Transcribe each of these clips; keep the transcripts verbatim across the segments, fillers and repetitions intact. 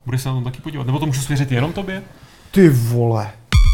Budeš se na tom taky podívat? Nebo to můžu svěřit jenom tobě? Ty vole.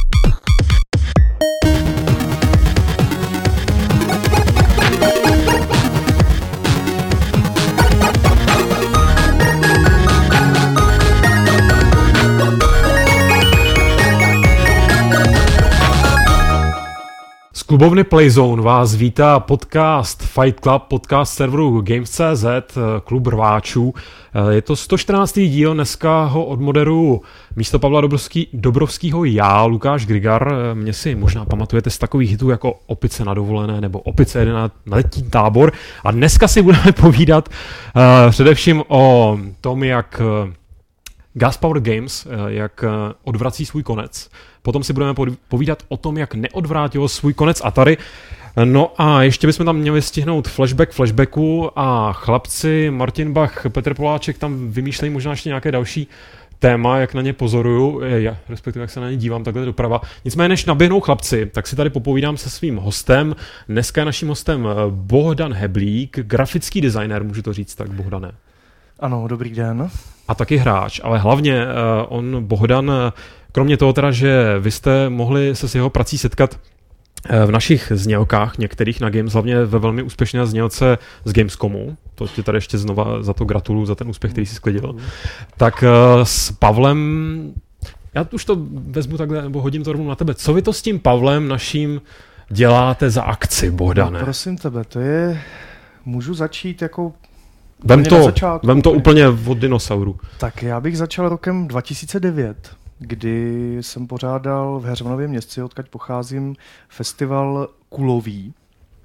Z klubovny Playzone vás vítá podcast Fight Club, podcast serveru Games tečka cé zet, klub rváčů. Je to sto čtrnáctý díl, dneska ho odmoderuju místo Pavla Dobrovský, Dobrovskýho já, Lukáš Grigar. Mě si možná pamatujete z takových hitů jako Opice na dovolené nebo Opice jede na letní tábor. A dneska si budeme povídat uh, především o tom, jak uh, Gas Power Games, uh, jak uh, odvrací svůj konec. Potom si budeme povídat o tom, jak neodvrátil svůj konec Atari. No a ještě bychom tam měli stihnout flashback flashbacku a chlapci Martin Bach, Petr Poláček tam vymýšlejí možná ještě nějaké další téma, jak na ně pozoruju, já, respektive jak se na ně dívám takhle doprava. Nicméně než naběhnou chlapci, tak si tady popovídám se svým hostem. Dneska je naším hostem Bohdan Heblík, grafický designer, můžu to říct tak, Bohdane. Ano, dobrý den. A taky hráč, ale hlavně on, Bohdan, kromě toho teda, že vy jste mohli se s jeho prací setkat v našich znělkách, některých na Games, hlavně ve velmi úspěšné znělce z Gamescomu, to ti tady ještě znova za to gratuluju, za ten úspěch, který jsi sklidil, tak s Pavlem, já už to vezmu takhle, nebo hodím to rovnou na tebe, co vy to s tím Pavlem naším děláte za akci, Bohdane? No, prosím tebe, to je, můžu začít jako... Vem to, začátku, vem to úplně od dinosauru. Tak já bych začal rokem dva tisíce devět, kdy jsem pořádal v Heřmanově Městci, odkud pocházím, festival Kulový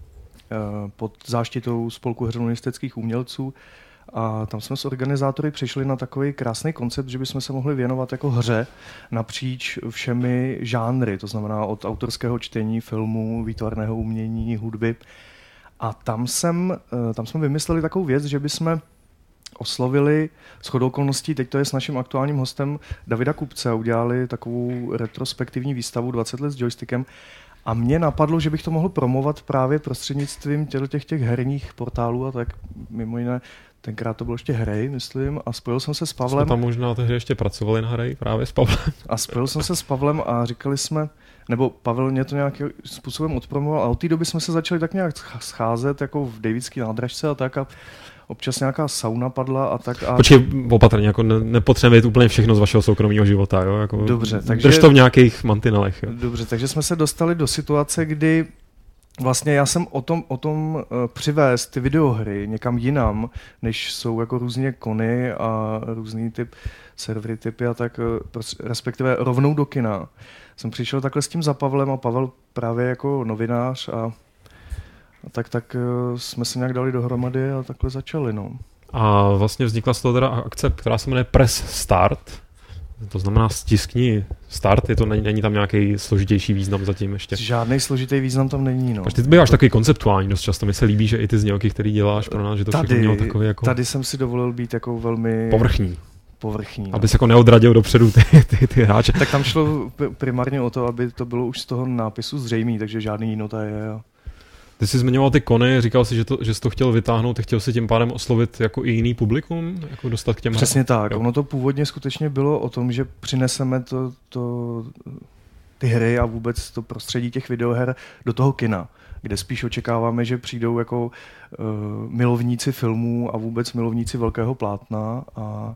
pod záštitou Spolku heřmanistických umělců. A tam jsme s organizátory přišli na takový krásný koncept, že bychom se mohli věnovat jako hře napříč všemi žánry, to znamená od autorského čtení, filmu, výtvarného umění, hudby. A tam, jsem, tam jsme vymysleli takovou věc, že bychom oslovili shodou okolností, teď to je s naším aktuálním hostem Davida Kupce, udělali takovou retrospektivní výstavu dvacet let s joystickem a mě napadlo, že bych to mohl promovat právě prostřednictvím těch, těch herních portálů a tak mimo jiné. Tenkrát to bylo ještě Hrej, myslím, a spojil jsem se s Pavlem. Jsme tam možná tehdy ještě pracovali na Hrej právě s Pavlem. A spojil jsem se s Pavlem a říkali jsme, nebo Pavel mě to nějakým způsobem odpromoval a od té doby jsme se začali tak nějak scházet jako v Davidský nádražce a tak a občas nějaká sauna padla a tak. A... Počkej, opatrně, jako ne, nepotřebujeme úplně všechno z vašeho soukromého života, jo? Jako, dobře, takže... Drž to v nějakých mantinelech. Jo? Dobře, takže jsme se dostali do situace, kdy vlastně já jsem o tom, o tom uh, přivést ty videohry někam jinam, než jsou jako různě kony a různý typ servery typy a tak, uh, respektive rovnou do kina. Jsem přišel takhle s tím za Pavlem a Pavel právě jako novinář a A tak, tak jsme se nějak dali dohromady a takhle začali. No. A vlastně vznikla z toho teda akce, která se jmenuje Press Start. To znamená stiskni start, je to, není, není tam nějaký složitější význam zatím ještě. Žádný složitý význam tam není. No. Pač ty býváš takový konceptuální dost často. Mi se líbí, že i ty znělky, které děláš pro nás, že to tady, všechno mělo takový jako... Tady jsem si dovolil být jako velmi... Povrchní. Povrchní. Abys no. jako neodradil dopředu ty, ty, ty hráče. Tak tam šlo primárně o to, aby to bylo už z toho nápisu zřejmý, takže žádný jinota je. Jo. Ty jsi zmiňoval ty kony, říkal jsi, že, to, že jsi to chtěl vytáhnout, ty chtěl si tím pádem oslovit jako i jiný publikum, jako dostat k těm... Přesně tak, jo. Ono to původně skutečně bylo o tom, že přineseme to, to, ty hry a vůbec to prostředí těch videoher do toho kina, kde spíš očekáváme, že přijdou jako uh, milovníci filmů a vůbec milovníci velkého plátna a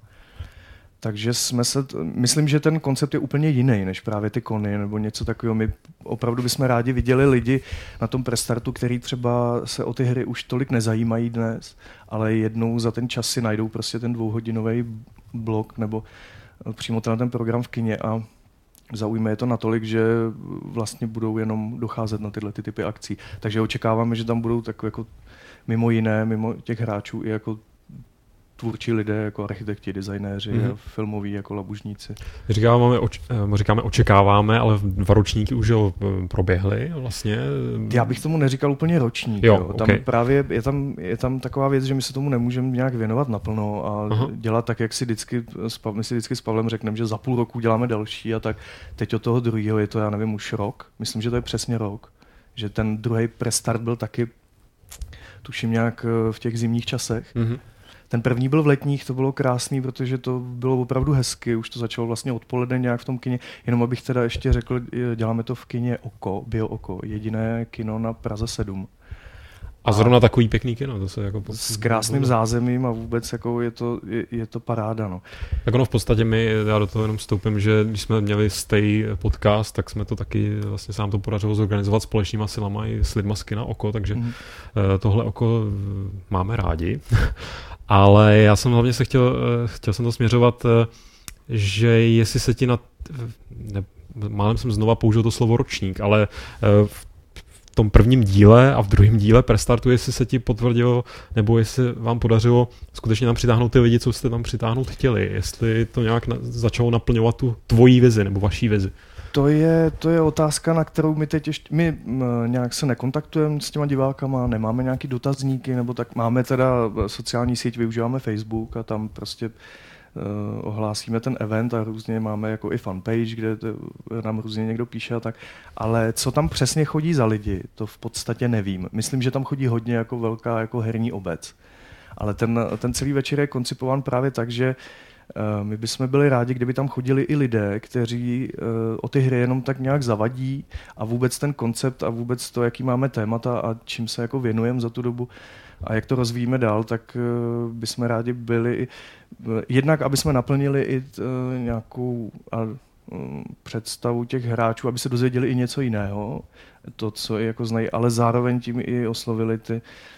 takže jsme se, myslím, že ten koncept je úplně jiný než právě ty kony nebo něco takového. My opravdu bychom rádi viděli lidi na tom prestartu, který třeba se o ty hry už tolik nezajímají dnes, ale jednou za ten čas si najdou prostě ten dvouhodinový blok nebo přímo ten, ten program v kině a zaujme je to natolik, že vlastně budou jenom docházet na tyhle ty typy akcí. Takže očekáváme, že tam budou tak jako mimo jiné, mimo těch hráčů i jako tvůrčí lidé, jako architekti, designéři, mm-hmm. filmoví, jako labužníci. Říkáme, oč, říkáme očekáváme, ale dva ročníky už ho proběhly vlastně. Já bych tomu neříkal úplně ročník. Jo, jo. Tam okay. právě je tam, je tam taková věc, že my se tomu nemůžeme nějak věnovat naplno a Aha. dělat tak, jak si vždycky, my si vždycky s Pavlem řekneme, že za půl roku děláme další a tak teď od toho druhého je to, já nevím, už rok. Myslím, že to je přesně rok. Že ten druhý prestart byl taky, tuším nějak v těch zimních časech. Mm-hmm. Ten první byl v Letních, to bylo krásný, protože to bylo opravdu hezky, už to začalo vlastně odpoledne nějak v tom kině, jenom abych teda ještě řekl, děláme to v kině Oko, Bio Oko, jediné kino na Praze sedm. A zrovna takový pěkný kino, to se jako... S krásným zázemím a vůbec jako je to, je, je to paráda, no. Tak ono v podstatě my, já do toho jenom vstoupím, že když jsme měli Stay podcast, tak jsme to taky, vlastně se nám to podařilo zorganizovat společnýma silama i s lidma z kina Oko, takže mm. tohle Oko máme rádi. Ale já jsem hlavně se chtěl, chtěl jsem to směřovat, že jestli se ti na... Ne, málem jsem znova použil to slovo ročník, ale v v tom prvním díle a v druhém díle Prestartu, jestli se ti potvrdilo, nebo jestli vám podařilo skutečně tam přitáhnout ty lidi, co jste tam přitáhnout chtěli, jestli to nějak na, začalo naplňovat tu tvojí vizi nebo vaší vizi. To je, to je otázka, na kterou my teď ještě, my nějak se nekontaktujeme s těma divákama, nemáme nějaký dotazníky, nebo tak máme teda sociální síť, využíváme Facebook a tam prostě Uh, ohlásíme ten event a různě máme jako i fanpage, kde to, nám různě někdo píše a tak, ale co tam přesně chodí za lidi, to v podstatě nevím. Myslím, že tam chodí hodně jako velká jako herní obec, ale ten, ten celý večer je koncipován právě tak, že uh, my bychom byli rádi, kdyby tam chodili i lidé, kteří uh, o ty hry jenom tak nějak zavadí a vůbec ten koncept a vůbec to, jaký máme témata a čím se jako věnujeme za tu dobu a jak to rozvíjíme dál, tak uh, bychom rádi byli uh, jednak, aby jsme naplnili i uh, nějakou uh, představu těch hráčů, aby se dozvěděli i něco jiného, to, co i jako znají, ale zároveň tím i oslovili ty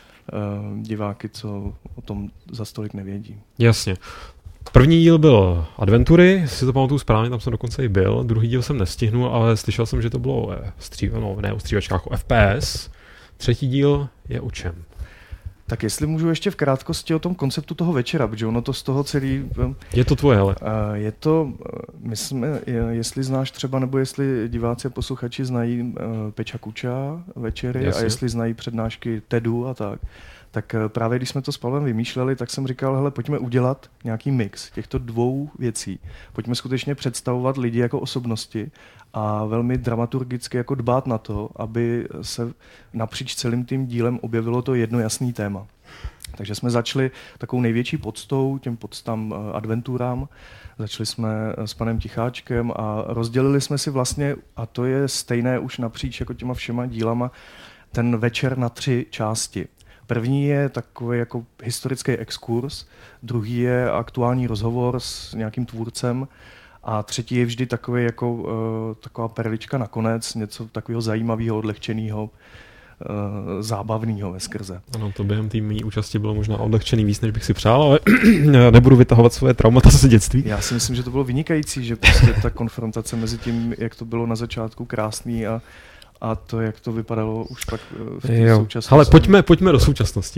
uh, diváky, co o tom za stolik nevědí. Jasně. První díl byl Adventury, jestli si to pamatuju správně, tam jsem dokonce i byl. Druhý díl jsem nestihnul, ale slyšel jsem, že to bylo stří, no, ne o střívačkách, o F P S. Třetí díl je o čem? Tak jestli můžu ještě v krátkosti o tom konceptu toho večera, protože ono to z toho celý... Je to tvoje, hele. Je to, my jsme, jestli znáš třeba, nebo jestli diváci a posluchači znají Peča Kuča večery. Jasně. A jestli znají přednášky TEDu a tak, tak právě když jsme to s Pavlem vymýšleli, tak jsem říkal, hele, pojďme udělat nějaký mix těchto dvou věcí. Pojďme skutečně představovat lidi jako osobnosti a velmi dramaturgicky jako dbát na to, aby se napříč celým tím dílem objevilo to jedno jasný téma. Takže jsme začali takovou největší poctou, těm podstám adventurám. Začali jsme s panem Ticháčkem a rozdělili jsme si vlastně, a to je stejné už napříč jako těma všema dílama, ten večer na tři části. První je takový jako historický exkurs, druhý je aktuální rozhovor s nějakým tvůrcem a třetí je vždy takový jako, uh, taková perlička nakonec, něco takového zajímavého, odlehčeného, uh, zábavného veskrze. Ano, to během té mý účasti bylo možná odlehčený víc, než bych si přál, ale nebudu vytahovat svoje traumata ze dětství. Já si myslím, že to bylo vynikající, že prostě ta konfrontace mezi tím, jak to bylo na začátku krásný a A to, jak to vypadalo už pak v té současnosti. Ale pojďme, pojďme do současnosti.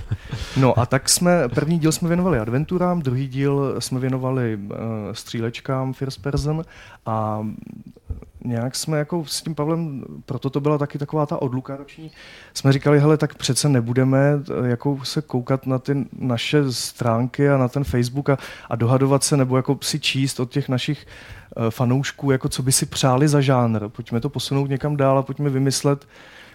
No a tak jsme, první díl jsme věnovali adventurám, druhý díl jsme věnovali uh, střílečkám first person a nějak jsme jako s tím Pavlem, proto to byla taky taková ta odluka roční, jsme říkali, hele, tak přece nebudeme jako se koukat na ty naše stránky a na ten Facebook a, a dohadovat se nebo jako si číst od těch našich uh, fanoušků, jako co by si přáli za žánr. Pojďme to posunout někam dál a pojďme vymyslet,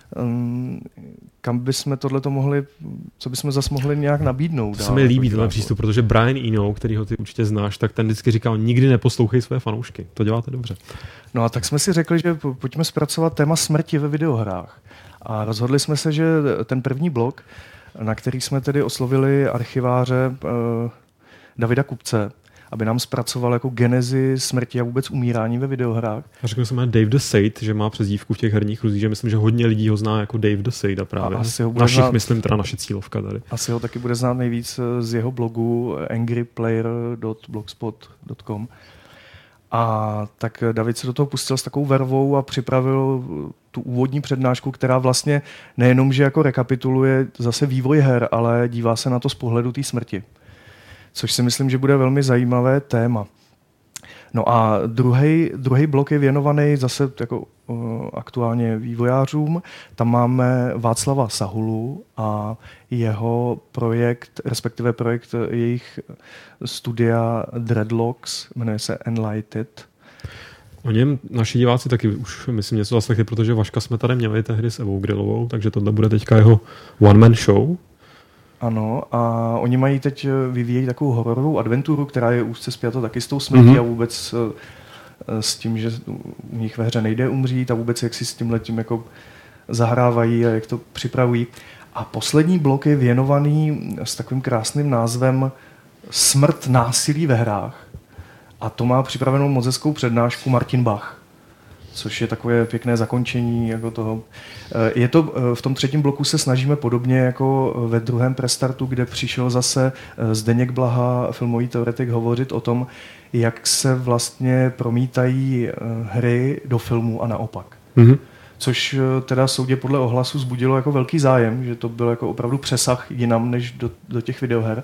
um, kam bychom tohleto mohli, co bychom zase mohli nějak nabídnout. To se mi líbí tenhle přístup, protože Brian Eno, kterýho ty určitě znáš, tak ten vždycky říkal, nikdy neposlouchej své fanoušky. To děláte dobře. No a tak jsme si řekli, že pojďme zpracovat téma smrti ve videohrách. A rozhodli jsme se, že ten první blok, na který jsme tedy oslovili archiváře eh, Davida Kupce, aby nám zpracoval jako genezi smrti a vůbec umírání ve videohrách. A řekl jsem Dave the Sade, že má přezdívku v těch herních kruzích, že myslím, že hodně lidí ho zná jako Dave the Sade právě. A asi ho bude Našich, znát, myslím, teda naše cílovka tady. Asi ho taky bude znát nejvíc z jeho blogu angry player tečka blogspot tečka com. A tak David se do toho pustil s takovou vervou a připravil tu úvodní přednášku, která vlastně nejenom, že jako rekapituluje zase vývoj her, ale dívá se na to z pohledu té smrti. Což si myslím, že bude velmi zajímavé téma. No a druhý blok je věnovaný zase jako uh, aktuálně vývojářům. Tam máme Václava Sahulu a jeho projekt, respektive projekt jejich studia Dreadlocks, jmenuje se Enlighted. O něm naši diváci taky už myslím něco zaslechli, protože Vaška jsme tady měli tehdy s Evou Grillovou, takže tohle bude teďka jeho one-man show. Ano, a oni mají teď, vyvíjejí takovou hororovou adventuru, která je úzce spjata taky s tou smrtí mm-hmm. a vůbec s tím, že u nich ve hře nejde umřít a vůbec jak si s tímhletím jako zahrávají a jak to připravují. A poslední blok je věnovaný s takovým krásným názvem Smrt násilí ve hrách. A to má připravenou moc hezkou přednášku Martin Bach, což je takové pěkné zakončení jako toho. Je to, v tom třetím bloku se snažíme podobně jako ve druhém prestartu, kde přišel zase Zdeněk Blaha, filmový teoretik, hovořit o tom, jak se vlastně promítají hry do filmu a naopak. Mm-hmm. Což teda soudě podle ohlasu vzbudilo jako velký zájem, že to byl jako opravdu přesah jinam než do, do těch videoher.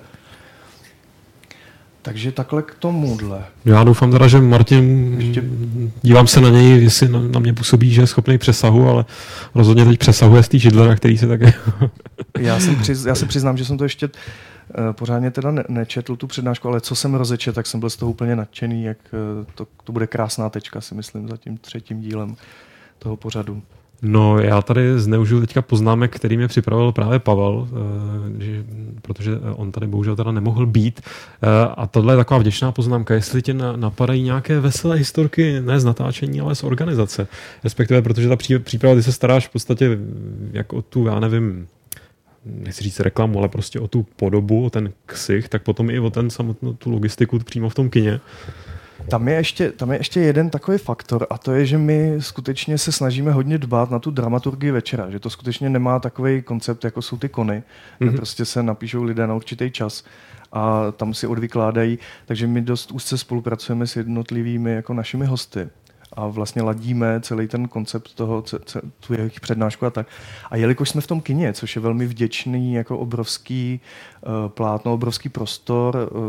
Takže takhle k tomuhle. Já doufám teda, že Martin, ještě... dívám se na něj, jestli na, na mě působí, že je schopný přesahu, ale rozhodně teď přesahuje z té židlera, který se také... já, jsem přiz, já se přiznám, že jsem to ještě uh, pořádně teda ne, nečetl tu přednášku, ale co jsem rozečet, tak jsem byl z toho úplně nadšený, jak uh, to, to bude krásná tečka, si myslím, za tím třetím dílem toho pořadu. No, já tady zneužiju teďka poznámek, který mě připravil právě Pavel, že, protože on tady bohužel teda nemohl být. A tohle je taková vděčná poznámka, jestli tě napadají nějaké veselé historky, ne z natáčení, ale z organizace. Respektive, protože ta příprava, ty se staráš v podstatě jak o tu, já nevím, nechci říct reklamu, ale prostě o tu podobu, o ten ksich, tak potom i o ten samotnou tu logistiku přímo v tom kině. Tam je, ještě, tam je ještě jeden takový faktor a to je, že my skutečně se snažíme hodně dbát na tu dramaturgii večera, že to skutečně nemá takový koncept, jako jsou ty kony, mm-hmm. kde prostě se napíšou lidé na určitý čas a tam si odvykládají, takže my dost úzce spolupracujeme s jednotlivými jako našimi hosty a vlastně ladíme celý ten koncept toho, ce, ce, tu jejich přednášku a tak. A jelikož jsme v tom kině, což je velmi vděčný, jako obrovský uh, plátno, obrovský prostor, uh,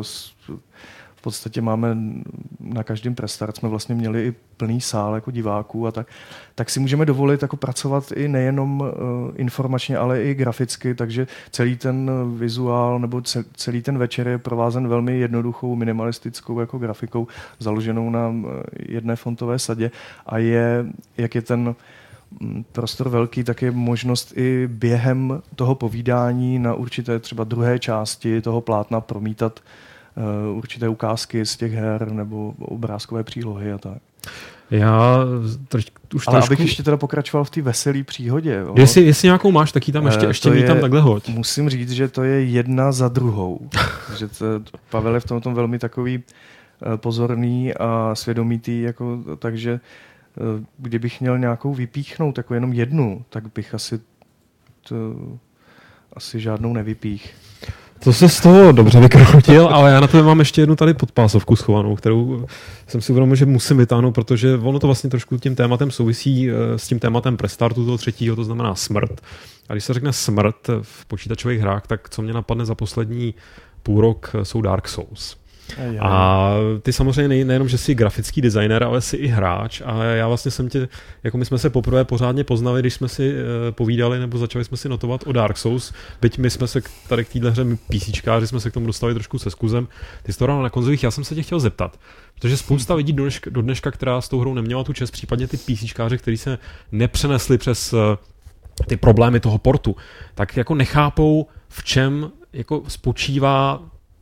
v podstatě máme na každém prestart jsme vlastně měli i plný sál jako diváků a tak, tak si můžeme dovolit jako pracovat i nejenom uh, informačně, ale i graficky, takže celý ten vizuál nebo celý ten večer je provázen velmi jednoduchou minimalistickou jako grafikou založenou na jedné fontové sadě a je, jak je ten prostor velký, tak je možnost i během toho povídání na určité třeba druhé části toho plátna promítat Uh, určité ukázky z těch her nebo obrázkové přílohy a tak. Já troš, už Ale trošku... abych ještě teda pokračoval v té veselé příhodě. Jo. Jestli, jestli nějakou máš, tak ji tam ještě, uh, ještě mi tam takhle hoď. Musím říct, že to je jedna za druhou. že to, Pavel je v tom, tom velmi takový uh, pozorný a svědomitý, jako, takže uh, kdybych měl nějakou vypíchnout, jako jenom jednu, tak bych asi, to, asi žádnou nevypích. To se z toho dobře vykroutil, ale já na to mám ještě jednu tady podpásovku schovanou, kterou jsem si uvědomil, že musím vytáhnout, protože ono to vlastně trošku tím tématem souvisí s tím tématem prestartu toho třetího, to znamená smrt. A když se řekne smrt v počítačových hrách, tak co mě napadne za poslední půl rok jsou Dark Souls. Ajaj. A ty samozřejmě nejenom, že jsi grafický designer, ale jsi i hráč a já vlastně jsem tě, jako my jsme se poprvé pořádně poznali, když jsme si uh, povídali nebo začali jsme si notovat o Dark Souls, byť my jsme se tady k téhle hře PCčkáři jsme se k tomu dostali trošku se skuzem, ty jsi to hrál na konzolích, já jsem se tě chtěl zeptat, protože spousta lidí do dneška, do dneška, která s tou hrou neměla tu čest, případně ty PCčkáři, kteří se nepřenesli přes uh, ty problémy toho portu, tak jako nechápou, v čem jako spočívá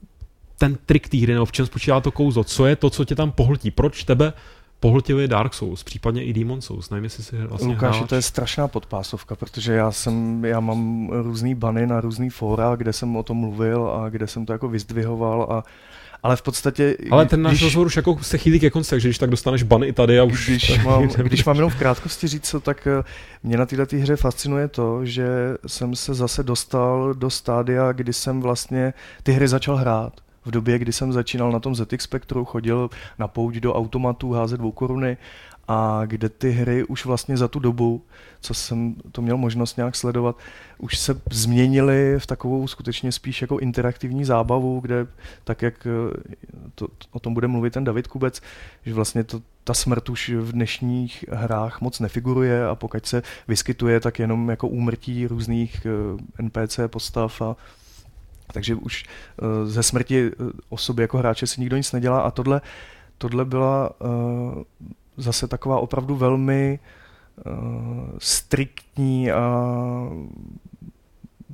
ten trik té hry, nebo v čem spočívá to kouzlo, co je to, co tě tam pohltí, proč tebe pohltili Dark Souls, případně i Demon Souls, nevím, jestli si vlastně Lukáši, hráč. To je strašná podpásovka, protože já jsem, já mám různý bany na různý fóra, kde jsem o tom mluvil a kde jsem to jako vyzdvihoval a ale v podstatě... Ale ten náš rozhovor už jako se chýlí ke konci, takže když tak dostaneš bany i tady a už... Když mám, když mám jenom v krátkosti říct, tak mě na této hře fascinuje to, že jsem se zase dostal do stádia, kdy jsem vlastně ty hry začal hrát. V době, kdy jsem začínal na tom Z X Spectru, chodil na pouť do automatů házet dvoukoruny a kde ty hry už vlastně za tu dobu, co jsem to měl možnost nějak sledovat, už se změnily v takovou skutečně spíš jako interaktivní zábavu, kde tak, jak to, o tom bude mluvit ten David Kubec, že vlastně to, ta smrt už v dnešních hrách moc nefiguruje a pokud se vyskytuje, tak jenom jako úmrtí různých N P C postav a takže už uh, ze smrti osoby jako hráče si nikdo nic nedělá a tohle, tohle byla uh, zase taková opravdu velmi uh, striktní a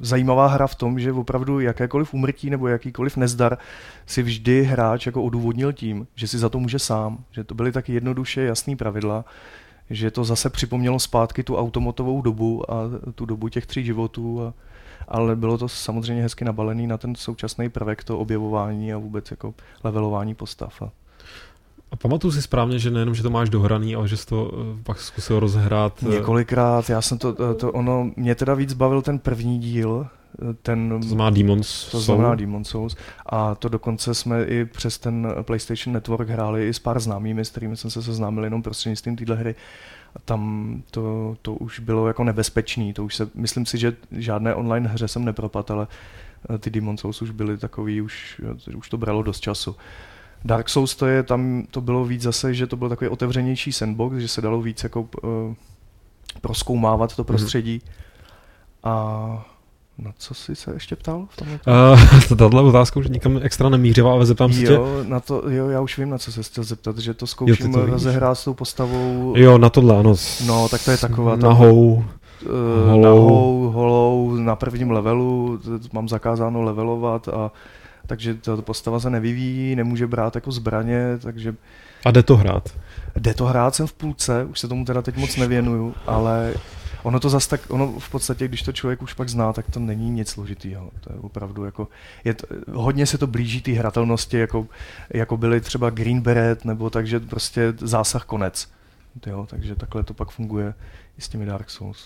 zajímavá hra v tom, že opravdu jakékoliv úmrtí nebo jakýkoliv nezdar si vždy hráč jako odůvodnil tím, že si za to může sám, že to byly taky jednoduše jasný pravidla, že to zase připomnělo zpátky tu automatovou dobu a tu dobu těch tří životů, a, ale bylo to samozřejmě hezky nabalený na ten současný prvek, to objevování a vůbec jako levelování postav. A A pamatuju si správně, že nejenom, že to máš dohraný, ale že jsi to pak zkusil rozhrát. Několikrát, já jsem to, to ono, mě teda víc bavil ten první díl, ten, to znamená Demon's to znamená Demon's Souls, a to dokonce jsme i přes ten PlayStation Network hráli i s pár známými, s kterými jsem se seznámil jenom prostřednictvím téhle hry. A tam to, to už bylo jako nebezpečný, to už se, myslím si, že žádné online hře jsem nepropadl, ale ty Demon's Souls už byly takový, už, už to bralo dost času. Dark Souls to je, tam to bylo víc zase, že to byl takový otevřenější sandbox, že se dalo víc jako uh, prozkoumávat to prostředí. Mm. A na co jsi se ještě ptal? Uh, Tato otázka už nikam extra nemířila, ale zeptám se tě. Jo, na to, jo, já už vím, na co se chtěl zeptat, že to zkouším jo, rozehrát s tou postavou. Jo, na tohle, ano. No, tak to je taková. Nahou. Uh, holou. Nahou, holou, na prvním levelu, mám zakázáno levelovat a takže ta postava se nevyvíjí, nemůže brát jako zbraně, takže... A jde to hrát? Jde to hrát, jsem v půlce, už se tomu teda teď moc nevěnuju, ale ono to zas tak, ono v podstatě, když to člověk už pak zná, tak to není nic složitýho. To je opravdu jako, je to, hodně se to blíží té hratelnosti, jako, jako byly třeba Green Beret, nebo takže prostě zásah konec. Jo, takže takhle to pak funguje i s těmi Dark Souls.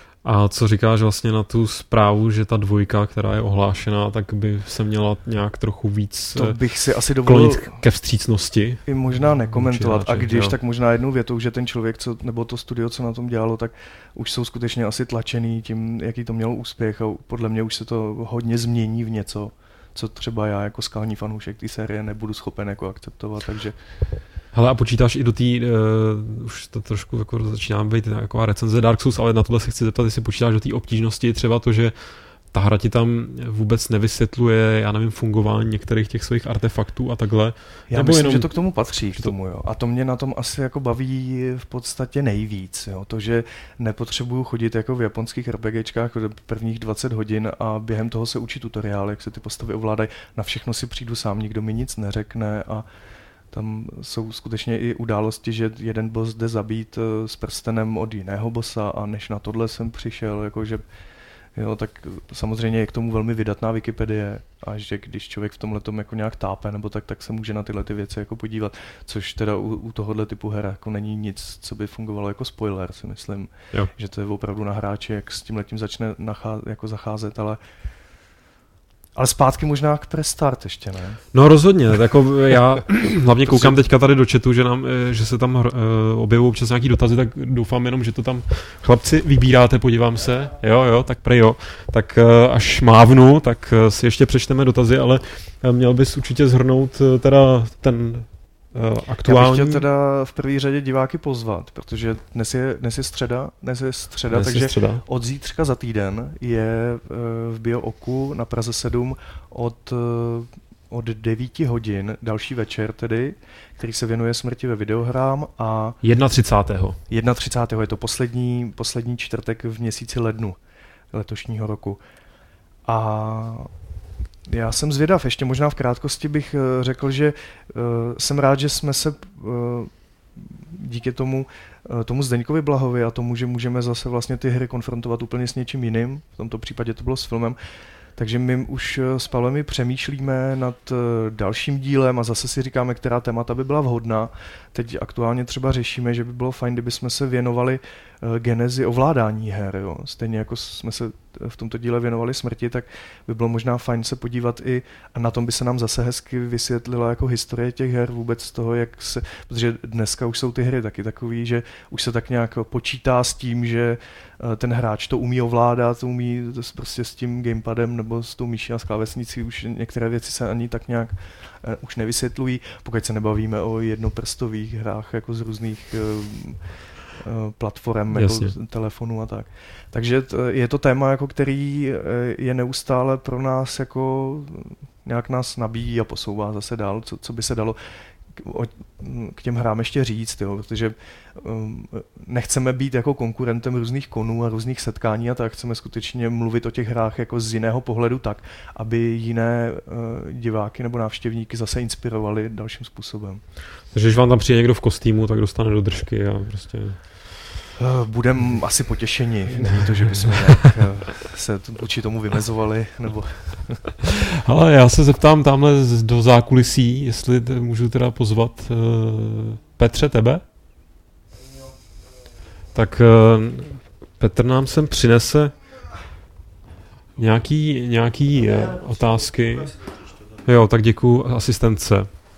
A co říkáš vlastně na tu zprávu, že ta dvojka, která je ohlášená, tak by se měla nějak trochu víc to bych si asi dovolil ke vstřícnosti? I možná nekomentovat. A když, jo. tak možná jednou větou, že ten člověk, co, nebo to studio, co na tom dělalo, tak už jsou skutečně asi tlačený tím, jaký to mělo úspěch, a podle mě už se to hodně změní v něco, co třeba já jako skalní fanoušek té série nebudu schopen jako akceptovat, takže... Hele, a počítáš i do té, uh, už to trošku jako začíná být taková recenze Dark Souls, ale na tohle se chci zeptat, jestli počítáš do té obtížnosti, třeba to, že ta hra ti tam vůbec nevysvětluje, já nevím, fungování některých těch svých artefaktů a takhle. Já Nebo myslím, jenom... že to k tomu patří, k tomu, jo. A to mě na tom asi jako baví v podstatě nejvíc, jo. To, že nepotřebuju chodit jako v japonských RPGčkách prvních dvacet hodin a během toho se učí tutoriál, jak se ty postavy ovládají. Na všechno si přijdu sám, nikdo mi nic neřekne a tam jsou skutečně i události, že jeden boss jde zabít s prstenem od jiného bossa a než na tohle jsem přišel, jakože jo, tak samozřejmě je k tomu velmi vydatná Wikipedie a že když člověk v tomhletom jako nějak tápe, nebo tak, tak se může na tyhle ty věci jako podívat, což teda u, u tohohle typu her jako není nic, co by fungovalo jako spoiler, si myslím, jo. Že to je opravdu na hráči, jak s tímhletím začne nachá, jako zacházet, ale Ale zpátky možná k Prestart ještě, ne? No rozhodně, jako já hlavně koukám teďka tady do chatu, že, nám, že se tam uh, objevují občas nějaký dotazy, tak doufám jenom, že to tam chlapci vybíráte, podívám se, jo, jo, tak prej jo, tak uh, až mávnu, tak uh, si ještě přečteme dotazy, ale uh, měl bys určitě zhrnout uh, teda ten uh, aktuální... Já bych chtěl teda v první řadě diváky pozvat, protože dnes je, dnes je středa, dnes je středa, dnes takže je středa. Od zítřka za týden je uh, v BioOku na Praze sedm od, uh, od devíti hodin další večer tedy, který se věnuje smrti ve videohrám a... třicátého prvního třicátého prvního je to poslední, poslední čtvrtek v měsíci lednu letošního roku. A já jsem zvědav, ještě možná v krátkosti bych řekl, že uh, jsem rád, že jsme se uh, díky tomu, uh, tomu Zdeňkovi Blahovi a tomu, že můžeme zase vlastně ty hry konfrontovat úplně s něčím jiným, v tomto případě to bylo s filmem, takže my už s Pavlem přemýšlíme nad dalším dílem a zase si říkáme, která témata by byla vhodná. Teď aktuálně třeba řešíme, že by bylo fajn, kdyby jsme se věnovali genezi ovládání her. Jo. Stejně jako jsme se v tomto díle věnovali smrti, tak by bylo možná fajn se podívat i, a na tom by se nám zase hezky vysvětlila jako historie těch her, vůbec toho, jak se, protože dneska už jsou ty hry taky takový, že už se tak nějak počítá s tím, že ten hráč to umí ovládat, umí prostě s tím gamepadem nebo s tou myší a s klávesnicí, už některé věci se ani tak nějak uh, už nevysvětlují, pokud se nebavíme o jednoprstových hrách jako z různých uh, platform, jako telefonu a tak. Takže t- je to téma, jako který je neustále pro nás jako nějak nás nabíjí a posouvá zase dál, co, co by se dalo. k těm hrám ještě říct, jo, protože um, nechceme být jako konkurentem různých konů a různých setkání a tak, chceme skutečně mluvit o těch hrách jako z jiného pohledu tak, aby jiné uh, diváky nebo návštěvníky zase inspirovali dalším způsobem. Takže když vám tam přijde někdo v kostýmu, tak dostane do držky a prostě... Budem asi potěšeni. Není to, že bychom nějak se vůči tomu vymezovali, nebo... Ale já se zeptám tamhle do zákulisí, jestli t- můžu teda pozvat uh, Petře, tebe? Tak uh, Petr nám sem přinese nějaký, nějaký uh, otázky. Jo, tak děkuju asistentce.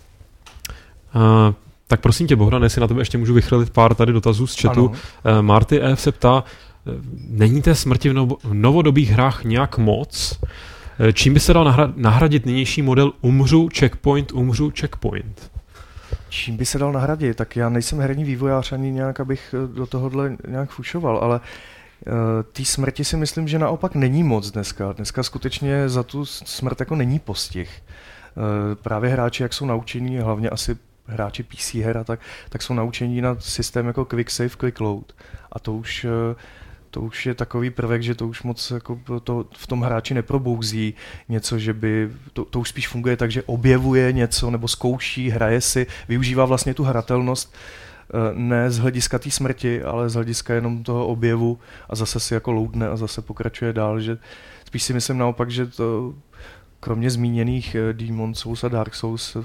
Uh, Tak prosím tě, Bohdan, jestli na tebe ještě můžu vychrylit pár tady dotazů z chatu. Ano. Marty F. se ptá, není té smrti v, novo, v novodobých hrách nějak moc? Čím by se dal nahra, nahradit nynější model umřu, checkpoint, umřu, checkpoint? Čím by se dal nahradit? Tak já nejsem herní vývojář ani nějak, abych do tohohle nějak fušoval, ale uh, té smrti si myslím, že naopak není moc dneska. Dneska skutečně za tu smrt jako není postih. Uh, právě hráči, jak jsou naučení, hlavně asi hráči P C her a tak, tak jsou naučení na systém jako quick save, quick load. A to už, to už je takový prvek, že to už moc jako to v tom hráči neprobouzí něco, že by, to, to už spíš funguje tak, že objevuje něco nebo zkouší, hraje si, využívá vlastně tu hratelnost ne z hlediska té smrti, ale z hlediska jenom toho objevu a zase si jako loadne a zase pokračuje dál, že spíš si myslím naopak, že to kromě zmíněných Demon Souls a Dark Souls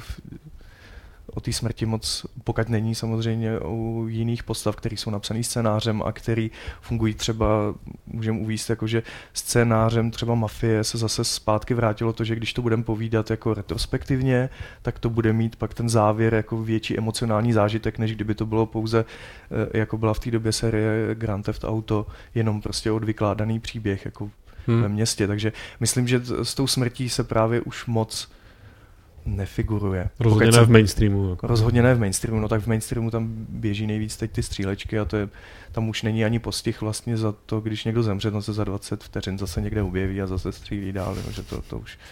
o té smrti moc, pokud není samozřejmě u jiných postav, které jsou napsané scénářem a který fungují třeba, můžeme uvést, jakože scénářem třeba Mafie se zase zpátky vrátilo to, že když to budeme povídat jako retrospektivně, tak to bude mít pak ten závěr jako větší emocionální zážitek, než kdyby to bylo pouze, jako byla v té době série Grand Theft Auto, jenom prostě odvykládaný příběh jako hmm. ve městě. Takže myslím, že s tou smrtí se právě už moc nefiguruje. Rozhodně ne v mainstreamu. Jako. Rozhodně ne v mainstreamu, no tak v mainstreamu tam běží nejvíc teď ty střílečky a to je, tam už není ani postih vlastně za to, když někdo zemře, no se za dvacet vteřin zase někde objeví a zase střílí dál, takže to, to už...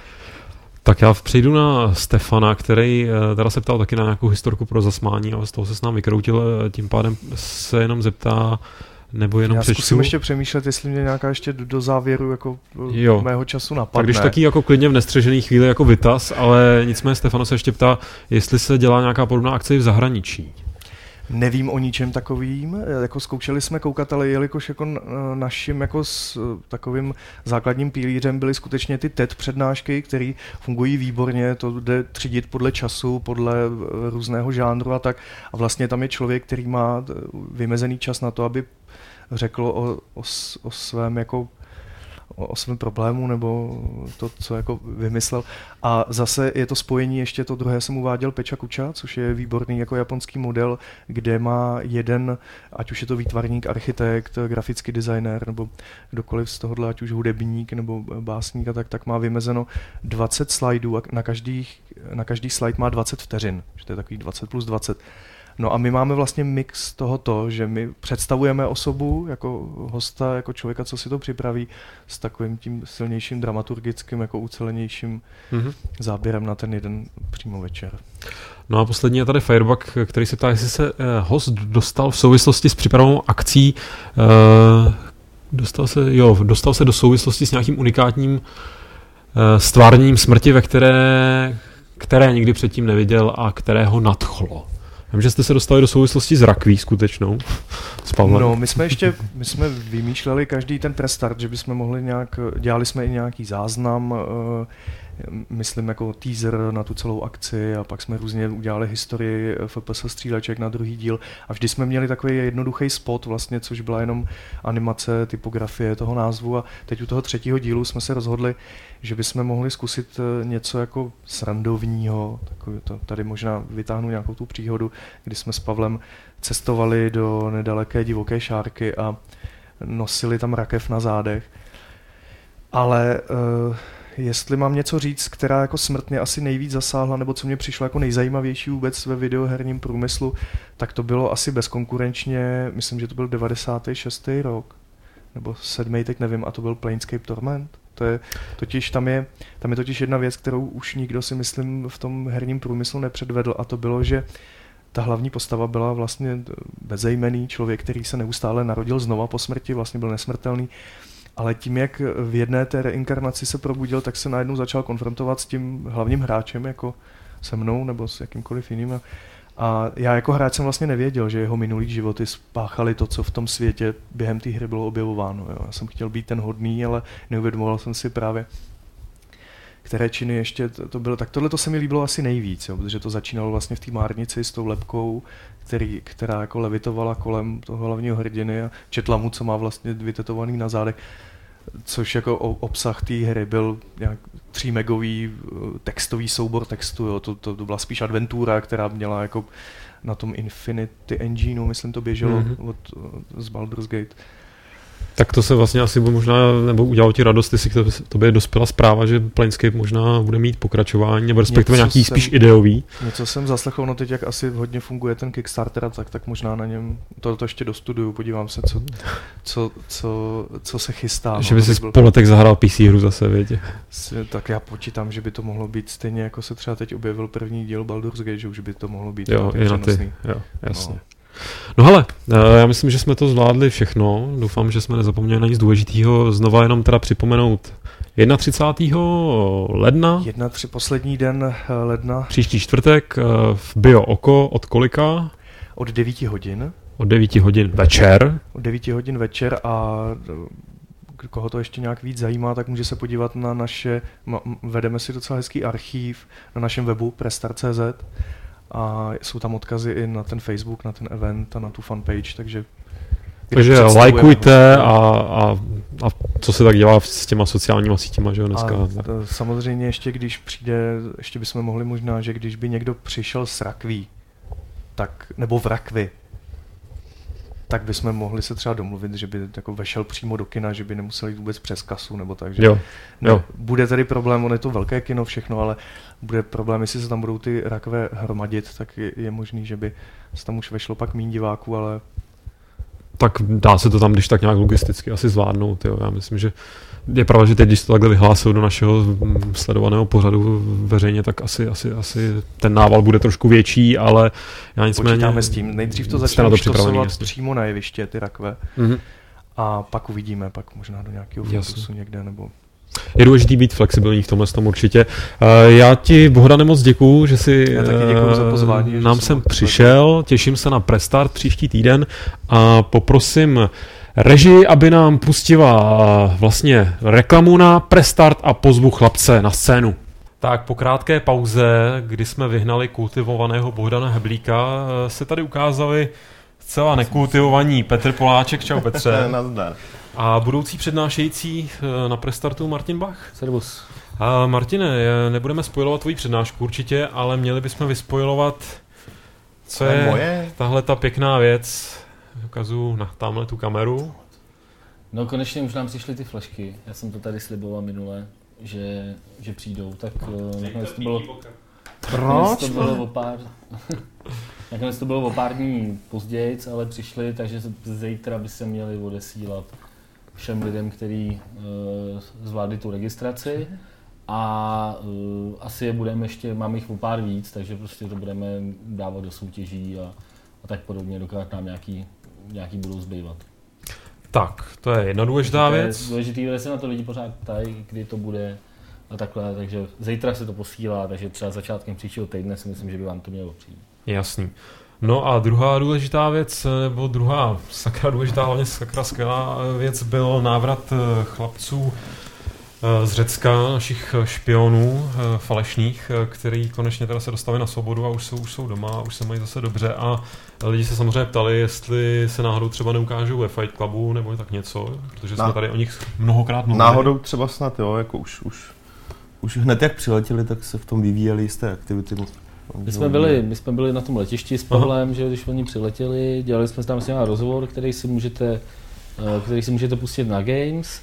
Tak já přejdu na Stefana, který teda se ptal taky na nějakou historku pro zasmání, ale z toho se s nám vykroutil, tím pádem se jenom zeptá, nebo jenom já přečtu. Zkusím ještě přemýšlet, jestli mě nějaká ještě do, do závěru jako jo. mého času napadne. Tak když taky jako klidně v nestřežený chvíli jako vytaz, ale nicméně Stefano se ještě ptá, jestli se dělá nějaká podobná akce i v zahraničí. Nevím o ničem takovým, jako zkoušeli jsme koukat, ale jelikož jako naším jako s takovým základním pilířem byly skutečně ty T E D přednášky, které fungují výborně, to jde třídit podle času, podle různého žánru a tak. A vlastně tam je člověk, který má vymezený čas na to, aby řekl o, o, o svém jako o svém problému nebo to, co jako vymyslel. A zase je to spojení, ještě to druhé jsem uváděl Peča Kuča, což je výborný jako japonský model, kde má jeden, ať už je to výtvarník, architekt, grafický designer nebo kdokoliv z tohohle, ať už hudebník nebo básník, tak, tak má vymezeno dvacet slajdů a na každý, na každý slide má dvacet vteřin, že to je takový dvacet plus dvacet. No a my máme vlastně mix tohoto, že my představujeme osobu jako hosta, jako člověka, co si to připraví s takovým tím silnějším dramaturgickým, jako ucelenějším mm-hmm. záběrem na ten jeden přímo večer. No a poslední je tady Firebug, který se ptá, jestli se eh, host dostal v souvislosti s přípravou akcí, eh, dostal se, jo, dostal se do souvislosti s nějakým unikátním eh, stvárněním smrti, ve které, které nikdy předtím neviděl a které ho nadchlo. Vím, že jste se dostali do souvislosti s rakví skutečnou, s Pavlem. No, my jsme ještě, my jsme vymýšleli každý ten prestart, že bychom mohli nějak, dělali jsme i nějaký záznam, myslím jako teaser na tu celou akci a pak jsme různě udělali historii F P S stříleček na druhý díl a vždy jsme měli takový jednoduchý spot vlastně, což byla jenom animace, typografie toho názvu a teď u toho třetího dílu jsme se rozhodli, že bychom mohli zkusit něco jako srandovního, takový to, tady možná vytáhnu nějakou tu příhodu, kdy jsme s Pavlem cestovali do nedaleké divoké šárky a nosili tam rakev na zádech, ale uh, jestli mám něco říct, která jako smrt mě asi nejvíc zasáhla, nebo co mě přišlo jako nejzajímavější vůbec ve videoherním průmyslu, tak to bylo asi bezkonkurenčně, myslím, že to byl devadesátý šestý rok, nebo sedmý, teď nevím, a to byl Planescape Torment. To je totiž, tam je, tam je totiž jedna věc, kterou už nikdo si myslím v tom herním průmyslu nepředvedl, a to bylo, že ta hlavní postava byla vlastně bezejmenný člověk, který se neustále narodil znova po smrti, vlastně byl nesmrtelný, ale tím, jak v jedné té reinkarnaci se probudil, tak se najednou začal konfrontovat s tím hlavním hráčem, jako se mnou nebo s jakýmkoliv jiným. A já jako hráč jsem vlastně nevěděl, že jeho minulý životy spáchali to, co v tom světě během té hry bylo objevováno. Jo. Já jsem chtěl být ten hodný, ale neuvědomoval jsem si právě, které činy ještě to, to bylo. Tak tohle to se mi líbilo asi nejvíc, jo, protože to začínalo vlastně v té márnici s tou lebkou, který, která jako levitovala kolem toho hlavního hrdiny a četla mu, co má vlastně vytetovaný na zádech. Což jako obsah té hry byl nějak třímegový textový soubor textu, jo. To, to, to byla spíš adventura, která měla jako na tom Infinity Engineu, myslím, to běželo mm-hmm. od, z Baldur's Gate. Tak to se vlastně asi možná, nebo udělalo ti radost, jestli k tobě dospěla zpráva, že Planescape možná bude mít pokračování, nebo respektive nějaký jsem, spíš ideový. Něco jsem zaslechl, no teď jak asi hodně funguje ten Kickstarter, tak, tak možná na něm to ještě dostuduju, podívám se, co, co, co, co se chystá. Že by si po letech zahrál P C hru zase, větě. Tak já počítám, že by to mohlo být stejně, jako se třeba teď objevil první díl Baldur's Gate, že už by to mohlo být. Jo, i na ty, jo, jasně. No. No hele, já myslím, že jsme to zvládli všechno. Doufám, že jsme nezapomněli na nic důležitého. Znova jenom teda připomenout třicátého prvního ledna. třicátého poslední den ledna. Příští čtvrtek v Bio Oko od kolika? Od devíti hodin. Od devíti hodin večer. Od devíti hodin večer a koho to ještě nějak víc zajímá, tak může se podívat na naše, vedeme si docela hezký archív na našem webu prestart tečka cé zet. A jsou tam odkazy i na ten Facebook, na ten event a na tu fanpage, takže... Takže lajkujte a, a, a co se tak dělá s těma sociálníma sítěma, že jo, dneska. A samozřejmě ještě, když přijde, ještě bychom mohli možná, že když by někdo přišel s rakví, tak, nebo v rakvi, tak bychom mohli se třeba domluvit, že by jako vešel přímo do kina, že by nemuseli jít vůbec přes kasu, nebo tak. Že jo, ne, jo. Bude tady problém, on je to velké kino všechno, ale bude problém, jestli se tam budou ty rakve hromadit, tak je, je možný, že by se tam už vešlo pak méně diváků, ale... Tak dá se to tam, když tak nějak logisticky asi zvládnout, jo. Já myslím, že je pravda, že teď, když to takhle vyhlásil do našeho sledovaného pořadu veřejně, tak asi, asi, asi ten nával bude trošku větší, ale já nicméně... Počítáme s tím. Nejdřív to začneme štosovat přímo na jeviště, ty rakve. Mm-hmm. A pak uvidíme, pak možná do nějakého fokusu někde, nebo... Je důležitý být flexibilní v tomhle tom určitě. Já ti, Bohdane, moc děkuju, že jsi za pozvání, nám sem přišel. Těším se na Prestart příští týden a poprosím režii, aby nám pustila vlastně reklamu na Prestart a pozvu chlapce na scénu. Tak po krátké pauze, kdy jsme vyhnali kultivovaného Bohdana Heblíka, se tady ukázali zcela nekultivovaní Petr Poláček. Čau Petře. Nazdar. A budoucí přednášející na Prestartu Martin Bach. Servus. A Martine, nebudeme spojovat tvoji přednášku určitě, ale měli bychom vyspojovat, co je, je moje? Tahle ta pěkná věc. Ukazuju na tamhle tu kameru. No konečně už nám přišly ty flašky. Já jsem to tady sliboval minule, že, že přijdou. Tak nakonec to bylo... Proč? To bylo o pár... Nakonec to bylo o pár dní později, ale přišli, takže zítra by se měli odesílat všem lidem, kteří uh, zvládli tu registraci. A uh, asi je budeme ještě, mám jich o pár víc, takže prostě to budeme dávat do soutěží a, a tak podobně, dokud nám nějaký, nějaký budou zbývat. Tak, to je jedna důležitá věc. Důležitý, že se na to lidi pořád ptají, kdy to bude a takhle, takže zítra se to posílá, takže třeba začátkem příštího týdne si myslím, že by vám to mělo přijít. Jasný. No a druhá důležitá věc, nebo druhá sakra důležitá, hlavně sakra skvělá věc, byl návrat chlapců z Řecka, našich špionů falešných, který konečně teda se dostali na svobodu a už jsou, už jsou doma, už se mají zase dobře a lidi se samozřejmě ptali, jestli se náhodou třeba neukážou ve Fight Clubu nebo tak něco, protože jsme Ná... tady o nich mnohokrát mluvili. Náhodou třeba snad, jo, jako už, už, už hned jak přiletěli, tak se v tom vyvíjely jisté aktivity. My jsme, byli, my jsme byli na tom letišti s Pavlem, že když oni přiletěli, dělali jsme tam s nimi rozhovor, který si můžete, který si můžete pustit na Games.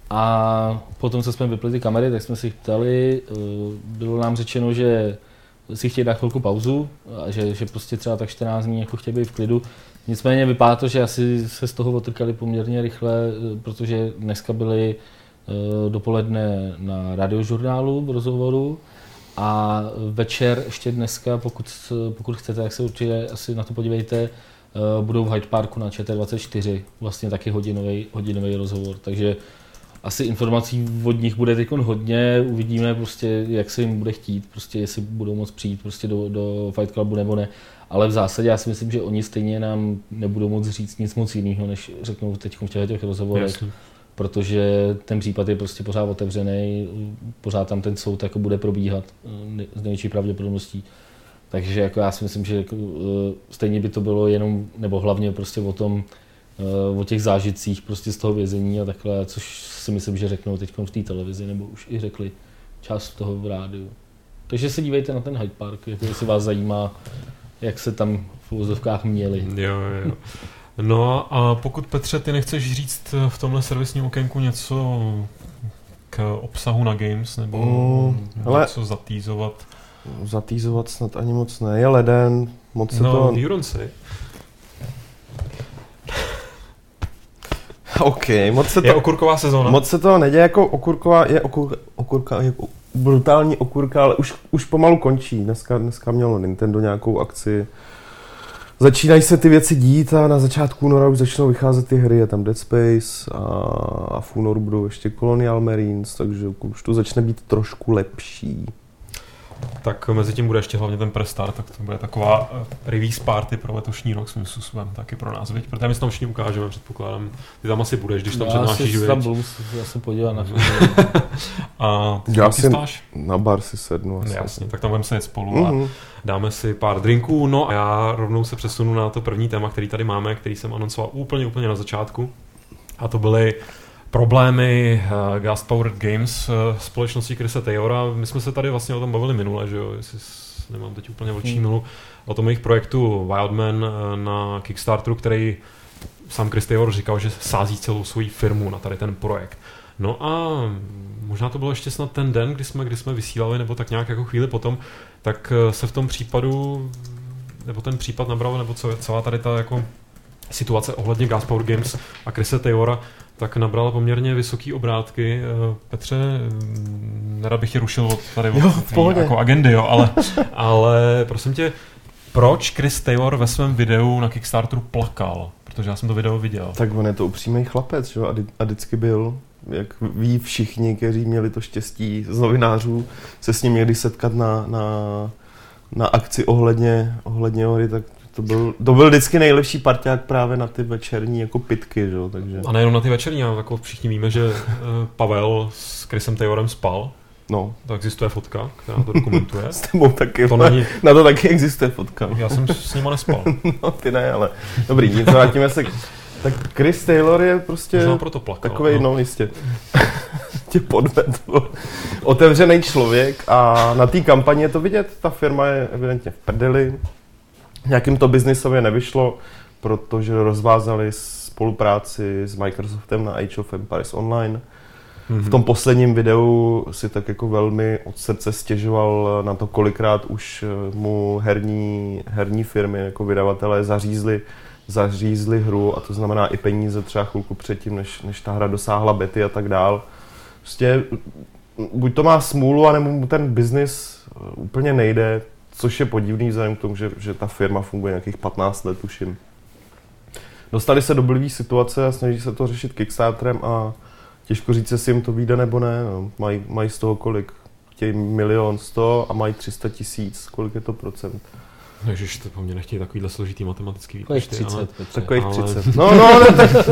A potom, co jsme vypli ty kamery, tak jsme si ptali, bylo nám řečeno, že si chtějí dát chvilku pauzu a že, že prostě třeba tak čtrnáct dní jako chtějí být v klidu. Nicméně vypadá to, že asi se z toho otrkali poměrně rychle, protože dneska byli dopoledne na radiožurnálu v rozhovoru a večer ještě dneska, pokud, pokud chcete, tak se určitě asi na to podívejte, budou v Hyde Parku na Č T dvacet čtyři, vlastně taky hodinový, hodinový rozhovor, takže asi informací od nich bude teď hodně, uvidíme prostě, jak se jim bude chtít, prostě jestli budou moct přijít prostě do, do Fight Clubu nebo ne, ale v zásadě já si myslím, že oni stejně nám nebudou moct říct nic moc jiného, než řeknou teď v těch, těch rozhovorech, Jasně. protože ten případ je prostě pořád otevřený, pořád tam ten soud jako bude probíhat s největší pravděpodobností. Takže jako já si myslím, že jako, stejně by to bylo jenom, nebo hlavně prostě o tom, o těch zážitcích prostě z toho vězení a takhle, což si myslím, že řeknou teď v té televizi, nebo už i řekli část toho v rádiu. Takže se dívejte na ten Hyde Park, jako jestli vás zajímá, jak se tam v uvozovkách měli. Jo, jo. No a pokud, Petře, ty nechceš říct v tomhle servisním okénku něco k obsahu na Games, nebo mm, něco zatýzovat? Zatýzovat snad ani moc ne, je leden, moc se no, to... No, Euronci. OK, moc se to... Je okurková sezóna. Moc se to neděje, jako okurková, je okur, okurka, je brutální okurka, ale už, už pomalu končí. Dneska, dneska mělo Nintendo nějakou akci. Začínají se ty věci dít a na začátku února už začnou vycházet ty hry, je tam Dead Space a, a v únoru budou ještě Colonial Marines, takže už to začne být trošku lepší. Tak mezi tím bude ještě hlavně ten prestart, tak to bude taková release party pro letošní rok svým způsobem, taky pro nás, viď? Protože my si tam všichni ukážeme, předpokládám. Ty tam asi budeš, když tam no, přednášíš, viď? Já si tam budu, já se podívám na chvíli. A ty já si na bar si sednu. Asi. Jasně, tak tam budeme sedět spolu mm-hmm. a dáme si pár drinků. No a já rovnou se přesunu na to první téma, který tady máme, který jsem anoncoval úplně, úplně na začátku. A to byly problémy uh, Gas Powered Games uh, společnosti Chrise Tayora. My jsme se tady vlastně o tom bavili minule, že jo, jestli nemám teď úplně vlčí milu, o tom jejich projektu Wildman uh, na Kickstarteru, který sám Chris Taylor říkal, že sází celou svou firmu na tady ten projekt. No a možná to bylo ještě snad ten den, kdy jsme, kdy jsme vysílali, nebo tak nějak jako chvíli potom, tak uh, se v tom případu, nebo ten případ nabral, nebo co, celá tady ta jako situace ohledně Gas Powered Games a Chrise Tayora, tak nabrala poměrně vysoký obrátky. Petře, nerad bych tě rušil od tady jo, od jako agendy, jo, ale, ale prosím tě, proč Chris Taylor ve svém videu na Kickstarteru plakal? Protože já jsem to video viděl. Tak on je to upřímný chlapec, že? A vždycky byl, jak ví všichni, kteří měli to štěstí z novinářů, se s ním někdy setkat na, na, na akci ohledně, ohledně hory, tak To byl, to byl vždycky nejlepší parťák právě na ty večerní jako pitky, že? Takže... A nejenom na ty večerní, ale jako všichni víme, že Pavel s Chrisem Taylorem spal. No. To existuje fotka, která to dokumentuje. S tebou taky, to není... na to taky existuje fotka. Já jsem s nima nespal. No ty ne, ale dobrý, nic, vrátíme se. Tak Chris Taylor je prostě takovej, no, no jistě. Tě podvedl. Otevřený člověk a na té kampani je to vidět, ta firma je evidentně v prdeli. Nějakým to biznisově nevyšlo, protože rozvázali spolupráci s Microsoftem na Age of Empires Online. Mm-hmm. V tom posledním videu si tak jako velmi od srdce stěžoval na to, kolikrát už mu herní, herní firmy jako vydavatelé zařízli, zařízli hru, a to znamená i peníze třeba chvilku předtím, než, než ta hra dosáhla bety a tak dál. Prostě buď to má smůlu, anebo mu ten biznis úplně nejde, což je podivný vzhledem k tomu, že, že ta firma funguje nějakých patnáct let, tuším. Dostali se do blbý situace a snaží se to řešit Kickstarterem a těžko říct, jestli jim to vyjde nebo ne. No. Mají, mají z toho kolik? Chtějí milion sto a mají tři sta tisíc. Kolik je to procent? Ježiš, to po mně nechtějí takovýhle složitý matematický výpočty. Takových ale... třicet. No, no, ne, tak...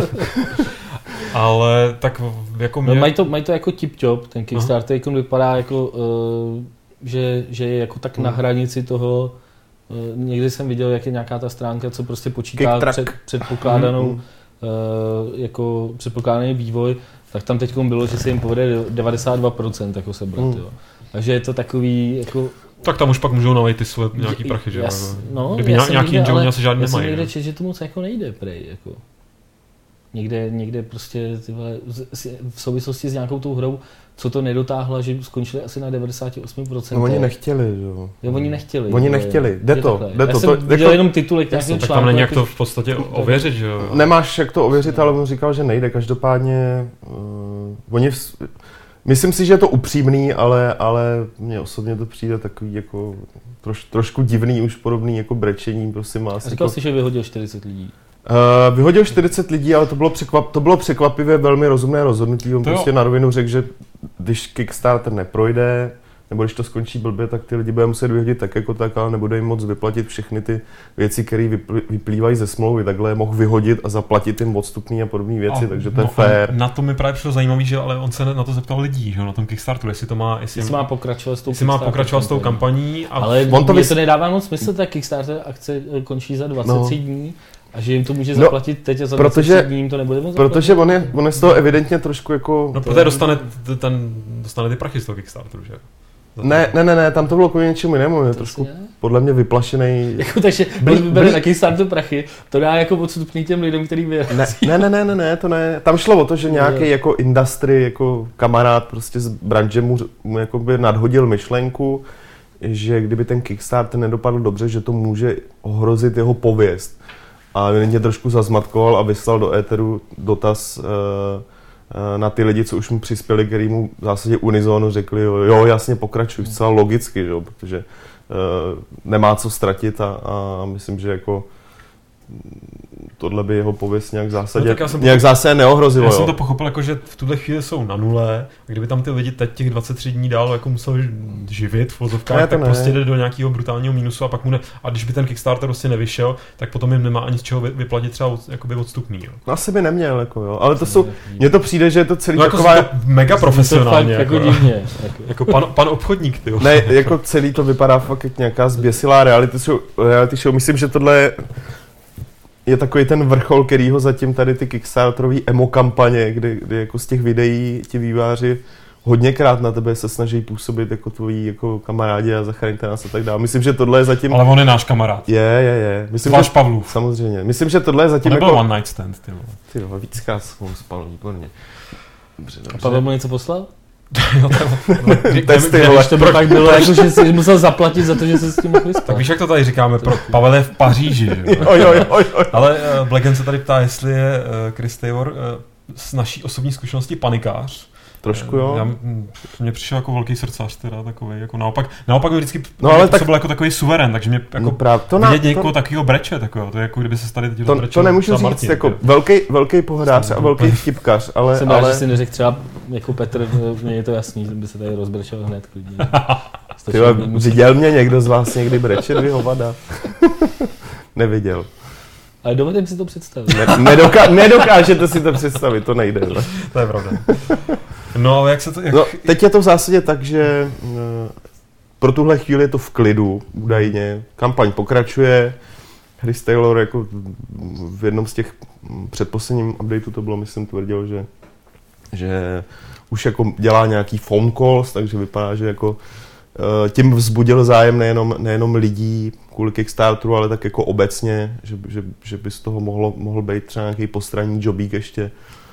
ale tak jako mě... No, mají, to, mají to jako tip-top, ten Kickstarter jako vypadá jako, uh, že, že je jako tak hmm. na hranici toho. Uh, někdy jsem viděl, jak je nějaká ta stránka, co prostě počítá před, předpokládanou hmm. uh, jako předpokládaný vývoj, tak tam teď bylo, že se jim povede devadesát dva procent jako sebrat, hmm. jo. Takže je to takový jako... Tak tam už pak můžou nalejt ty svoje nějaký prachy, že jo? No, kdyby nějaký angel oni asi žádný nemají. Já jsem někde čet, že to moc jako nejde, prej, jako. Někde, někde prostě tyhle, v souvislosti s nějakou tou hrou, co to nedotáhla, že skončili asi na devadesát osm procent. No oni nechtěli, jo. Jo, oni nechtěli. Oni nechtěli, jde to, jde to. Já jsem viděl jako, jenom titulek nějakým článku. Tak tam není jak to v podstatě ověřit, že jo? Nemáš jak to ověřit, ale on říkal, že nejde. Každopádně oni, myslím si, že je to upřímný, ale, ale mně osobně to přijde takový jako troš, trošku divný, už podobný jako brečení, prosím vás. Říkal jako, jsi, že vyhodil čtyřicet lidí. Uh, vyhodil čtyřicet lidí, ale to bylo, překvap, to bylo překvapivě velmi rozumné rozhodnutí. On to prostě jo. na rovinu řekl, že když Kickstarter neprojde, nebo když to skončí blbě, tak ty lidi bude muset vyhodit tak jako tak, ale nebude jim moc vyplatit všechny ty věci, které vyplývají ze smlouvy. Takhle je mohl vyhodit a zaplatit jim odstupný a podobné věci, a takže to je no, fair. Na to mi právě přišlo zajímavý, že ale on se na to zeptal lidí, že na tom Kickstarteru, jestli to má, jestli, jestli má pokračovat s tou, jestli má pokračovat s tou kampaní. A ale on to, vys... to nedává moc smysl, ta Kickstarter akce končí za dvacet tři no. dní. A že jim to může zaplatit no, teď a za protože, dní jim to nebude moc zaplatit? Protože on je, on je z toho evidentně trošku jako... No protože dostane, ten, dostane ty prachy z toho Kickstarteru, že? Ne, ne, ne, ne, tam to bylo kvůli něčemu jinému, je trošku je? podle mě vyplašený. Jako, takže byli, vybere na Kickstarteru prachy, to dá jako odstupný těm lidem, který vyrazí. Ne, ne, ne, ne, ne, to ne. Tam šlo o to, že nějaký jako industry, jako kamarád prostě z branže mu, mu jako by nadhodil myšlenku, že kdyby ten Kickstarter nedopadl dobře, že to může ohrozit jeho pověst. A mě trošku zazmatkoval a vyslal do éteru dotaz uh, uh, na ty lidi, co už mu přispěli, který mu v zásadě unizónu řekli, jo, jo jasně pokračuj, zcela logicky, jo, protože uh, nemá co ztratit a, a myslím, že jako tohle by jeho pověst nějak zásadě, no, nějak zásadě neohrozilo. Já jsem to pochopil, jako, že v tuhle chvíli jsou na nule a kdyby tam ty lidi teď těch dvacet tři dní dál jako museli živit v vozovkách, tak ne. prostě jde do nějakého brutálního mínusu a pak mu ne, a když by ten Kickstarter prostě nevyšel, tak potom jim nemá ani z čeho vyplatit třeba od, jakoby odstupný. Jo. No asi by neměl, jako jo, ale to jsou, mně to přijde, že je to celý no, taková... Jako mega profesionálně. Jako, jako divně. Jako, jako pan, pan obchodník, ty. Ne, jako celý to vypadá fakt jak nějaká zběsilá reality show, reality show. Myslím, že tohle je takový ten vrchol, kterýho zatím tady ty Kickstarterový emo kampaně, kdy, kdy jako z těch videí ti výváři hodněkrát na tebe se snaží působit jako tvojí jako kamarádi a zachraňte nás a tak dále. Myslím, že tohle je zatím... Ale on je náš kamarád. Je, je, je. Myslím, Váš že... Pavlův. Samozřejmě. Myslím, že tohle je zatím jako... jako... one night stand, ty vole. Ty vole, víckrát spolu spal, výborně. Dobře, dobře. A Pavel mu něco poslal? Jo, testy, ale to by pak bylo, jako, že jsi musel zaplatit za to, že se s tím mohl vyspat. Tak víš, jak to tady říkáme, pro Pavel je v Paříži, že? jo, jo, jo, jo. Ale uh, Blacken se tady ptá, jestli je uh, Chris Taylor uh, z naší osobní zkušenosti panikář. Trošku jo. Já, mně přišel jako velký srdcař teda takovej, jako naopak, naopak mi vždycky no, ale tak... byl jako takový suverén, takže mě jako no to vidět na, někoho to... takového breče, takového, to je jako kdyby se tady teď to, brečel. To nemůžu říct, Martin, jako velký, velký pohrář a velký vtipkař, ale... Jsem ale... rád, že si neřekl třeba jako Petr, mně je to jasný, že by se tady rozbrečel hned klidně. Tyhle, viděl mě někdo z vás někdy brečet, vy hovada? Neviděl. Ale dovedem si to představit. Ne, nedoká, nedokážete si to představit, to nejde. Ne? To je pravda. No, ale jak se to... Jak... No, teď je to v zásadě tak, že uh, pro tuhle chvíli je to v klidu, údajně. Kampaň pokračuje. Chris Taylor jako v jednom z těch předposledním updateů to bylo, myslím, tvrdil, že, že už jako dělá nějaký phone calls, takže vypadá, že jako uh, tím vzbudil zájem nejenom, nejenom lidí kvůli Kickstarteru, ale tak jako obecně, že, že, že by z toho mohlo, mohl být třeba nějaký postranní jobík ještě.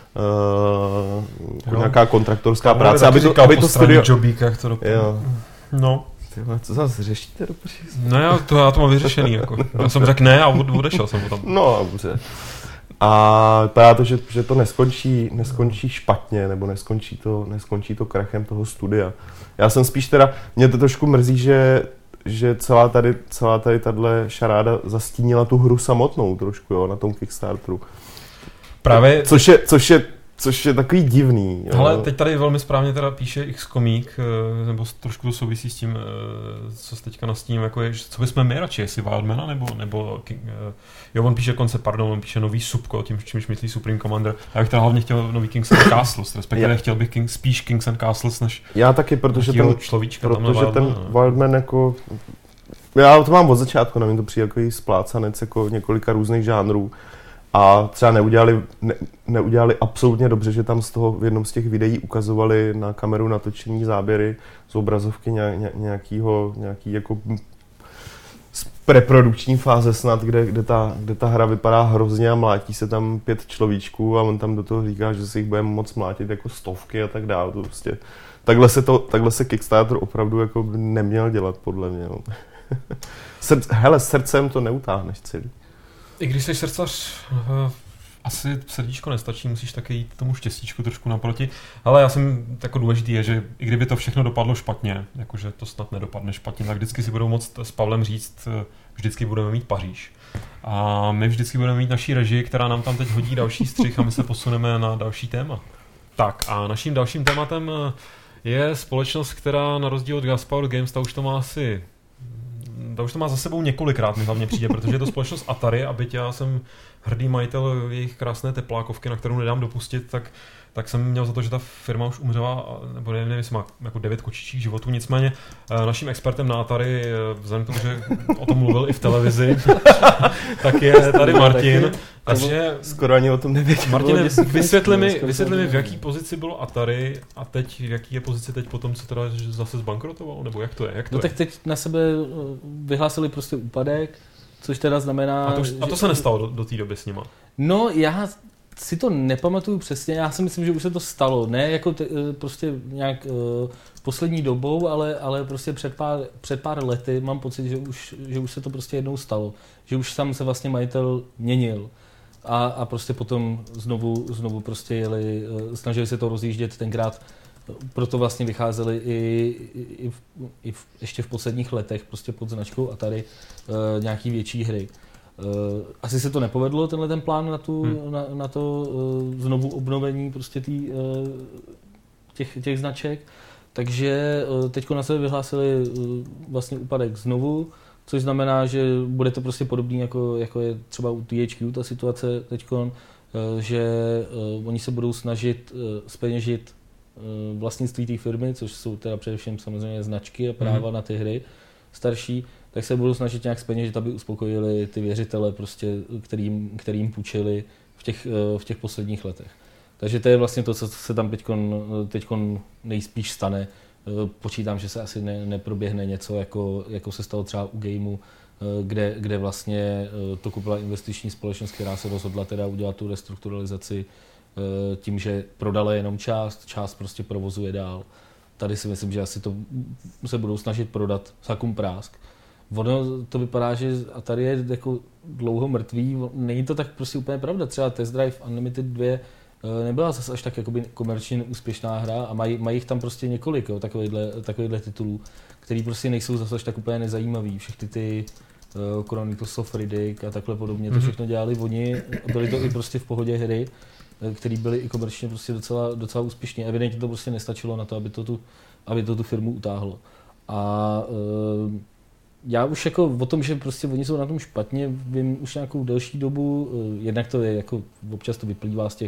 Uh, nějaká kontraktorská to práce, aby to, aby to studio... Jobík, jak to dopadlo. No. Tyhle, co zase řešíte? No já to, já to mám vyřešený. Jako. Já jsem řekl ne a odešel jsem tam. No, dobře. A vypadá to, že, že to neskončí, neskončí špatně, nebo neskončí to, neskončí to krachem toho studia. Já jsem spíš teda, mě to trošku mrzí, že, že celá tady, celá tady tahle šaráda zastínila tu hru samotnou trošku, jo, na tom Kickstarteru. Právě... Což je, což je, což je takový divný. Jo. Ale teď tady velmi správně teda píše X-komík, nebo trošku to souvisí s tím, co se teďka nastíním, jako je, co bychom my radši, jestli Wildmana, nebo, nebo jo, on píše konce, pardon, on píše nový Subko, tím, čímž myslí Supreme Commander. Já bych teda hlavně chtěl nový Kings and Castles, respektive já. chtěl bych King, spíš Kings and Castles, než já taky, protože ten, človíčka protože tam ten Wildman, Wildman jako, já to mám od začátku, na mě to přijde jako splácanec jako několika různých žánrů. A třeba neudělali, ne, neudělali absolutně dobře, že tam z toho v jednom z těch videí ukazovali na kameru natočení záběry z obrazovky ně, nějakýho, nějaký jako z preprodukční fáze snad, kde, kde, ta, kde ta hra vypadá hrozně a mlátí se tam pět človíčků a on tam do toho říká, že si jich budeme moc mlátit jako stovky a tak dále. To prostě, takhle, se to, takhle se Kickstarter opravdu jako neměl dělat, podle mě. No. Srd, hele, srdcem to neutáhneš celý. I když jsi srdcař asi srdíčko nestačí, musíš taky jít tomu štěstíčku trošku naproti. Ale já jsem jako důležitý je, že i kdyby to všechno dopadlo špatně, jakože to snad nedopadne špatně, tak vždycky si budou moct s Pavlem říct, vždycky budeme mít Paříž. A my vždycky budeme mít naší režii, která nám tam teď hodí další střih a my se posuneme na další téma. Tak a naším dalším tématem je společnost, která na rozdíl od Gaspower Games, ta už to má asi ta už to má za sebou několikrát, mi hlavně přijde, protože je to společnost Atari a byť já jsem hrdý majitel jejich krásné teplákovky, na kterou nedám dopustit, tak, tak jsem měl za to, že ta firma už umřela, nebo nevím, nevím, jestli má jako devět kočičích životů, nicméně naším expertem na Atari, vzhledem k tomu, že o tom mluvil i v televizi, tak je tady Martin. Takže skoro ani o tom nevěděl. Martine, vysvětli mi, vysvětli mi, v jaký pozici bylo Atari a teď, v jaký je pozici teď po tom, co teda zase zbankrotovalo, nebo jak to je? Jak to no je? Tak teď na sebe vyhlásili prostě úpadek, což teda znamená... A to, a to se nestalo do, do té doby s nima? No, já si to nepamatuju přesně, já si myslím, že už se to stalo, ne jako te, prostě nějak uh, poslední dobou, ale, ale prostě před pár, před pár lety mám pocit, že už, že už se to prostě jednou stalo, že už tam se vlastně majitel měnil a, a prostě potom znovu, znovu prostě jeli, uh, snažili se to rozjíždět tenkrát, proto vlastně vycházeli i, i, v, i v, ještě v posledních letech prostě pod značkou Atari uh, nějaký větší hry. Uh, asi se to nepovedlo, tenhle ten plán na, tu, hmm. na, na to uh, znovu obnovení prostě tý, uh, těch, těch značek, takže uh, teďko na sebe vyhlásili uh, vlastně úpadek znovu, což znamená, že bude to prostě podobný jako, jako je třeba u T H Q ta situace teďko, uh, že uh, oni se budou snažit uh, zpeněžit uh, vlastnictví té firmy, což jsou teda především samozřejmě značky a práva hmm. na ty hry starší, tak se budou snažit nějak zpeněžit, aby uspokojili ty věřitele, prostě, kterým, kterým půjčili v těch, v těch posledních letech. Takže to je vlastně to, co se tam teďkon, teďkon nejspíš stane. Počítám, že se asi ne, neproběhne něco, jako, jako se stalo třeba u Gameu, kde, kde vlastně to koupila investiční společnost, která se rozhodla teda udělat tu restrukturalizaci tím, že prodala jenom část, část prostě provozuje dál. Tady si myslím, že asi to se budou snažit prodat sakum prásk. Ono to vypadá, že Atari je jako dlouho mrtvý, není to tak prostě úplně pravda. Třeba Test Drive Unlimited dva nebyla zase až tak jakoby komerčně úspěšná hra a mají, mají jich tam prostě několik, jo, takovýhle, takovýhle titulů, který prostě nejsou zase až tak úplně nezajímavý. Všechny ty uh, Chronicles of Riddick a takhle podobně, to všechno dělali oni, byly to i prostě v pohodě hry, které byly i komerčně prostě docela, docela úspěšné. Evidentně to prostě nestačilo na to, aby to tu, aby to tu firmu utáhlo. A uh, já už jako o tom, že prostě oni jsou na tom špatně, vím už nějakou delší dobu, jednak to je jako občas to vyplývá z těch,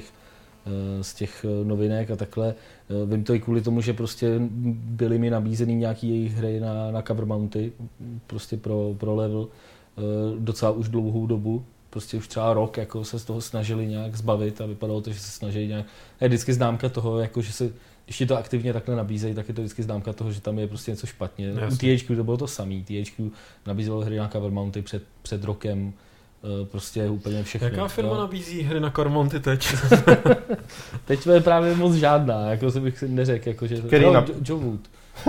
z těch novinek a takhle. Vím to i kvůli tomu, že prostě byly mi nabízeny nějaký jejich hry na, na cover mounty, prostě pro, pro level docela už dlouhou dobu. Prostě už třeba rok jako se z toho snažili nějak zbavit a vypadalo to, že se snaží nějak. Je vždycky známka toho, jako že se když ti to aktivně takhle nabízejí, tak je to vždycky známka toho, že tam je prostě něco špatně. Jasně. U T H Q to bylo to samý. T H Q nabízelo hry na cover mounty před, před rokem, prostě úplně všechno. Jaká firma no? nabízí hry na cover mounty teď? Teď je právě moc žádná, jako se bych neřekl, jako že... Který no, na... Joe Wood.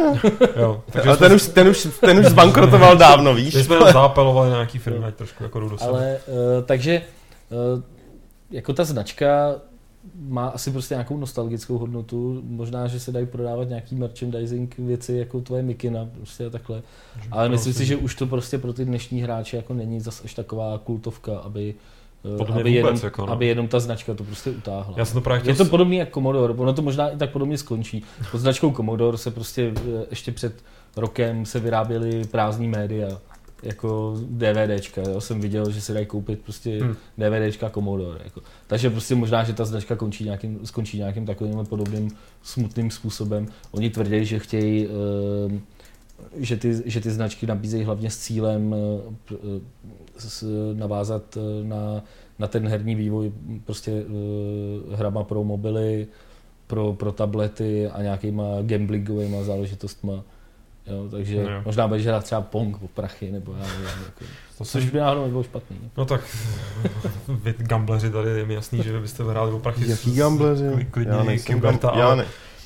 Jo, ale ten už, ten, už, ten už zbankrotoval dávno, víš? My jsme zápelovali na nějaký firmy, ať trošku jako jdou do sebe. Ale uh, takže uh, jako ta značka má asi prostě nějakou nostalgickou hodnotu, možná, že se dají prodávat nějaký merchandising věci jako tvoje mikina, prostě a takhle. Ale myslím si, že už to prostě pro ty dnešní hráče jako není zas až taková kultovka, aby, aby, jenom, jako, no. aby jenom ta značka to prostě utáhla. Já jsem to právě je to podobný jak Commodore, ono to možná i tak podobně skončí. Pod značkou Commodore se prostě ještě před rokem se vyráběly prázdný média, jako DVDčka, jo, jsem viděl, že se dají koupit prostě hmm. DVDčka Commodore, jako. Takže prostě možná, že ta značka končí nějakým, skončí nějakým takovým podobným smutným způsobem. Oni tvrdí, že chtějí, uh, že, ty, že ty značky nabízejí hlavně s cílem uh, s, navázat uh, na, na ten herní vývoj prostě uh, hrama pro mobily, pro, pro tablety a nějakýma gamblingovými záležitostma. Jo, takže no, možná budeš hrát třeba Pong o prachy, nebo já nevím, jako, to což by náhodou nebylo špatný. Ne? No tak vy gambleři tady je mi jasný, že byste hráli o prachy. Jaký gambleři? Klidně Kimberta, ale... Ne.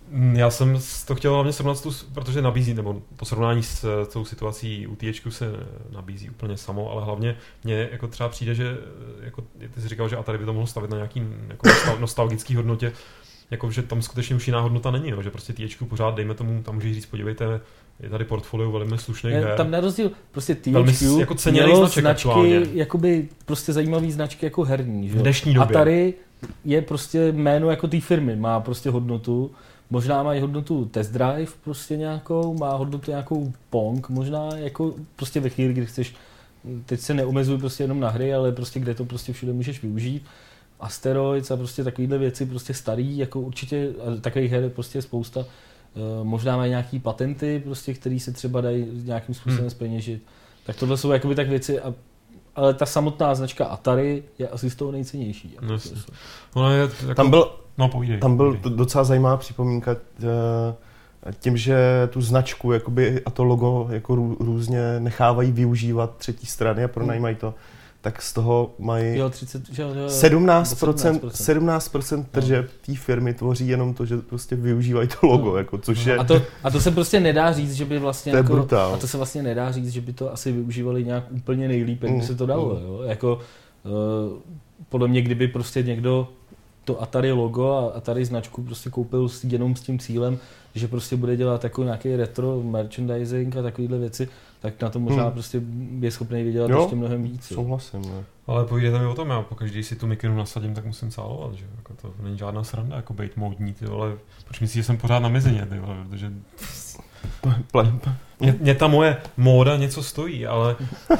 Já jsem to chtěl hlavně srovnat, tu, protože nabízí, nebo to srovnání s tou situací u T H Q se nabízí úplně samo, ale hlavně mně jako třeba přijde, že jako ty jsi říkal, že Atari by to mohlo stavit na nějaký jako nostalgický hodnotě, jako že tam skutečně už jiná hodnota není, jo, že prostě T H Q pořád, dejme tomu, tam můžeš říct, podívejte, je tady portfolio velmi slušných her. Tam na rozdíl, prostě T H Q jako mělo značky, jakoby prostě zajímavý značky jako herní, že? V dnešní době. Atari je prostě jméno jako té firmy, má prostě hodnotu. Možná má hodnotu Test Drive prostě nějakou, má hodnotu nějakou Pong, možná jako prostě ve chvíli, kdy chceš, teď se neomezuj prostě jenom na hry, ale prostě kde to prostě všude můžeš využít. Asteroids a prostě takovýhle věci prostě starý, jako určitě takových her prostě je spousta. Možná mají nějaký patenty, prostě, které se třeba dají nějakým způsobem hmm. zpeněžit. Tak tohle jsou jakoby tak věci, a, ale ta samotná značka Atari je asi z toho nejcennější. No, no, je jako, tam byl, no, povídej, tam byl povídej. docela zajímavá připomínka tím, že tu značku jakoby, a to logo jako rů, různě nechávají využívat třetí strany a pronajímají to. Tak z toho mají jo, třicet, jo, jo, sedmnáct procent, sedmnáct procent tržeb té firmy tvoří jenom to, že prostě využívají to logo, no. jako, což je... A to, a to se prostě nedá říct, že by vlastně... To je jako, brutál. A to se vlastně nedá říct, že by to asi využívali nějak úplně nejlíp, jak by se to dalo. Jo? Jako, uh, podle mě, kdyby prostě někdo to Atari logo a Atari značku prostě koupil jenom s tím cílem, že prostě bude dělat jako nějaký retro merchandising a takovýhle věci, tak na to možná hmm. prostě je schopný vydělat jo, ještě mnohem víc. Souhlasím, ne. Ale povídejte mi o tom, já pokaždý si tu mikinu nasadím, tak musím cálovat, že jako to není žádná sranda, jako bejt módní, ty vole, proč myslíš, že jsem pořád na mizině, ty vole, protože... Mě, mě ta moje móda něco stojí, ale uh,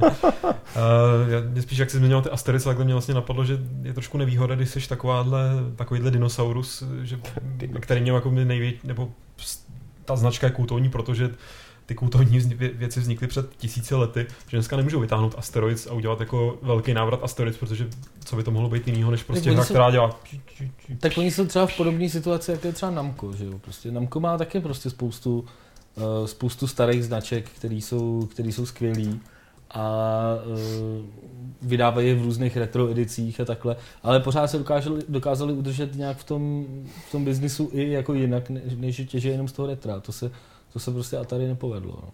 mě spíš, jak jsi zmiňoval ty Asterix, tak mě vlastně napadlo, že je trošku nevýhoda, když jsi takováhle, takovýhle dinosaurus, že, který měl jako největší, nebo ta značka je kultovní, protože ty kultovní věci vznikly před tisíce lety, že dneska nemůžou vytáhnout Asteroids a udělat jako velký návrat Asteroids, protože co by to mohlo být jinýho, než prostě hra, která dělá... Tak oni jsou třeba v podobné situaci, jak je třeba Namco, že jo? Prostě Namco má taky prostě spoustu, uh, spoustu starých značek, které jsou, který jsou skvělý a uh, vydávají je v různých retro edicích a takhle, ale pořád se dokázali, dokázali udržet nějak v tom, v tom biznisu i jako jinak, než že těží jenom z toho retra. To se To se prostě Atari nepovedlo. No.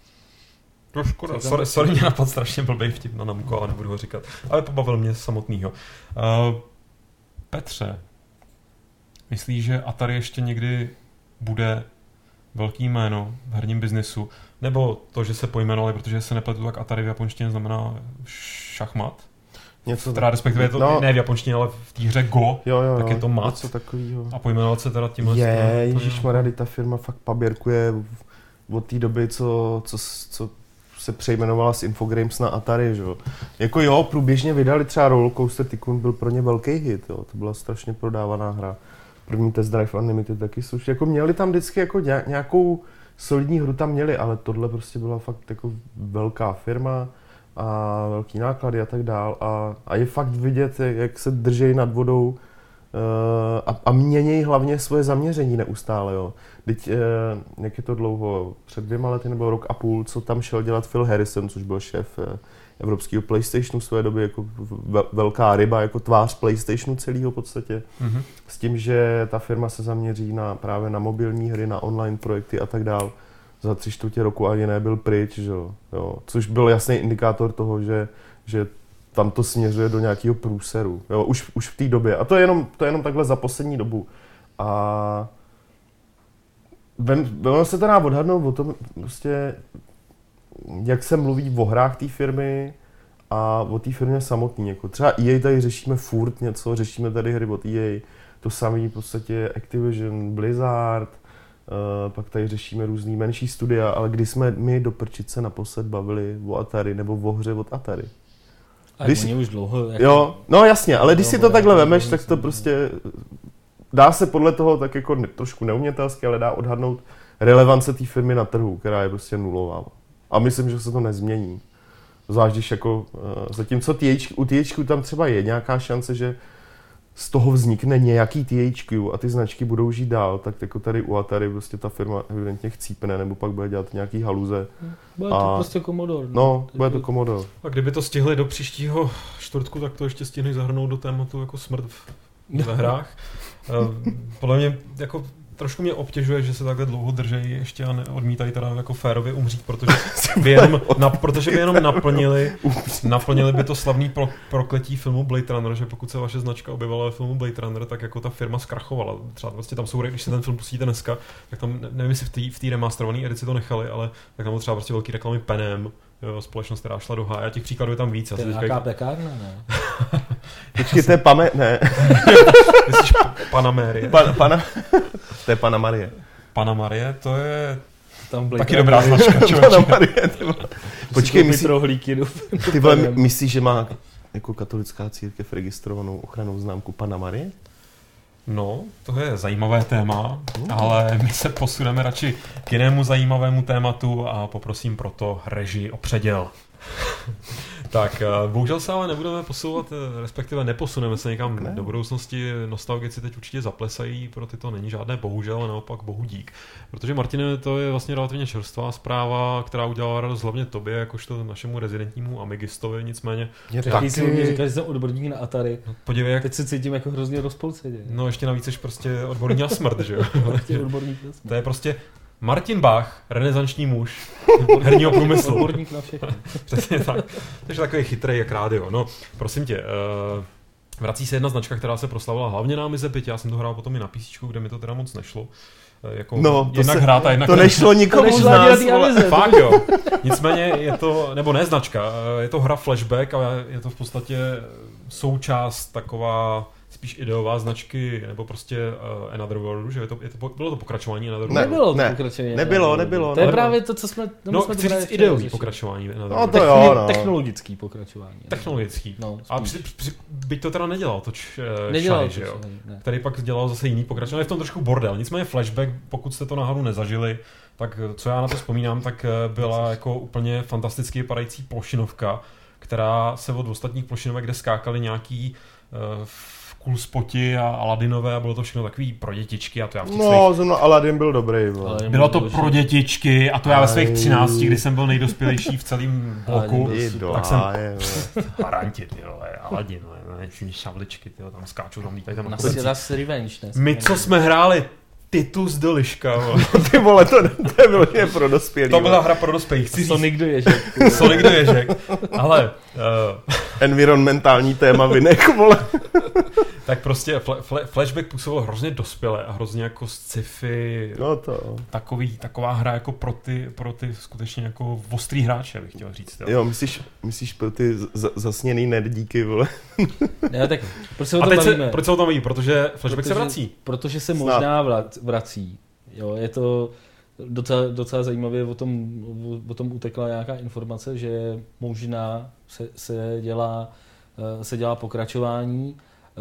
No škoda, sorry, sorry, mě napad strašně blbej vtip na Namco, ale nebudu ho říkat. Ale pobavil mě samotnýho. Uh, Petře, myslíš, že Atari ještě někdy bude velký jméno v herním biznisu? Nebo to, že se pojmenovali, protože se nepletu, tak Atari v japonštině znamená šachmat? Něco teda respektive je to no, ne v japonštině, ale v té hře Go, jo, jo, tak je to mat. Něco takovýho. A pojmenovat se teda tímhle... Je, ježišmarja, ta firma fakt paběrkuje od té doby, co, co, co se přejmenovala z Infogrames na Atari, že jo. Jako jo, průběžně vydali třeba Rollercoaster Tycoon, byl pro ně velký hit, jo. To byla strašně prodávaná hra. První Test Drive Unlimited taky slušně. Jako měli tam vždycky jako nějakou solidní hru tam měli, ale tohle prostě byla fakt jako velká firma a velký náklady a tak dál a, a je fakt vidět, jak se držejí nad vodou uh, a, a měnějí hlavně svoje zaměření neustále, jo. Teď, uh, jak je to dlouho, před dvěma lety nebo rok a půl, co tam šel dělat Phil Harrison, což byl šéf uh, evropského PlayStationu v své době, jako velká ryba, jako tvář PlayStationu celého v podstatě, mm-hmm. s tím, že ta firma se zaměří na, právě na mobilní hry, na online projekty a tak dál. Za tři čtvrtě roku ani nebyl pryč, že jo, což byl jasný indikátor toho, že, že tam to směřuje do nějakého průseru, jo, už, už v té době. A to je, jenom, to je jenom takhle za poslední dobu. A ono se to dá odhadnout o tom, prostě, jak se mluví o hrách té firmy a o té firmě samotný. Jako třeba E A tady řešíme furt něco, řešíme tady hry od E A, to samé v podstatě Activision, Blizzard, Uh, pak tady řešíme různý menší studia, ale kdy jsme my do prčice naposled bavili o Atari nebo o hře od Atari. A když si... už dlouho... Jako... Jo, no jasně, ale když si to takhle vemeš, tak to prostě dá se podle toho tak jako ne, trošku neumětelsky, ale dá odhadnout relevance té firmy na trhu, která je prostě nulová. A myslím, že se to nezmění. Zvlášť když jako, uh, zatímco T H, u T H Q tam třeba je nějaká šance, že z toho vznikne nějaký T H Q a ty značky budou žít dál, tak jako tady u Atari prostě ta firma evidentně chcípne, nebo pak bude dělat nějaký haluze. Bude to a... prostě Commodore. No, no bude to Commodore. A kdyby to stihli do příštího čtvrtku, tak to ještě stihli zahrnout do tématu jako smrt ve hrách. Podle mě jako trošku mě obtěžuje, že se takhle dlouho držejí ještě a odmítají teda jako férově umřít, protože by jenom, na, protože by jenom naplnili, naplnili by to slavný pro, prokletí filmu Blade Runner, že pokud se vaše značka objevila ve filmu Blade Runner, tak jako ta firma zkrachovala. Třeba vlastně tam jsou, když se ten film pustíte dneska, tak tam, nevím, jestli v té remasterované edici to nechali, ale tak tam třeba prostě velký reklamy Panem, jo, společnost, která šla do háje, a těch příkladů je tam víc. To je nějaká pekárna, ne? Počkej, to je Pame... Ne. Myslíš Panamérie? Pa, pana... To je Panamarie. Panamarie, to je tam taky dobrá značka. Panamarie, ty vole. Počkej, myslí... Ty vole, myslíš, že má jako katolická církev registrovanou ochrannou známku Panamarie? No, to je zajímavé téma, uh. ale my se posuneme radši k jinému zajímavému tématu a poprosím proto režii o předěl. Tak, bohužel se ale nebudeme posouvat, respektive neposuneme se někam ne. do budoucnosti. Nostalgici teď určitě zaplesají, pro ty to není žádné bohužel, ale naopak bohu dík. Protože, Martine, to je vlastně relativně čerstvá zpráva, která udělala radost hlavně tobě, jakožto našemu rezidentnímu Amigistovi, nicméně. Taky si mě říkal, že jsem odborník na Atari. No, podívej, jak... Teď se cítím jako hrozně rozpolceně. No, ještě navíc jsi prostě odborník na smrt, že jo? odborník na smrt. To je prostě Martin Bach, renesanční muž herního průmyslu. Odborník na všechno. Přesně tak. Takže takový chytrej jak rádio. No, prosím tě, uh, vrací se jedna značka, která se proslavila hlavně na Amize pět. Já jsem to hrál potom i na písíčku, kde mi to teda moc nešlo. Jako no, to, jednak se, hrát a jednak to nešlo nikomu to z nás. Fakt jo. Nicméně je to, nebo ne značka, je to hra Flashback a je to v podstatě součást taková spíš ideová značky, nebo prostě uh, Another World, že je to, je to, bylo to pokračování Another World? Ne, nebylo to ne, pokračování. Nebylo, nebylo. To je nebylo. právě to, co jsme... No, jsme chci říct ideový pokračování Another no, World. to jo, no. Technologický pokračování. Technologický. No, a při, při, byť to teda nedělal, to č, nedělal Shiny, to, že jo? Ne. Který pak dělal zase jiný pokračování. Je v tom trošku bordel. Nicméně Flashback, pokud jste to náhodou nezažili, tak co já na to vzpomínám, tak byla jako úplně fantasticky vypadající plošinovka, která se od ostatních plošinovek, kde skákaly nějaký uh, cool spoti a Aladinové a bylo to všechno takový pro dětičky a to já v těch No, svých... zrovna Aladin byl dobrý. Aladin bylo to pro dětičky a to já ve svých třinácti, kdy jsem byl nejdospělejší v celém bloku, tak jsem haranti, ty vole, Aladin, šavličky, ty tam skáčou, tam lítají tam. Nas Revenge, ne? My, co jsme hráli Titus do liška, vole. Ty vole, to, to bylo jen pro dospělý. To byla hra pro dospělých. Sonic do ježek. Sonic do ježek. Ale... Uh... environmentální téma vynek, vole. Tak prostě fl- fl- Flashback působil hrozně dospělé a hrozně jako sci-fi. No to. Takový, taková hra jako pro ty, pro ty skutečně jako ostrý hráče, bych chtěl říct. Jo, jo myslíš, myslíš pro ty z- zasněný nerdíky, vole. Ne, tak proč se o tom bavíme? Se, proč se o tom baví? Protože Flashback protože, se vrací. Protože se možná vrací. Jo, je to docela, docela zajímavě, o tom, o tom utekla nějaká informace, že možná se, se, dělá, se dělá pokračování.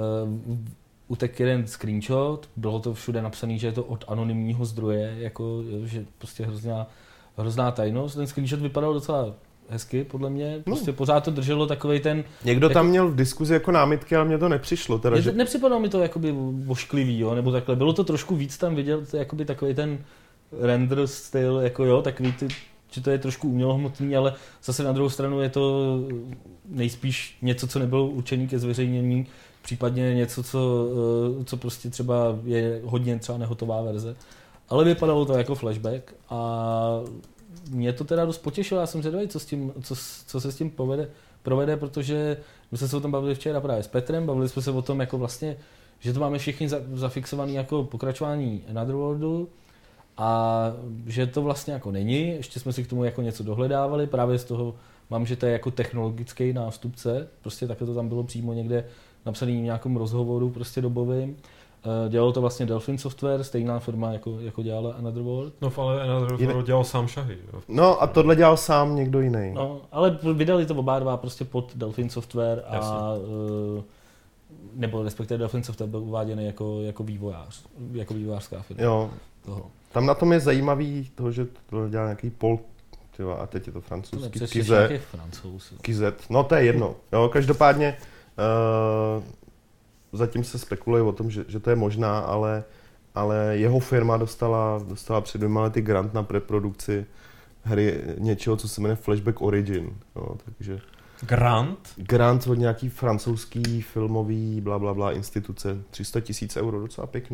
Utek jeden screenshot, bylo to všude napsané, že je to od anonymního zdroje, jako, že prostě hrozná, hrozná tajnost. Ten screenshot vypadal docela hezky, podle mě. Prostě no. Pořád to drželo takovej ten... Někdo jak... tam měl v diskuzi jako námitky, ale mně to nepřišlo. Teda, je, že... Nepřipadalo mi to jakoby vošklivý, jo, nebo takhle. Bylo to trošku víc tam vidět, jakoby takovej ten render styl, jako jo, takový ty, že to je trošku umělohmotný, ale zase na druhou stranu je to nejspíš něco, co nebylo určený ke zveřejnění, případně něco, co, co prostě třeba je hodně třeba nehotová verze. Ale vypadalo to jako Flashback a mě to teda dost potěšilo, já jsem zvědavý, co, s tím, co, co se s tím povede, provede, protože my jsme se o tom bavili včera právě s Petrem, bavili jsme se o tom jako vlastně, že to máme všichni za, zafixovaný jako pokračování Another Worldu a že to vlastně jako není, ještě jsme si k tomu jako něco dohledávali, právě z toho mám, že to je jako technologický nástupce, prostě takhle to tam bylo přímo někde napsaný v nějakém rozhovoru prostě dobovým. Dělalo to vlastně Delphin Software, stejná firma, jako, jako dělala Another World. No ale Another World dělal sám šahy. Jo? No a tohle dělal sám někdo jiný. No, ale vydali to oba dva prostě pod Delphin Software a uh, nebo respektive Delphin Software byl uváděný jako, jako vývojář, jako vývojářská firma. Jo. Toho. Tam na tom je zajímavý to, že to dělal nějaký Pol, tyva, a teď je to francouzský, Kizet. Kizet, no to je jedno. Jo, každopádně uh, zatím se spekuluje o tom, že, že to je možná, ale, ale jeho firma dostala, dostala před dvěma lety grant na preprodukci hry něčeho, co se jmenuje Flashback Origin. Jo, takže grant? Grant od nějaký francouzský filmový bla, bla, bla instituce. tři sta tisíc euro, docela pěkné.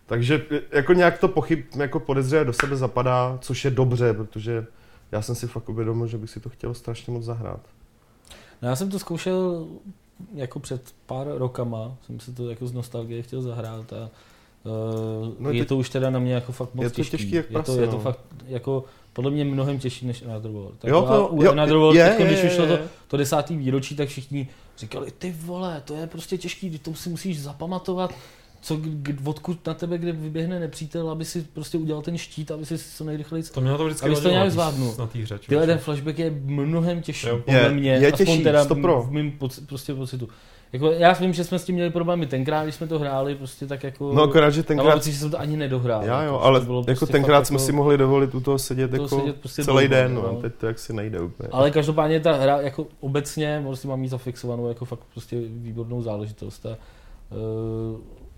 Takže jako nějak to pochyb, jako podezřelé do sebe zapadá, což je dobře, protože já jsem si fakt uvědomil, že bych si to chtěl strašně moc zahrát. No já jsem to zkoušel jako před pár rokama, jsem si to jako z nostalgie chtěl zahrát a uh, no je to, to už teda na mě jako fakt moc je to těžký. těžký jak prase, je, to, je no. to fakt jako podle mě mnohem těžší než Another World. Tak jo, to, u jo, Another World, je, teďko, je, když je, vyšlo je. to, to desátý výročí, tak všichni říkali, ty vole, to je prostě těžký, to si musíš zapamatovat, co, odkud na tebe, kde vyběhne nepřítel, aby si prostě udělal ten štít, aby si co nejrychleji, to mě to vždycky aby to nějak zvládnul. Tyhle ten flashback je mnohem těžší, jo. podle je, mě, je aspoň těžší, teda stopro. v mým poc, prostě pocitu. Jako, já vím, že jsme s tím měli problémy tenkrát, když jsme to hráli, prostě tak jako... No akorát, že tenkrát... Mám pocit, že jsem to ani nedohrál. Já jo, jako, ale bylo jako prostě tenkrát jsme jako, si mohli dovolit u toho sedět, toho jako sedět prostě celý dlouho, den, no. no. Teď to jak si nejde úplně. Ale každopádně ta hra jako obecně, prostě mám jí zafixovanou jako fakt prostě výbornou záležitost. A, uh,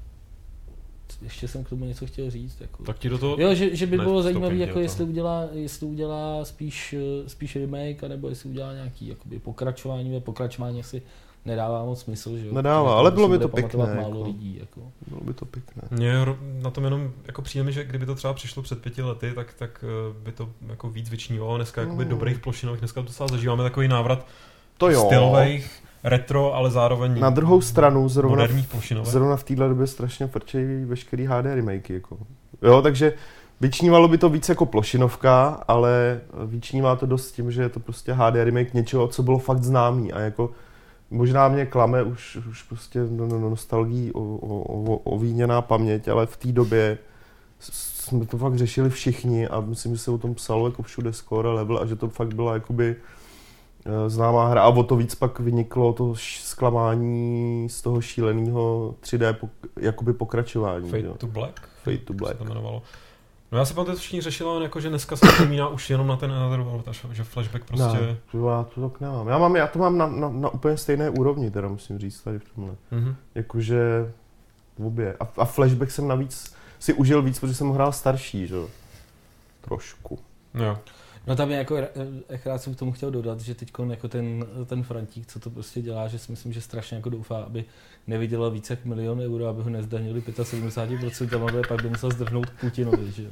ještě jsem k tomu něco chtěl říct. Jako. Tak ti do toho... Jo, že, že by ne, bylo zajímavé, jako to. jestli udělá, jestli udělá spíš, spíš remake, anebo jestli udělá nějaký jakoby, pokračování, pokračování asi nedává moc smysl, že jo? Nedává, ale bylo by to pěkné. Málo jako. lidí, jako. Bylo by to pěkné. Mně na tom jenom jako přijde mi, že kdyby to třeba přišlo před pěti lety, tak, tak by to jako víc vyčnívalo. Dneska jakoby Mm. dobrých plošinových, dneska docela zažíváme takový návrat To jo. stylových, retro, ale zároveň Na druhou stranu zrovna, moderních plošinovek. zrovna v téhle době strašně frčejí veškerý H D remakey. Jako. Jo, takže vyčnívalo by to víc jako plošinovka, ale vyčnívá to dost tím, že je to prostě H D remake něčeho, co bylo fakt známý a jako možná mě klame už, už prostě no, no, nostalgií o, o, o, ovíněná paměť, ale v té době jsme to fakt řešili všichni a myslím, že se o tom psalo jako všude score level a že to fakt byla jakoby známá hra a o to víc pak vyniklo to zklamání z toho šíleného tři dé pok, jakoby pokračování. Fade jo. to Black? Fade to Black. Se to jmenovalo. No já si pamatuju, to všichni řešila, jako, že dneska se vzpomíná už jenom na ten Another World, že flashback prostě... Ne, to já to tak nemám. Já, mám, já to mám na, na, na úplně stejné úrovni, teda musím říct tady v tomhle. Mm-hmm. Jakože v obě. A, a flashback jsem navíc si užil víc, protože jsem hrál starší, že jo. Trošku. Jo. No tam je jako, jak rád jsem k tomu chtěl dodat, že teď jako ten, ten Frantík, co to prostě dělá, že si myslím, že strašně jako doufá, aby nevydělal více jak milion euro, aby ho nezdanili sedmdesát pět procent, ale pak by musel zdrhnout k Putinovi, že jo.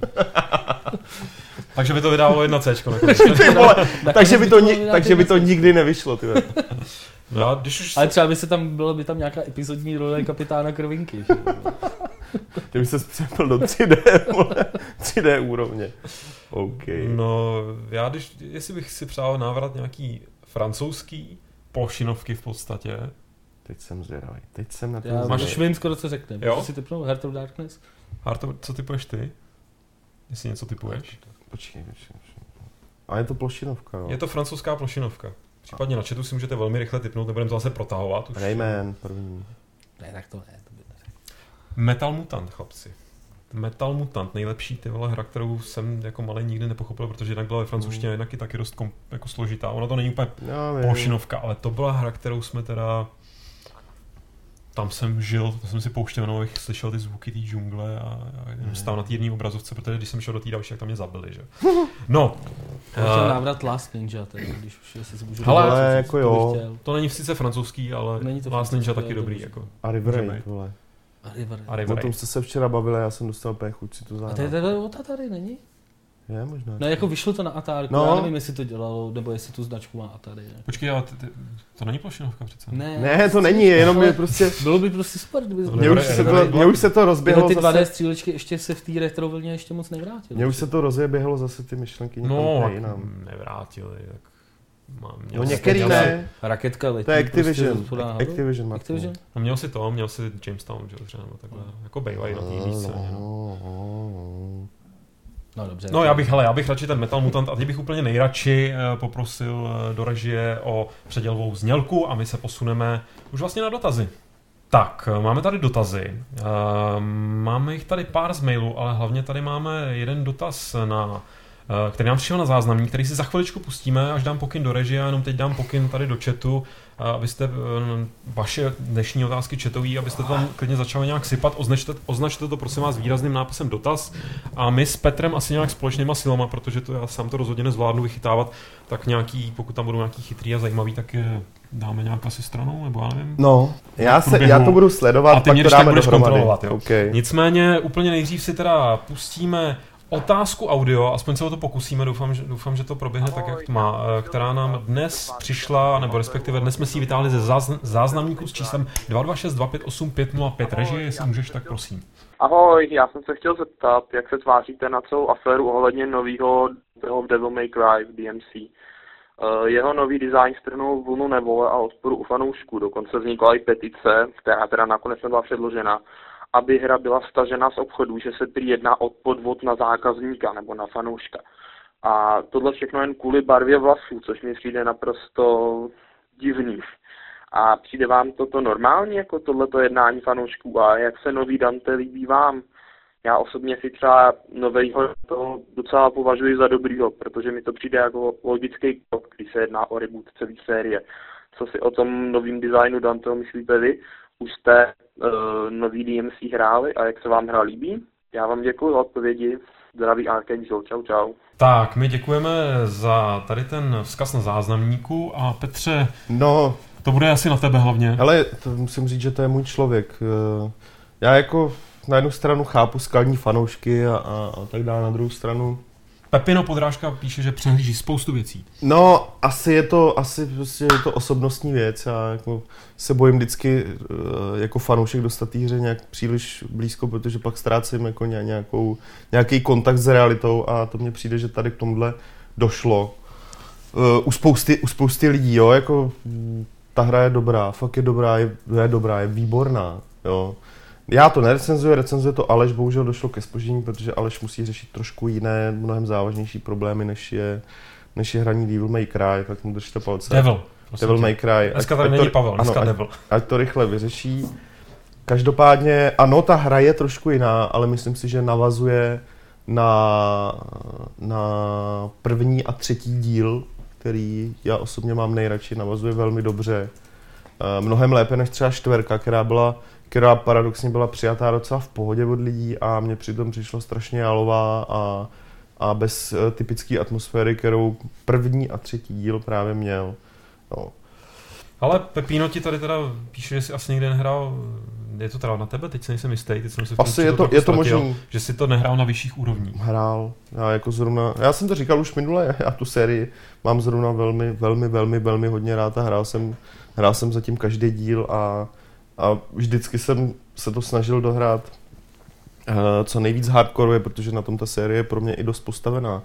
Takže by to vydávalo jedna céčko nakonec. takže by to, ni, takže by to nikdy nevyšlo, ty. No, když už ale třeba by se tam, bylo by tam nějaká epizodní role kapitána Krvinky, že jo. Ty by se přepl do tři dé, tři dé úrovně. OK. No, já když, jestli bych si přál návrat nějaký francouzský plošinovky v podstatě. Teď jsem zvědavý, teď jsem na to Já máš vím skoro, co řekne. Jo? Si typnul Heart of Darkness? Heart of, co typuješ ty? Jestli něco typuješ? Počkej, počkej. A je to plošinovka, jo? Je to francouzská plošinovka. Případně na chatu si můžete velmi rychle tipnout, nebudeme to zase protahovat. Už. Rayman, první. Ne, tak to ne. To by neřekl. Metal Mutant, chlapci. Metal Mutant, nejlepší ty vole hra, kterou jsem jako malý nikdy nepochopil, protože jednak byla ve francouzštině a jednak i taky dost kom, jako složitá. Ono to není úplně plošinovka, ale to byla hra, kterou jsme teda... Tam jsem žil, tam jsem si pouštěl, no, abych slyšel ty zvuky té džungle a, a stál na té jedné obrazovce, protože když jsem šel do té další, tak tam mě zabili, že? No. Chtěl uh, návrat Last Ninja, tedy, když už jestli si můžu... Ale dát, jako jo. To není sice francouzský, ale není to Last Ninja taky dobrý, dobrý, jako. A River Raid, vole. A River A River O tom jste se včera bavili, já jsem dostal úplně chuť si to zahrát. A to je tady od Atari, není? Je, možná. No jako vyšlo to na Atari, no. Já nevím, jestli to dělalo, nebo jestli tu značku má Atari. Ne? Počkej, ale ty, ty, to není plošinovka přece. Ne, ne to není, jenom je prostě... Bylo by prostě super, kdyby... Mně už, se to, mě už se to rozběhlo ty dva dé zase... střílečky ještě se v té retro vlně ještě moc nevrátily. Mně už se to rozběhlo zase ty myšlenky někam no, jinam. nevrátili, tak... Mám, no některý ne. Raketka letí. To je Activision. Prostě Activision, Activision. No měl si to, měl si Jamestown, že třeba, nebo takhle. No. Jako bejvají na té více. No dobře. No já bych, hele, já bych radši ten Metal Mutant a teď bych úplně nejradši uh, poprosil uh, do režie o předělovou znělku a my se posuneme už vlastně na dotazy. Tak, máme tady dotazy. Uh, máme jich tady pár z mailu, ale hlavně tady máme jeden dotaz na který nám přišel na záznamník, který si za chviličku pustíme, až dám pokyn do režie, a jenom teď dám pokyn tady do chatu, abyste vaše dnešní otázky chatový, abyste tam klidně začali nějak sypat, označte, označte to prosím vás výrazným nápisem dotaz a my s Petrem asi nějak společnýma silama, protože to já sám to rozhodně nezvládnu vychytávat, tak nějaký, pokud tam budou nějaký chytrý a zajímavý, tak je dáme nějak asi stranou, nebo já nevím. No, já, se, já to budu sledovat, a ty mě pak to dáme budeš dohromady. Kontrolovat, jo. Okay. Nicméně úplně nejdřív si teda pustíme otázku audio, aspoň se o to pokusíme, doufám, že, doufám, že to proběhne tak, jak to má, která nám dnes přišla, nebo respektive dnes jsme si ji vytáhli ze záznam, záznamníku s číslem dva dva šest dva pět osm pět nula pět. Režie, jestli můžeš, tak prosím. Ahoj, já jsem se chtěl zeptat, jak se tváříte na celou aféru ohledně nového Devil May Cry v D M C. Uh, jeho nový design strhnul vlnu nevole a odporu u fanoušků, dokonce vznikla i petice, která teda nakonec nebyla předložena, aby hra byla stažena z obchodu, že se prý jedná o podvod na zákazníka nebo na fanouška. A tohle všechno jen kvůli barvě vlasů, což mi přijde naprosto divný. A přijde vám toto normální, jako tohleto jednání fanoušků, a jak se nový Dante líbí vám? Já osobně si třeba novejho toho docela považuji za dobrýho, protože mi to přijde jako logický krok, když se jedná o reboot celé série. Co si o tom novým designu Danteho myslíte vy? Už jste uh, nový D M C hráli a jak se vám hra líbí? Já vám děkuji za odpovědi. Zdraví Archangel. Čau, čau. Tak, my děkujeme za tady ten vzkaz na záznamníku a Petře, no, to bude asi na tebe hlavně. Ale to musím říct, že to je můj člověk. Já jako na jednu stranu chápu skalní fanoušky a, a, a tak dále, na druhou stranu. Pepino Podrážka píše, že přehlíží spoustu věcí. No, asi je to, asi prostě je to osobnostní věc. Já jako se bojím vždycky jako fanoušek dostat té hře nějak příliš blízko, protože pak ztrácím jako nějakou, nějaký kontakt s realitou a to mně přijde, že tady k tomuhle došlo. U spousty, u spousty lidí, jo, jako ta hra je dobrá, fakt je dobrá, je, je dobrá, je výborná, jo. Já to nerecenzuji, recenzuje to Aleš, bohužel došlo ke zpoždění, protože Aleš musí řešit trošku jiné, mnohem závažnější problémy, než je, než je hraní Devil May Cry, tak mu držte palce. Devil. Devil May Cry. Dneska tady není Pavel, dneska Devil. Ať to rychle vyřeší. Každopádně, ano, ta hra je trošku jiná, ale myslím si, že navazuje na, na první a třetí díl, který já osobně mám nejradši, navazuje velmi dobře. Mnohem lépe než třeba čtverka, která byla která paradoxně byla přijatá docela v pohodě od lidí a mně přitom přišlo strašně jalová a, a bez typické atmosféry, kterou první a třetí díl právě měl. No. Ale Pepino ti tady teda píše, že jsi asi nikdy nehrál, je to teda na tebe, teď se nejsem jistý, teď jsem se v tom asi je to, je to možný. Že jsi to nehrál na vyšších úrovních. Hrál, já jako zrovna, já jsem to říkal už minule, já tu sérii mám zrovna velmi, velmi, velmi, velmi hodně rád a hrál jsem, hrál jsem zatím každý díl a A vždycky jsem se to snažil dohrát uh, co nejvíc hardcore, protože na tom ta série je pro mě i dost postavená.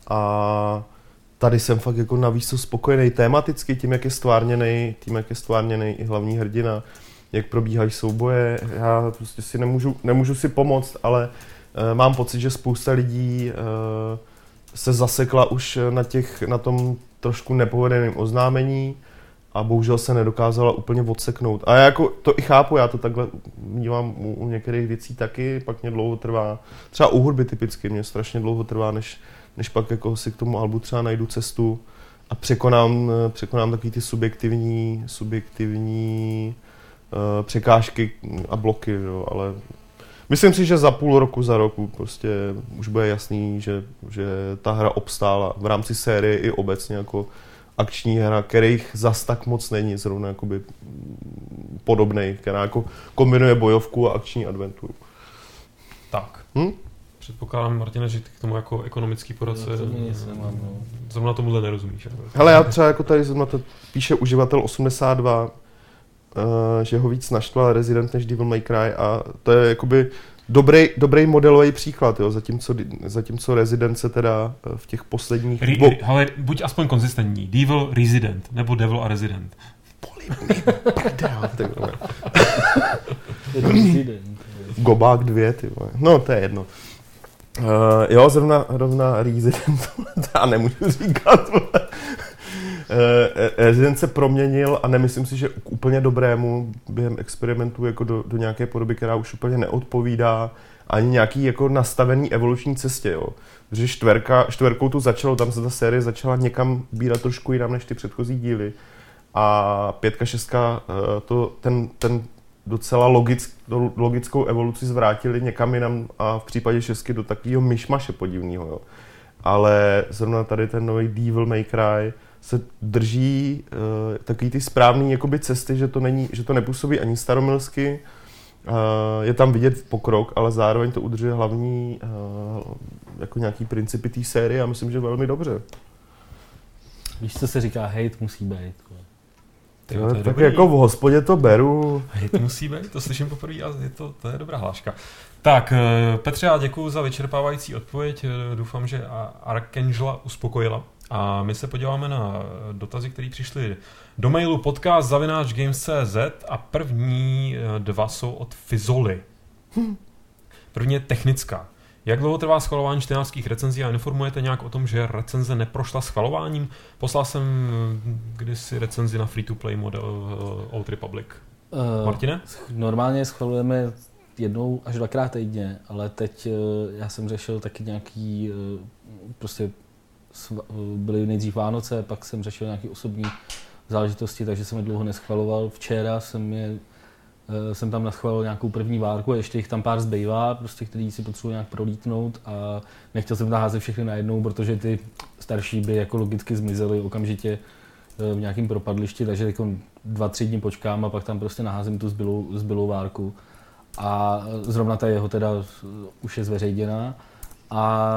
A tady jsem fakt jako navíc spokojený tematicky tím, jak je stvárněný, tím, jak je stvárněný i hlavní hrdina, jak probíhají souboje. Já prostě si nemůžu, nemůžu si pomoct, ale uh, mám pocit, že spousta lidí uh, se zasekla už na, těch, na tom trošku nepovedeném oznámení a bohužel se nedokázala úplně odseknout. A já jako to i chápu, já to takhle vnímám u, u některých věcí taky, pak mě dlouho trvá, třeba u hudby typicky, mě strašně dlouho trvá, než, než pak jako si k tomu albu třeba najdu cestu a překonám, překonám takový ty subjektivní, subjektivní uh, překážky a bloky, jo, ale myslím si, že za půl roku, za roku prostě už bude jasný, že, že ta hra obstála v rámci série i obecně jako akční hra, kterých zas tak moc není, zrovna jakoby podobnej, která jako kombinuje bojovku a akční adventuru. Tak. Hm? Předpokládám, Martine, že ty k tomu jako ekonomický poradce zrovna tomuhle nerozumíš. Hele, já třeba jako tady zrovna to píše uživatel osmdesát dva, uh, že ho víc naštval Resident než Devil May Cry a to je jakoby Dobrý, dobrý modelový příklad, jo, zatímco, zatímco Resident se teda v těch posledních... Re, bo... Ale buď aspoň konzistentní. Devil, Resident, nebo Devil a Resident. Polibný prdel. Gobák dvě, ty vole. No, to je jedno. Uh, jo, zrovna, zrovna Resident, to já nemůžu říkat, vole. Resident se proměnil a nemyslím si, že k úplně dobrému během experimentu jako do, do nějaké podoby, která už úplně neodpovídá ani nějaký jako nastavený evoluční cestě, jo. Protože čtverka, čtverkou tu začalo, tam se ta série začala někam bírat trošku jinam než ty předchozí díly. A pětka, šestka to, ten, ten docela logick, logickou evoluci zvrátili někam jinam a v případě šestky do takového myšmaše podivného, jo. Ale zrovna tady ten nový Devil May Cry se drží uh, takový ty správný jakoby cesty, že to, není, že to nepůsobí ani staromilsky, uh, je tam vidět pokrok, ale zároveň to udržuje hlavní uh, jako nějaký principy té série a myslím, že velmi dobře. Víš, co se říká, hate musí být. Ty, no, tak dobrý. Jako v hospodě to beru. Hate musí být, to slyším poprvé a je to, to je dobrá hláška. Tak, Petře, já děkuju za vyčerpávající odpověď. Doufám, že Archangela uspokojila. A my se podíváme na dotazy, které přišly do mailu podcast zavináč games tečka cé zet a první dva jsou od Fizoli. První je technická. Jak dlouho trvá schvalování čtenářských recenzí a informujete nějak o tom, že recenze neprošla schvalováním? Poslal jsem kdysi recenzi na free-to-play model Old Republic. Uh, Martine? Normálně schvalujeme jednou až dvakrát týdně, ale teď já jsem řešil taky nějaký, prostě byly nejdřív Vánoce, pak jsem řešil nějaké osobní záležitosti, takže jsem je dlouho neschvaloval. Včera jsem, je, jsem tam naschvaloval nějakou první várku a ještě jich tam pár zbývá, prostě, který si potřebuji nějak prolítnout a nechtěl jsem naházet všechny najednou, protože ty starší by jako logicky zmizely okamžitě v nějakém propadlišti, takže jako dva, tři dny počkám a pak tam prostě naházím tu zbylou, zbylou várku. A zrovna ta jeho teda už je zveřejněná. A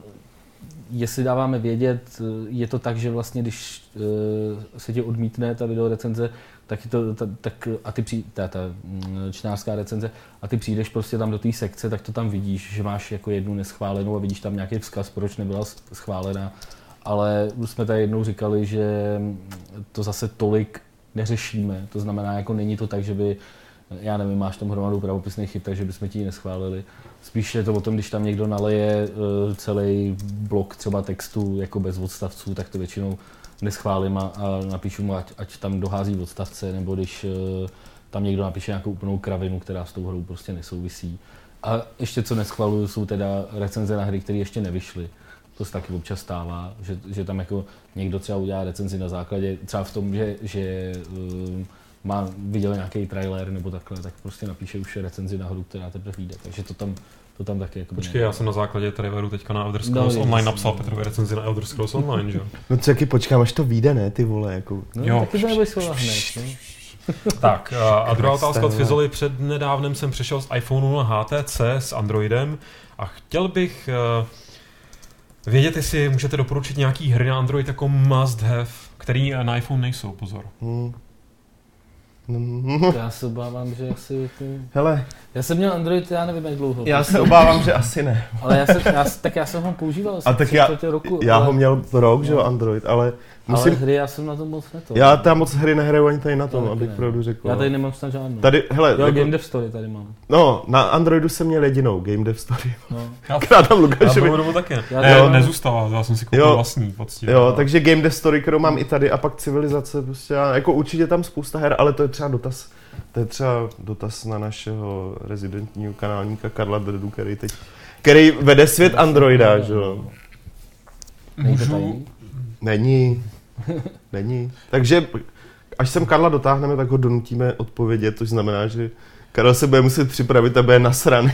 jestli dáváme vědět, je to tak, že vlastně když se ti odmítne ta videorecenze, tak je to, ta, tak, a ty při, ta, ta čtenářská recenze, a ty přijdeš prostě tam do té sekce, tak to tam vidíš, že máš jako jednu neschválenou a vidíš tam nějaký vzkaz, proč nebyla schválena. Ale už jsme tady jednou říkali, že to zase tolik neřešíme. To znamená, jako není to tak, že by, já nevím, máš tam hromadu pravopisných chyb, takže bychom ti ji neschválili. Spíš je to o tom, když tam někdo naleje uh, celý blok třeba textu jako bez odstavců, tak to většinou neschválím a, a napíšu mu, ať, ať tam dohází odstavce, nebo když uh, tam někdo napíše nějakou úplnou kravinu, která s tou hrou prostě nesouvisí. A ještě co neschvaluju, jsou teda recenze na hry, které ještě nevyšly. To se taky občas stává, že, že tam jako někdo třeba udělá recenzi na základě, třeba v tom, že, že uh, má, viděl nějaký trailer nebo takhle, tak prostě napíše už recenzi na hru, která teprve vyjde, takže to tam, to tam taky jako... Počkej, já jsem na základě traileru teďka na Elder Scrolls no, Online napsal Petrovi recenzi na Elder Scrolls Online, že jo? No co, jaký počkám, až to vyjde, ne, ty vole, jako... No, jo. Taky to nebudeš slova hned, no. Tak a druhá otázka od Fizoli. Před nedávnem jsem přešel z iPhoneu na H T C s Androidem a chtěl bych uh, vědět, jestli můžete doporučit nějaký hry na Android jako must have, který na iPhone nejsou, pozor. Hmm. Já se obávám, že asi... Ty... Hele. Já jsem měl Android, já nevím, jak dlouho. Já se obávám, že asi ne. Ale já se, já, tak já jsem ho používal asi tři čtvrtě roku. Já ale... ho měl rok, že jo, Android, ale... Musím... Ale hry já jsem na tom moc neto. Já tam moc hry nehraju ani tady na tom, abych pravdu řekl. Já tady nemám snad žádnou. Tady, hele, jo, jako... Game Dev Story tady mám. No, na Androidu jsem měl jedinou Game Dev Story. No. Já tam Lukášovi. Já taky. Ne, jo, nezůstala, já jsem si koupil vlastní poctivě. Jo, takže Game Dev Story, kterou mám i tady, a pak Civilizace, prostě, jako určitě tam spousta her, ale to je třeba dotaz. To je třeba dotaz na našeho rezidentního kanálníka Karla Dredu, který teď, který vede svět Androida, že jo. Můžu? Není. Není. Takže až sem Karla dotáhneme, tak ho donutíme odpovědět, což znamená, že Karel se bude muset připravit a bude nasraný.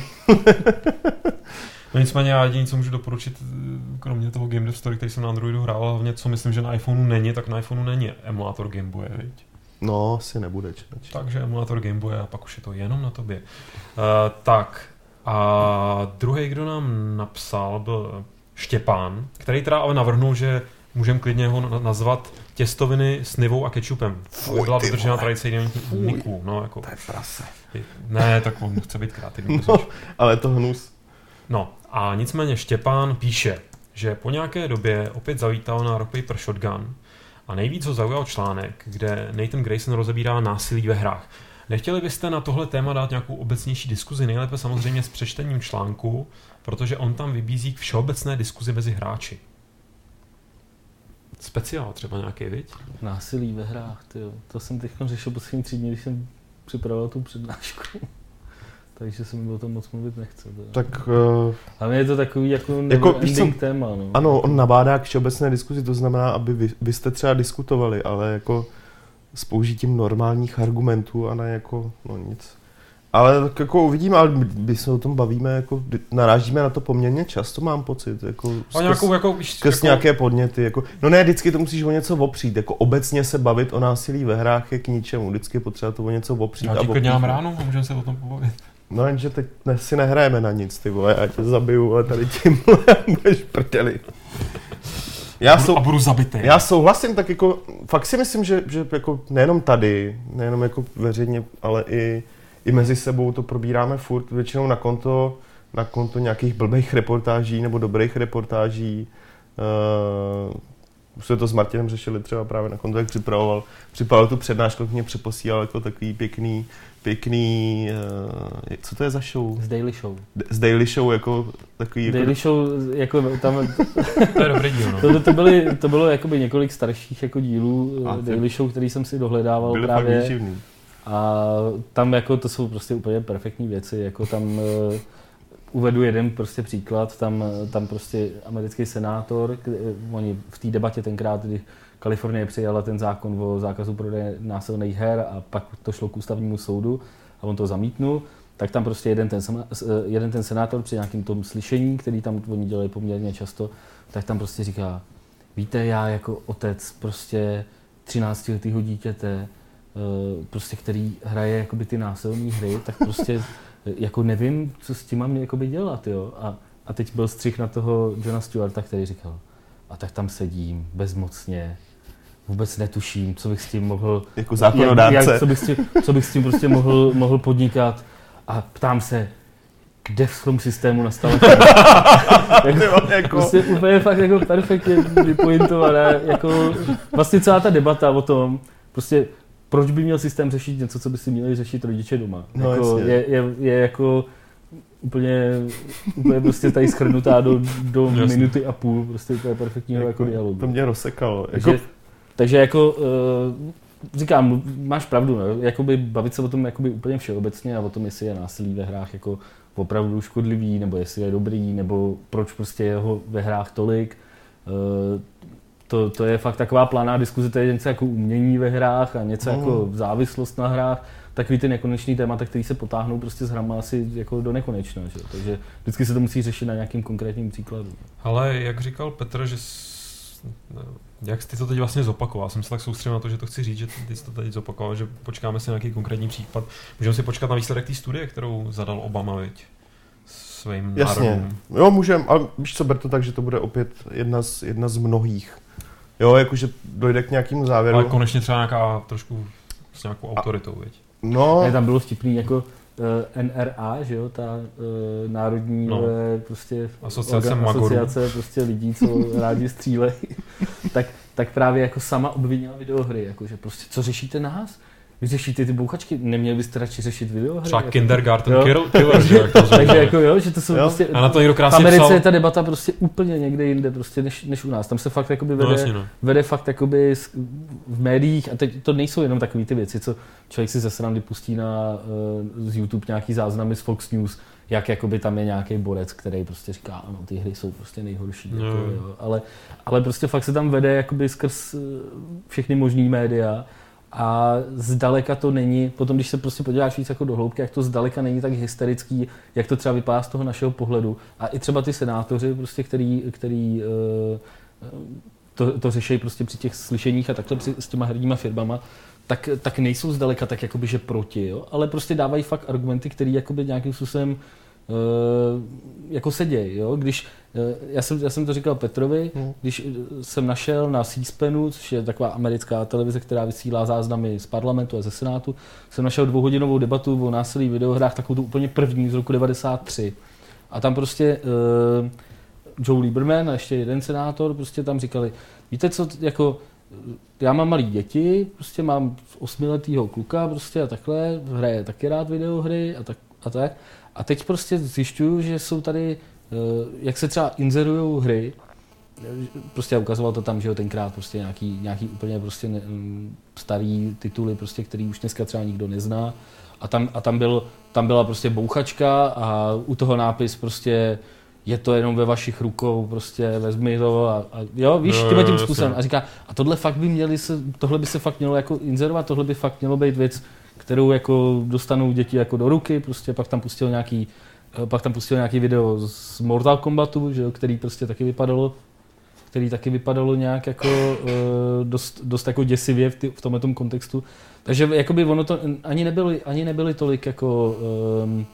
No nicméně já jediný, co můžu doporučit, kromě toho Game Dev Story, který jsem na Androidu hrál, hlavně co myslím, že na iPhoneu není, tak na iPhoneu není emulátor Game Boye, viď? No, asi nebude. Čeč. Takže emulátor Game Boye a pak už je to jenom na tobě. Uh, tak a druhý, kdo nám napsal, byl Štěpán, který teda ale navrhnul, že můžeme klidně ho nazvat těstoviny s nivou a kečupem. Aby byla dodržena tradice Niku. No, jako, to je prase. Ne, tak on chce být kreativní. No, ale to hnus. No a nicméně Štěpán píše, že po nějaké době opět zavítal na Rock Paper Shotgun a nejvíc ho zaujal článek, kde Nathan Grayson rozebírá násilí ve hrách. Nechtěli byste na tohle téma dát nějakou obecnější diskuzi, nejlépe samozřejmě s přečtením článku, protože on tam vybízí k všeobecné diskuzi mezi hráči. speciál třeba nějaký, viď? Násilí ve hrách, tyjo. To jsem teď řešil poslední tři dny, když jsem připravoval tu přednášku. Takže se mi o tom moc mluvit nechce. Teda. Tak... Uh, Ale je to takový jako never-ending téma. No. Ano, on nabádá k všeobecné diskuzi, to znamená, aby vy, vy jste třeba diskutovali, ale jako s použitím normálních argumentů a ne jako, no nic. Ale tak jako uvidíme, ale my se o tom bavíme, jako narážíme na to poměrně často, mám pocit, jako skrz, nějakou, jako, skrz jako... nějaké podněty, jako, no ne, vždycky to musíš o něco opřít, jako obecně se bavit o násilí ve hrách je k ničemu, vždycky je potřeba to o něco opřít. Já ti klidně mám ráno a můžeme se o tom pobavit. No jenže teď ne, si nehrajeme na nic, ty vole, já tě zabiju, ale tady tímhle budeš prtěli. Já sou, a budu zabitý. Já souhlasím, tak jako, fakt si myslím, že, že jako nejenom tady, nejenom jako veřejně, ale i, i mezi sebou to probíráme furt, většinou na konto, na konto nějakých blbých reportáží nebo dobrých reportáží. Uh, už jsme to s Martinem řešili třeba právě na konto, jak připravoval, připravoval tu přednášku, mě přeposílal jako takový pěkný, pěkný, uh, co to je za show? Z Daily Show. Z Daily Show, jako takový... Daily jako... Show, jako tam... To je dobrý díl, no. To, to, byly, to bylo jakoby několik starších jako dílů a Daily Show, který jsem si dohledával byly právě. Fakt výživný. A tam jako to jsou prostě úplně perfektní věci, jako tam uh, uvedu jeden prostě příklad, tam, tam prostě americký senátor, kdy, oni v té debatě tenkrát, kdy Kalifornie přijala ten zákon o zákazu prodeje násilných her a pak to šlo k ústavnímu soudu a on to zamítnul, tak tam prostě jeden ten, jeden ten senátor při nějakém tom slyšení, který tam oni dělají poměrně často, tak tam prostě říká, víte, já jako otec prostě třináctiletého dítěte, prostě který hraje jakoby ty násilné hry, tak prostě jako nevím, co s tím mám jakoby dělat, jo. A, a teď byl střih na toho Johna Stewarta, který říkal, a tak tam sedím bezmocně, vůbec netuším, co bych s tím mohl... Jako zákonodárce. Jak, jak, co, bych s tím, co bych s tím prostě mohl, mohl podnikat a ptám se, kde v tom systému nastala jako, jako... Prostě úplně fakt jako perfektně vypointované, jako vlastně celá ta debata o tom, prostě proč by měl systém řešit něco, co by si měli řešit rodiče doma. No, jako, je, je, je jako úplně, úplně prostě tady schrnutá do, do minuty a půl, prostě to je perfektního jako, jako dialogu. To mě rozsekalo. Takže jako, takže jako uh, říkám, máš pravdu, no? Jakoby bavit se o tom jakoby úplně všeobecně a o tom, jestli je násilí ve hrách jako opravdu škodlivý, nebo jestli je dobrý, nebo proč prostě je ho ve hrách tolik. Uh, To, to je fakt taková planá diskuze, to je něco jako umění ve hrách a něco mm. jako závislost na hrách, takový ty nekonečný témata, který se potáhnou prostě s hrama asi jako do nekonečna, že? Takže vždycky se to musí řešit na nějakým konkrétním příkladu. Ale jak říkal Petr, že s... jak ty to teď vlastně zopakoval, jsem se tak soustředil na to, že to chci říct, že ty jsi to teď zopakoval, že počkáme si na nějaký konkrétní případ. Můžeme si počkat na výsledek té studie, kterou zadal Obama, viď? Svým Jasně. národům. Jo, můžeme, ale víš co, ber to tak, že to bude opět jedna z, jedna z mnohých. Jo, jakože dojde k nějakému závěru. Ale konečně třeba nějaká trošku s nějakou autoritou, viď? No. Ne, tam bylo vtipný jako uh, N R A, že jo, ta uh, národní no. uh, prostě asociace, orga, asociace prostě lidí, co rádi střílejí, tak, tak právě jako sama obvinila videohry, jakože prostě co řešíte nás? Vy řešíte ty bouchačky, neměli byste radši řešit videohry? Třeba jako, Kindergarten Killer, že jak to takže jako jo, že to jsou jo. prostě, a na to někdo krásně v Americe psal... je ta debata prostě úplně někde jinde prostě než, než u nás. Tam se fakt jakoby vede, no, jasně, no. vede fakt jakoby v médiích a teď to nejsou jenom takové ty věci, co člověk si ze srandy pustí na uh, z YouTube nějaký záznamy z Fox News, jak jakoby tam je nějaký borec, který prostě říká, ano, ty hry jsou prostě nejhorší, no. jako, jo. Ale, ale prostě fakt se tam vede jakoby skrz všechny možný média. A zdaleka to není, potom když se prostě podíváš víc jako do hloubky, jak to zdaleka není tak hysterický, jak to třeba vypadá z toho našeho pohledu. A i třeba ty senátoři, prostě, který, který to, to řeší prostě při těch slyšeních a takhle při, s těma herníma firmama, tak, tak nejsou zdaleka tak jakoby, že proti, jo? Ale prostě dávají fakt argumenty, které jakoby nějakým způsobem Uh, jako se děje, jo? Když, uh, já, jsem, já jsem to říkal Petrovi, hmm. když jsem našel na C-SPANu, což je taková americká televize, která vysílá záznamy z parlamentu a ze senátu, jsem našel dvouhodinovou debatu o násilí v videohrách, takovou tu úplně první z roku devadesát tři. A tam prostě uh, Joe Lieberman a ještě jeden senátor prostě tam říkali, víte co, jako já mám malý děti, prostě mám osmiletýho kluka prostě a takhle, hraje taky rád videohry a tak a tak. A teď prostě zjišťuju, že jsou tady, jak se třeba inzerujou hry, prostě ukazoval to tam, že jo, tenkrát prostě nějaký, nějaký úplně prostě ne, starý tituly, prostě, který už dneska třeba nikdo nezná. A tam, a tam, byl, tam byla prostě bouchačka a u toho nápis prostě je to jenom ve vašich rukou, prostě vezmi to a, a jo, víš, no, tímhle tím způsobem. A říká, a tohle fakt by měli se, tohle by se fakt mělo jako inzerovat, tohle by fakt mělo být věc, kterou jako dostanou děti jako do ruky, prostě pak tam pustil nějaký, pak tam pustil nějaký video z Mortal Kombatu, že jo, který prostě taky vypadalo, který taky vypadalo nějak jako dost, dost jako děsivě v, ty, v tomhletom kontextu. Takže jakoby ono to ani nebyly, ani nebyly tolik jako um,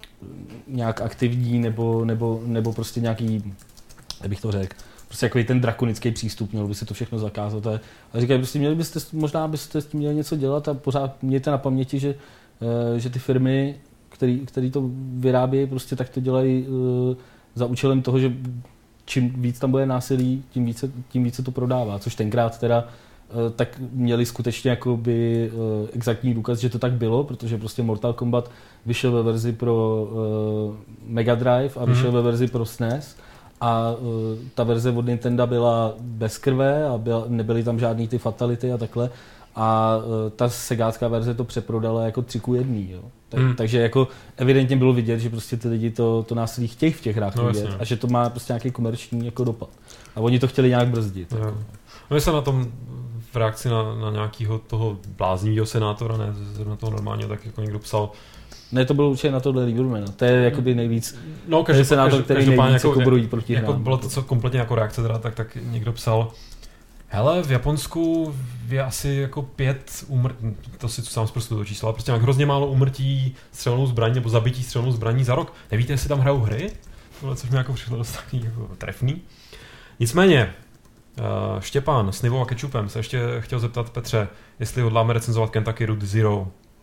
nějak aktivní nebo, nebo, nebo prostě nějaký, jak bych to řekl, prostě jako ten drakonický přístup, mělo by se to všechno zakázat. A, a říkají, prostě měli byste, možná byste s tím měli něco dělat a pořád mějte na paměti, že, že ty firmy, který, který to vyrábějí, prostě tak to dělají uh, za účelem toho, že čím víc tam bude násilí, tím více, tím více to prodává, což tenkrát teda tak měli skutečně jakoby exaktní důkaz, že to tak bylo, protože prostě Mortal Kombat vyšel ve verzi pro uh, Mega Drive a vyšel mm. ve verzi pro S N E S a uh, ta verze od Nintendo byla bez krve a byla, nebyly tam žádný ty fatality a takhle a uh, ta segácká verze to přeprodala jako tři ku jedný, jo. Tak, mm. Takže jako evidentně bylo vidět, že prostě ty lidi to, to násilí chtějí v těch hrách no, vidět a že to má prostě nějaký komerční jako dopad. A oni to chtěli nějak brzdit. No, jako. No se na tom v reakci na, na nějakého toho bláznivého senátora, ne na toho normálního, tak jako někdo psal. Ne, to bylo určitě na tohle Liebermana. To je jakoby nejvíc, no, každopád, senátor, který nejvíc jako, jako brojí proti jako hrám. Bylo to co kompletně jako reakce teda, tak, tak někdo psal, hele, v Japonsku je asi jako pět umrtí, to si sám zprostu to číslo, ale prostě nějak hrozně málo umrtí střelnou zbraní nebo zabití střelnou zbraní za rok. Nevíte, jestli tam hrajou hry? Tohle, což mi jako přišlo dost takový jako trefný. Nicméně, Uh, Štěpán s Nivou a Kečupem se ještě chtěl zeptat Petře, jestli hodláme recenzovat Kentucky Route Zero.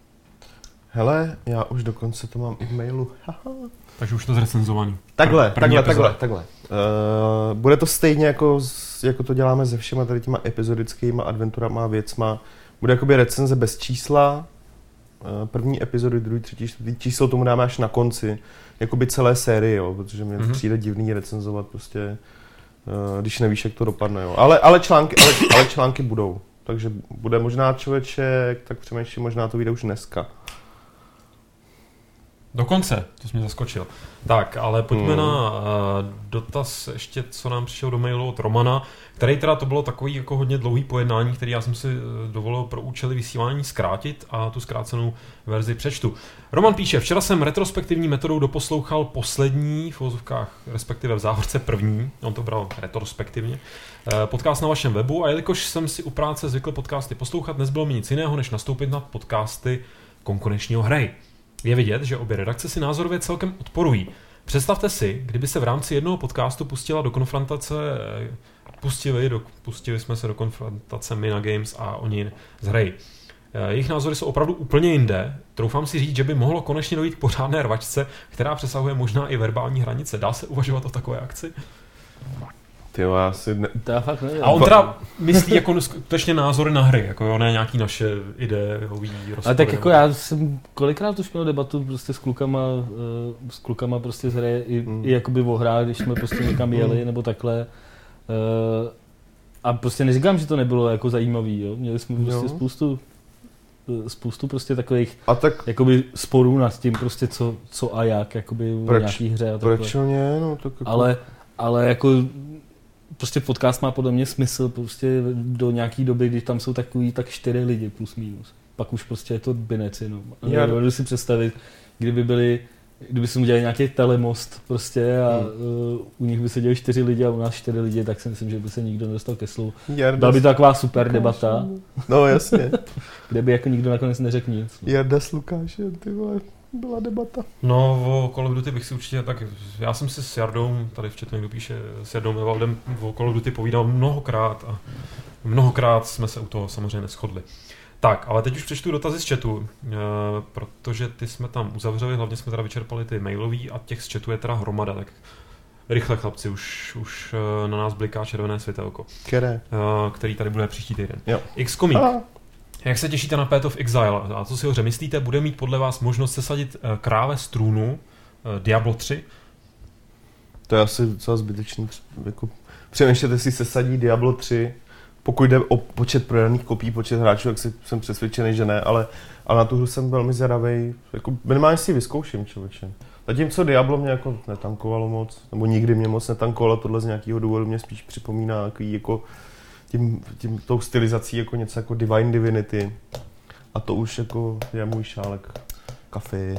Hele, já už dokonce to mám i v mailu. Takže už to zrecenzovaný. Takhle, První takhle, takhle, takhle. Uh, bude to stejně jako, jako to děláme se všema tady těma epizodickýma adventurama a věcma. Bude jakoby recenze bez čísla. Uh, první epizody, druhý, třetí, čtvrtý číslo tomu dáme až na konci. Jakoby celé série, jo, protože mi mm-hmm. přijde divný recenzovat prostě když nevíš, jak to dopadne. Jo. Ale, ale, články, ale, ale články budou. Takže bude možná člověček, tak přemýšlím, možná to vyjde už dneska. Dokonce, to jsi mě zaskočil. Tak, ale pojďme hmm. na uh, dotaz ještě, co nám přišel do mailu od Romana, který teda to bylo takový jako hodně dlouhý pojednání, který já jsem si uh, dovolil pro účely vysílání zkrátit a tu zkrácenou verzi přečtu. Roman píše, včera jsem retrospektivní metodou doposlouchal poslední, v uvozovkách, respektive v závorce první, on to bral retrospektivně, uh, podcast na vašem webu a jelikož jsem si u práce zvykl podcasty poslouchat, nezbylo mi nic jiného, než nastoupit na podcasty konkurenčního hry. Je vidět, že obě redakce si názorově celkem odporují. Představte si, kdyby se v rámci jednoho podcastu pustila do konfrontace, pustili, do, pustili jsme se do konfrontace Mina Games a oni z hry. Jejich názory jsou opravdu úplně jinde. Troufám si říct, že by mohlo konečně dojít k pořádné rvačce, která přesahuje možná i verbální hranice. Dá se uvažovat o takové akci? Tyjo, já si ne... fakt nevím. A on teda myslí jako skutečně názory na hry, jako jo, ne nějaký naše ideový rozpory. Ale tak jako já jsem kolikrát už měl debatu prostě s klukama, uh, s klukama prostě z hry, i, mm. i jakoby o hrách, když jsme prostě někam jeli, nebo takhle. Uh, a prostě neříkám, že to nebylo jako zajímavý, jo. Měli jsme prostě jo. spoustu spoustu prostě takových a tak... jakoby sporů nad tím prostě co, co a jak, jakoby proč, v nějaký hře a takhle. Proč ne, no tak jako... Ale, ale jako prostě podcast má podle mě smysl prostě do nějaký doby, když tam jsou takový tak čtyři lidi plus minus. Pak už prostě je to binec jenom. Já dovedu si představit, kdyby byli, kdyby jsme udělali nějaký telemost prostě a hmm. uh, u nich by seděli čtyři lidi a u nás čtyři lidi, tak si myslím, že by se nikdo nedostal ke slovu. Byla by to taková super debata. No jasně. Kde by jako nikdo nakonec neřekl nic. Jarda s Lukášem, ty vole. Byla debata. No, o Call of Duty bych si určitě tak... Já jsem si s Jardou, tady v chatu někdo píše, s Jardou Evaldem o Call of Duty povídal mnohokrát a mnohokrát jsme se u toho samozřejmě neshodli. Tak, ale teď už přečtu dotazy z chatu, e, protože ty jsme tam uzavřeli, hlavně jsme teda vyčerpali ty mailový a těch z chatu je teda hromada, tak rychle chlapci, už, už na nás bliká červené světelko. Které? E, který tady bude příští týden. Jo. X-Comic. Jak se těšíte na Path of Exile? A co si o hře myslíte? Bude mít podle vás možnost sesadit kráve z trůnu Diablo tři? To je asi docela zbytečný. Jako, přemýšlet, si sesadí Diablo tři, pokud jde o počet prodaných kopií, počet hráčů, tak si, jsem přesvědčený, že ne, ale, ale na tu hru jsem velmi zvědavej, jako minimálně si ji vyzkouším, člověče. Zatímco Diablo mě jako netankovalo moc, nebo nikdy mě moc netankovalo, tohle z nějakého důvodu mě spíš připomíná takový jako tím, tím tou stylizací jako něco jako Divine Divinity. A to už jako je můj šálek kafe.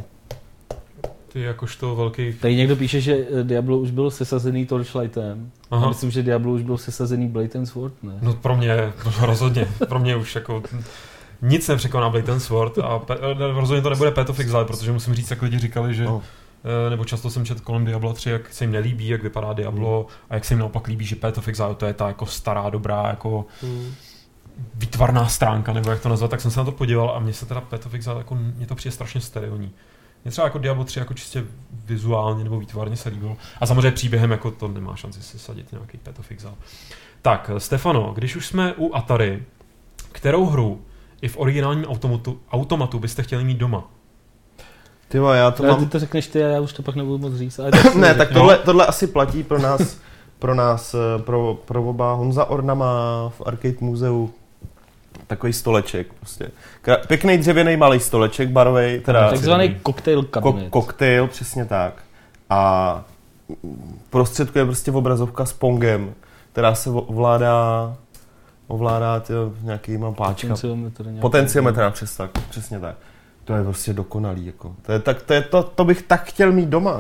Ty jakožto velký... Tady někdo píše, že Diablo už byl sesazený Torchlightem. Aha. A myslím, že Diablo už byl sesazený Blade and Sword, ne? No pro mě, no, rozhodně. Pro mě už jako nic nepřekoná Blade and Sword a pe, rozhodně to nebude Path of Exile, protože musím říct, jak lidi říkali, že no. Nebo často jsem četl kolem Diabla tři, jak se jim nelíbí, jak vypadá Diablo mm. a jak se jim naopak líbí, že Path of Exile to je ta jako stará, dobrá, jako mm. výtvarná stránka, nebo jak to nazvat, tak jsem se na to podíval a mně se teda Path of Exile, jako, mě to přijde strašně sterilní. Mě třeba jako Diablo tři jako čistě vizuálně nebo výtvarně se líbilo. A samozřejmě příběhem jako to nemá šanci si sadit nějaký Path of Exile. Tak, Stefano, když už jsme u Atari, kterou hru i v originálním automatu, automatu byste chtěli mít doma? Tyvo, já to já mám... Ty to řekneš ty a já už to pak nebudu moc říct. Ale ne, tak tohle, tohle asi platí pro nás, pro nás, pro, pro oba. Honza Orna má v Arcade Muzeu takový stoleček prostě. Pěkný dřevěný malý stoleček barovej, teda takzvaný koktejl kabinet. Ko- koktejl, přesně tak. A prostředku je prostě obrazovka s pongem, která se ovládá ovládá tyjo, nějakýma páčkama. Potenciometr, přes tak, přesně tak. To je prostě dokonalý, jako. To je tak, to je to, to bych tak chtěl mít doma.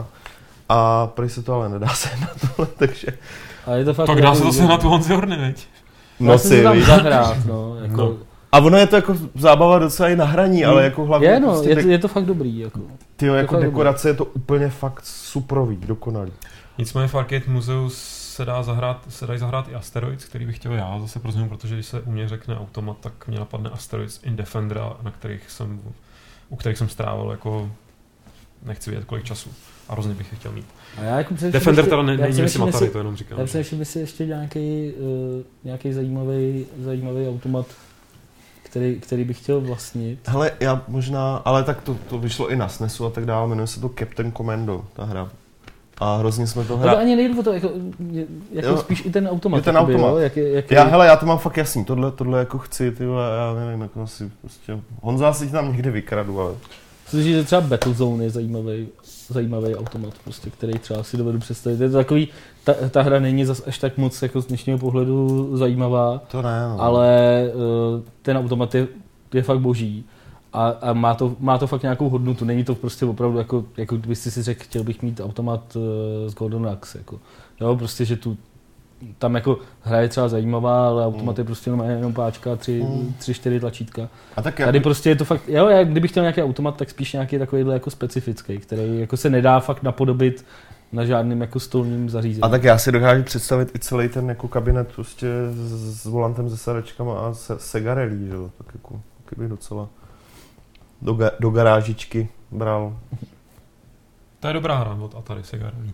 A prý se to ale nedá se na tohle, takže... A je to fakt tak dá se to se na tu Honzi Horny, veď? No si, tam zahrát, no, jako... no. A ono je to jako zábava docela i na hraní, mm. ale jako hlavně... Je, no, prostě je, to, je to fakt dobrý, jako. Tyjo, jako dekorace dobrý. Je to úplně fakt suprový, dokonalý. Nicméně v Arcade Muzeu se dá zahrát, se dají zahrát i Asteroids, který bych chtěl já zase pro změnu, protože když se u mě řekne automat, tak mě napadne Asteroids in Defender, na kterých jsem, u kterých jsem strávil jako nechci vědět kolik času a hrozně bych je chtěl mít. A já jako Defender teda není myslím Atari, to jenom říkám. Já přemýšlím, jestli ještě nějaký, uh, nějaký zajímavý, zajímavý automat, který, který bych chtěl vlastnit. Hele, já možná, ale tak to, to vyšlo i na S N E S u a tak dále, jmenuje se to Captain Commando, ta hra. A hrozně jsme to hráli. To ani nejde o to, jako, jako jo, spíš i ten automat. Ten jakoby, automat. Jo, jak, jak já, hele, já to mám fakt jasný, tohle, tohle jako chci, ty vole, já nevím, jako asi prostě, Honza si tam někde vykradu, ale... Myslím, že třeba Battlezone je zajímavý, zajímavý automat, prostě, který třeba si dovedu představit. Je to takový, ta, ta hra není zas až tak moc jako z dnešního pohledu zajímavá, to ne, no. Ale uh, ten automat je, je fakt boží. A, a má, to, má to fakt nějakou hodnotu, není to prostě opravdu jako, jako kdyby si řekl, chtěl bych mít automat uh, z Golden Axe, jako. Jo, prostě, že tu, tam jako hra je třeba zajímavá, ale automat mm. je prostě jenom, jenom páčka, tři, mm. tři, čtyři tlačítka. A tak tady jak... prostě je to fakt, jo, já, kdybych chtěl nějaký automat, tak spíš nějaký takovýhle jako specifický, který jako se nedá fakt napodobit na žádným jako stolním zařízení. A tak já si dokážu představit i celý ten jako kabinet prostě s, s volantem, se sedačkama a se, segarelí, jo, tak jako, kdyby docela... Do, ga, do garážičky bral. To je dobrá hra od Atari, Segarelli.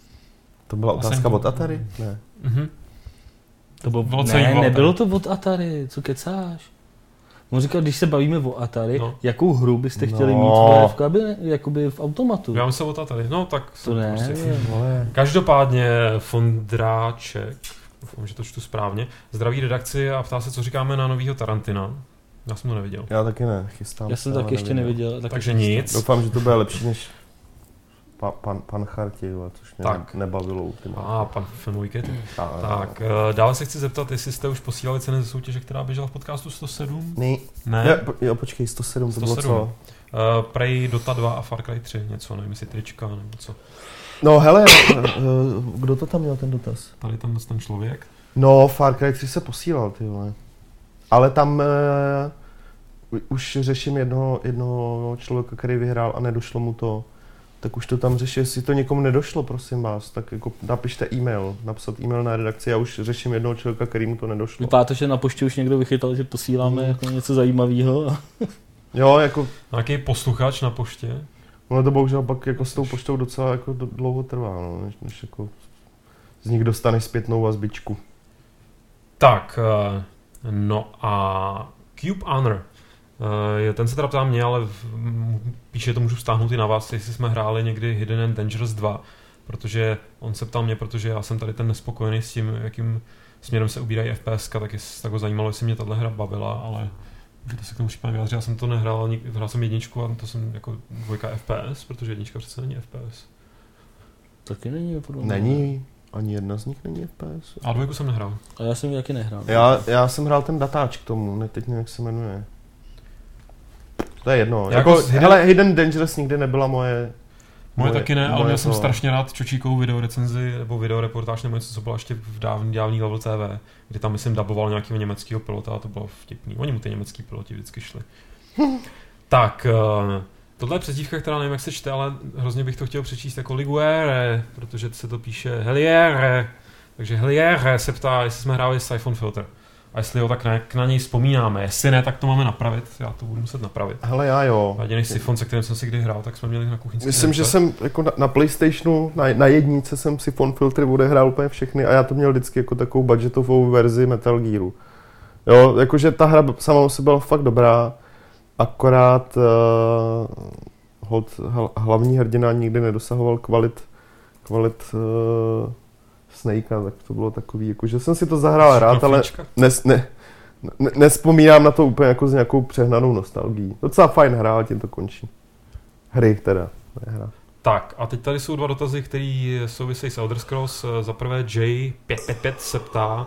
To byla otázka od Atari? Ne. Mhm. To bylo, ne, nebylo to od Atari, co kecáš? On říkal, když se bavíme o Atari, no. Jakou hru byste no. chtěli mít v kabině, jakoby v automatu? Já myslím od Atari, no tak... To ne, prostě každopádně Fondráček, doufám, že to čtu správně, zdraví redakci a ptá se, co říkáme na novýho Tarantina. Já jsem to neviděl. Já taky ne, chystám. Já jsem to taky ještě neviděl. neviděl Takže nic. Doufám, že to bude lepší než pa, pan, pan Charti, což mě tak. nebavilo. A ah, pan filmový Kety. Tak, uh, dále se chci zeptat, jestli jste už posílali ceny ze soutěže, která běžela v podcastu sto sedm? Ne. Ne? Jo, po, jo, počkej, sto sedm, to bylo co? Uh, Prej Dota dva a Far Cry tři, něco, nevím, jestli trička nebo co. No hele, uh, kdo to tam měl ten dotaz? Tady tam ten člověk. No, Far Cry tři se posílal, ty vole. Ale tam uh, už řeším jednoho, jednoho člověka, který vyhrál a nedošlo mu to. Tak už to tam řeším, jestli to někomu nedošlo, prosím vás, tak jako napište e-mail, napsat e-mail na redakci, já už řeším jednoho člověka, který mu to nedošlo. Vypadá to, že na poště už někdo vychytal, že posíláme hmm. jako něco zajímavého. Jo, jako... Nějaký posluchač na poště? No to bohužel pak jako s tou poštou docela jako dlouho trvá, no, než, než jako z nich dostaneš zpětnou vazbičku. Tak, no a Cube Honor. Ten se teda ptá mě, ale píše, to můžu vztáhnout i na vás, jestli jsme hráli někdy Hidden and Dangerous dva. protože on se ptal mě, protože já jsem tady ten nespokojený s tím, jakým směrem se ubírají F P S ka, tak, jest, tak ho zajímalo, jestli mě tahle hra bavila, ale to se k tomu případně vyjádří. Já jsem to nehrál, hrál jsem jedničku a to jsem jako dvojka F P S, protože jednička přece není F P S. Taky není. Není, ani jedna z nich není F P S. A dvojku jsem nehrál. A já jsem ji taky nehrál. Já, já jsem hrál ten datáč k tomu, ne, teď nevím, jak se jmenuje. To je jedno. Jako, jako Hidden... Hele, Hidden Dangerous nikdy nebyla moje... Moje, moje taky ne, ale měl jsem strašně rád Čočíkovou videorecenzi nebo videoreportáž nebo něco, co bylo ještě v dávný, dávný Level T V, kdy tam myslím daboval nějakého německého pilota a to bylo vtipný. Oni mu ty německý piloti vždycky šli. Tak, uh, tohle je přezdívka, která nevím, jak se čte, ale hrozně bych to chtěl přečíst jako Liguere, protože se to píše Heliere. Takže Heliere se ptá, jestli jsme hráli Siphon Filter. A jestli jo, tak ne, na něj vzpomínáme. Jestli ne, tak to máme napravit. Já to budu muset napravit. Hele, já jo. Jediný Siphon, se kterým jsem si kdy hrál, tak jsme měli na kuchyňské. Myslím, že jsem jako na, na PlayStationu, na, na jednice jsem Siphon Filtry odehrál úplně všechny a já to měl vždycky jako takovou budgetovou verzi Metal Gearu. Jo, jakože ta hra sama o sobě byla fakt dobrá, akorát uh, hod, hlavní hrdina nikdy nedosahoval kvalit, kvalit uh, Snakea, tak to bylo takový, jakože jsem si to zahrál rád, ale nes, ne, ne, nespomínám na to úplně jako s nějakou přehnanou nostalgií. Docela fajn hra, ale tím to končí. Hry teda, ne hra. Tak a teď tady jsou dva dotazy, které souvisejí s Elder Scrolls. Za prvé J pět pět pět se ptá,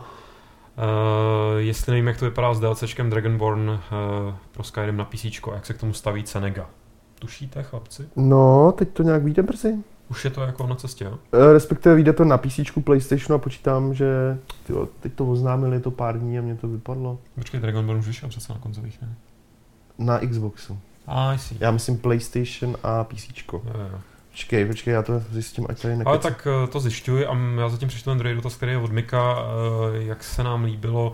uh, jestli nevím, jak to vypadá s DLCčkem Dragonborn uh, pro Skyrim na PCčko, jak se k tomu staví Cenega. Tušíte, chlapci? No, teď to nějak vyjde brzy. Už je to jako na cestě, jo? Respektive vyjde to na PCčku, PlayStationu a počítám, že tyjo, teď to oznámili to pár dní a mě to vypadlo. Počkej, Dragonborn už vyšel přece na konzolích, ne? Na Xboxu. Ah, I see. Já myslím PlayStation a PCčko. Jo, jo. Počkej, počkej, já to zjistím, ať tady nekec. Ale tak to zjišťuji a já zatím přečtu ten druhý dotaz, který je od Mika, jak se nám líbilo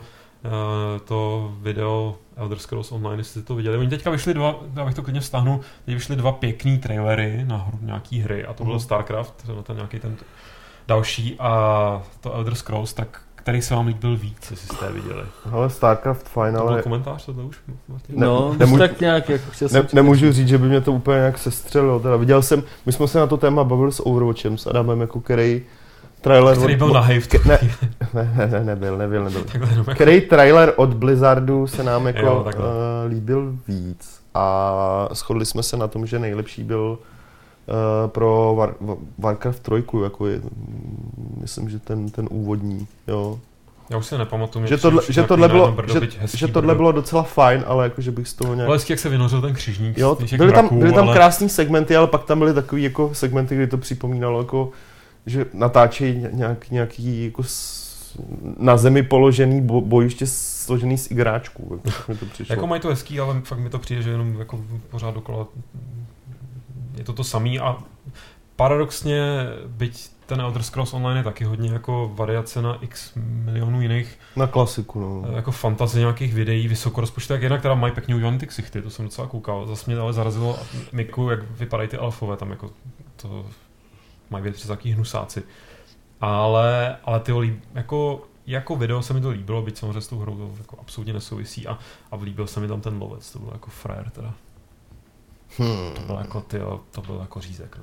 to video Elder Scrolls Online, jestli to viděli. Oni teďka vyšli dva, abych to klidně vztáhnul, teď vyšli dva pěkný trailery na hru, nějaký hry a to byl mm. StarCraft, ten nějaký ten další a to Elder Scrolls, tak který se vám líbil víc, jestli jste je viděli. Ale StarCraft fajn, ale... To byl komentář tohle už, Martin? Ne, no, nemůžu, tak nějak, jako ne, nemůžu říct, že by mě to úplně nějak sestřelilo. Teda viděl jsem, my jsme se na to téma bavili s Overwatchem, s Adamem, jako který trailer... Který byl od... nahej v ne, ne, ne, nebyl, nebyl, nebyl. Který trailer od Blizzardu se nám jako jo, uh, líbil víc a shodli jsme se na tom, že nejlepší byl uh, pro War, Warcraft tři, jako je, myslím, že ten, ten úvodní, jo. Já už se nepamatuju, že tohle, že tohle, bylo, brdo, že, že tohle bylo docela fajn, ale jakože bych z toho nějak... Ale jak se vynořil ten křižník. Jo, byly tam, byly tam ale... krásný segmenty, ale pak tam byly takový jako segmenty, kdy to připomínalo jako že natáčejí nějak, nějaký jako s, na zemi položený bo, bojiště složený z igráčků. Jako, mi to přišlo. Jako mají to hezký, ale fakt mi to přijde, že jenom jako pořád dokola je to to samý a paradoxně, byť ten Elder Scrolls Online je taky hodně jako variace na x milionů jiných. Na klasiku, no. Jako fantazie nějakých videí, vysokorozpočtových, jednak teda mají pěkně udělaný ty ksichty, to jsem docela koukal. Zase mě ale zarazilo Miku, jak vypadají ty elfové, tam jako to... mají věc přes taký hnusáci. Ale, ale tyho líb, jako, jako video se mi to líbilo, byť samozřejmě s tou hrou to jako absolutně nesouvisí a, a líbil se mi tam ten lovec, to byl jako frajer teda. Hmm. To byl jako, tyjo, to byl jako řízek, no.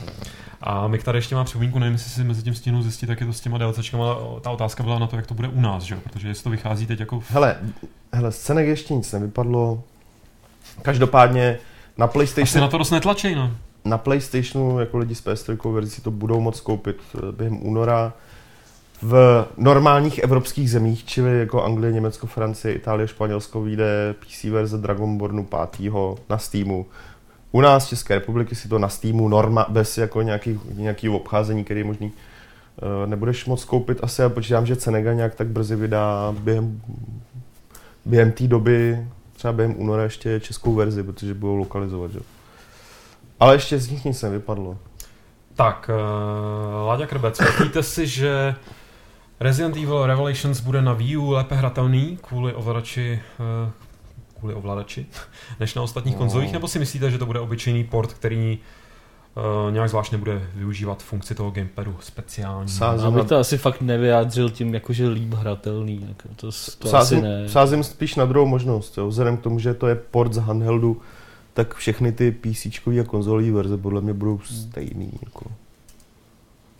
A Mik tady ještě má připomínku, nevím, jestli si mezi tím stihnou zjistit, jak je to s těma DLCčkama, ale ta otázka byla na to, jak to bude u nás, že jo, protože jestli to vychází teď jako... V... Hele, hele, scének ještě nic nevypadlo, každopádně na PlayStation... Asi na to dost netlačej, no. Na PlayStationu jako lidi s P S tři verzi to budou moct koupit během února. V normálních evropských zemích, čili jako Anglie, Německo, Francie, Itálie, Španělsko, vyjde P C verze Dragonbornu pátého na Steamu. U nás v České republiky si to na Steamu norma, bez jako nějaký, nějaký obcházení, který je možný, nebudeš moct koupit. Asi já počítám, že Cenega nějak tak brzy vydá během, během té doby, třeba během února ještě českou verzi, protože budou lokalizovat, že? Ale ještě z nich nic nevypadlo. Tak, uh, Láďa Krbec, myslíte si, že Resident Evil Revelations bude na Wii U lépe hratelný kvůli ovladači, uh, kvůli ovladači než na ostatních no. konzolích, nebo si myslíte, že to bude obyčejný port, který uh, nějak zvlášť nebude využívat funkci toho gamepadu speciální? Já bych to asi fakt nevyjádřil tím, jakože líp hratelný. Jako to, to sázím, asi ne. Sázím spíš na druhou možnost, jo. Vzhledem k tomu, že to je port z handheldu, tak všechny ty PCčkový a konzolové verze podle mě budou stejný. Jako.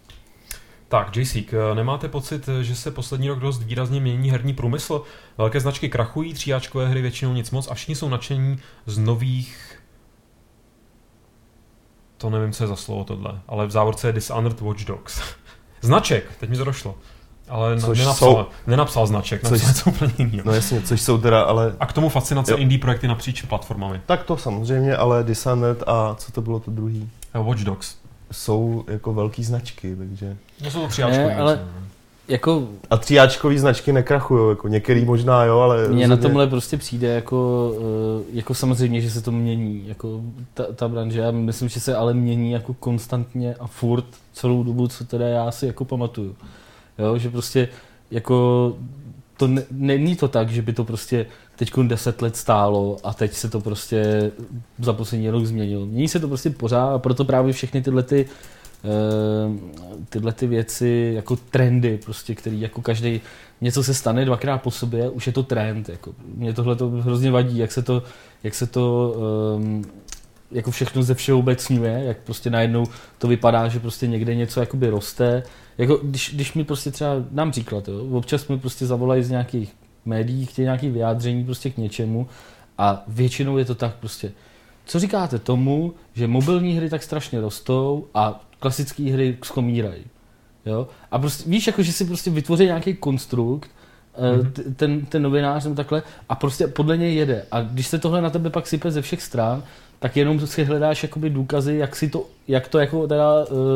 Tak, J-Seek, nemáte pocit, že se poslední rok dost výrazně mění herní průmysl? Velké značky krachují, tříáčkové hry většinou nic moc a všichni jsou nadšení z nových... To nevím, co je za slovo tohle, ale v závorce je Dishonored Watch Dogs. Značek, teď mi to došlo. Ale nenapsal, jsou, nenapsal značek, napsal což, něco úplně jiného. No jasně, což jsou teda, ale... A k tomu fascinace jo. indie projekty napříč platformami. Tak to samozřejmě, ale Dishonored a co to bylo to druhý? Watch Dogs. Jsou jako velký značky, takže... No jsou to tříáčkový. Ale jako... A tříáčkový značky nekrachují, jako některý možná jo, ale... Mně rozhodně... na tomhle prostě přijde jako, jako samozřejmě, že se to mění, jako ta, ta branže. Já myslím, že se ale mění jako konstantně a furt celou dobu, co teda já si jako pamatuju. Jo, že prostě jako to ne, není to tak, že by to prostě teď deset let stálo a teď se to prostě za poslední rok změnilo. Mění se to prostě pořád a proto právě všechny tyhle ty, uh, tyhle ty věci jako trendy, prostě, který jako každý něco se stane dvakrát po sobě, už je to trend. Jako. Mě tohle to hrozně vadí, jak se to, jak se to um, jako všechno ze všeobecňuje, jak prostě najednou to vypadá, že prostě někde něco jakoby roste. Jako když, když mi prostě třeba, dám příklad, jo, občas mi prostě zavolají z nějakých médií, chtějí nějaké vyjádření prostě k něčemu a většinou je to tak prostě, co říkáte tomu, že mobilní hry tak strašně rostou a klasické hry skomírají, jo? A prostě víš, jako že si prostě vytvoří nějaký konstrukt, mm-hmm. ten, ten novinář nebo takhle a prostě podle něj jede a když se tohle na tebe pak sype ze všech stran, tak jenom si hledáš jakoby důkazy, jak si to, jak to jako teda,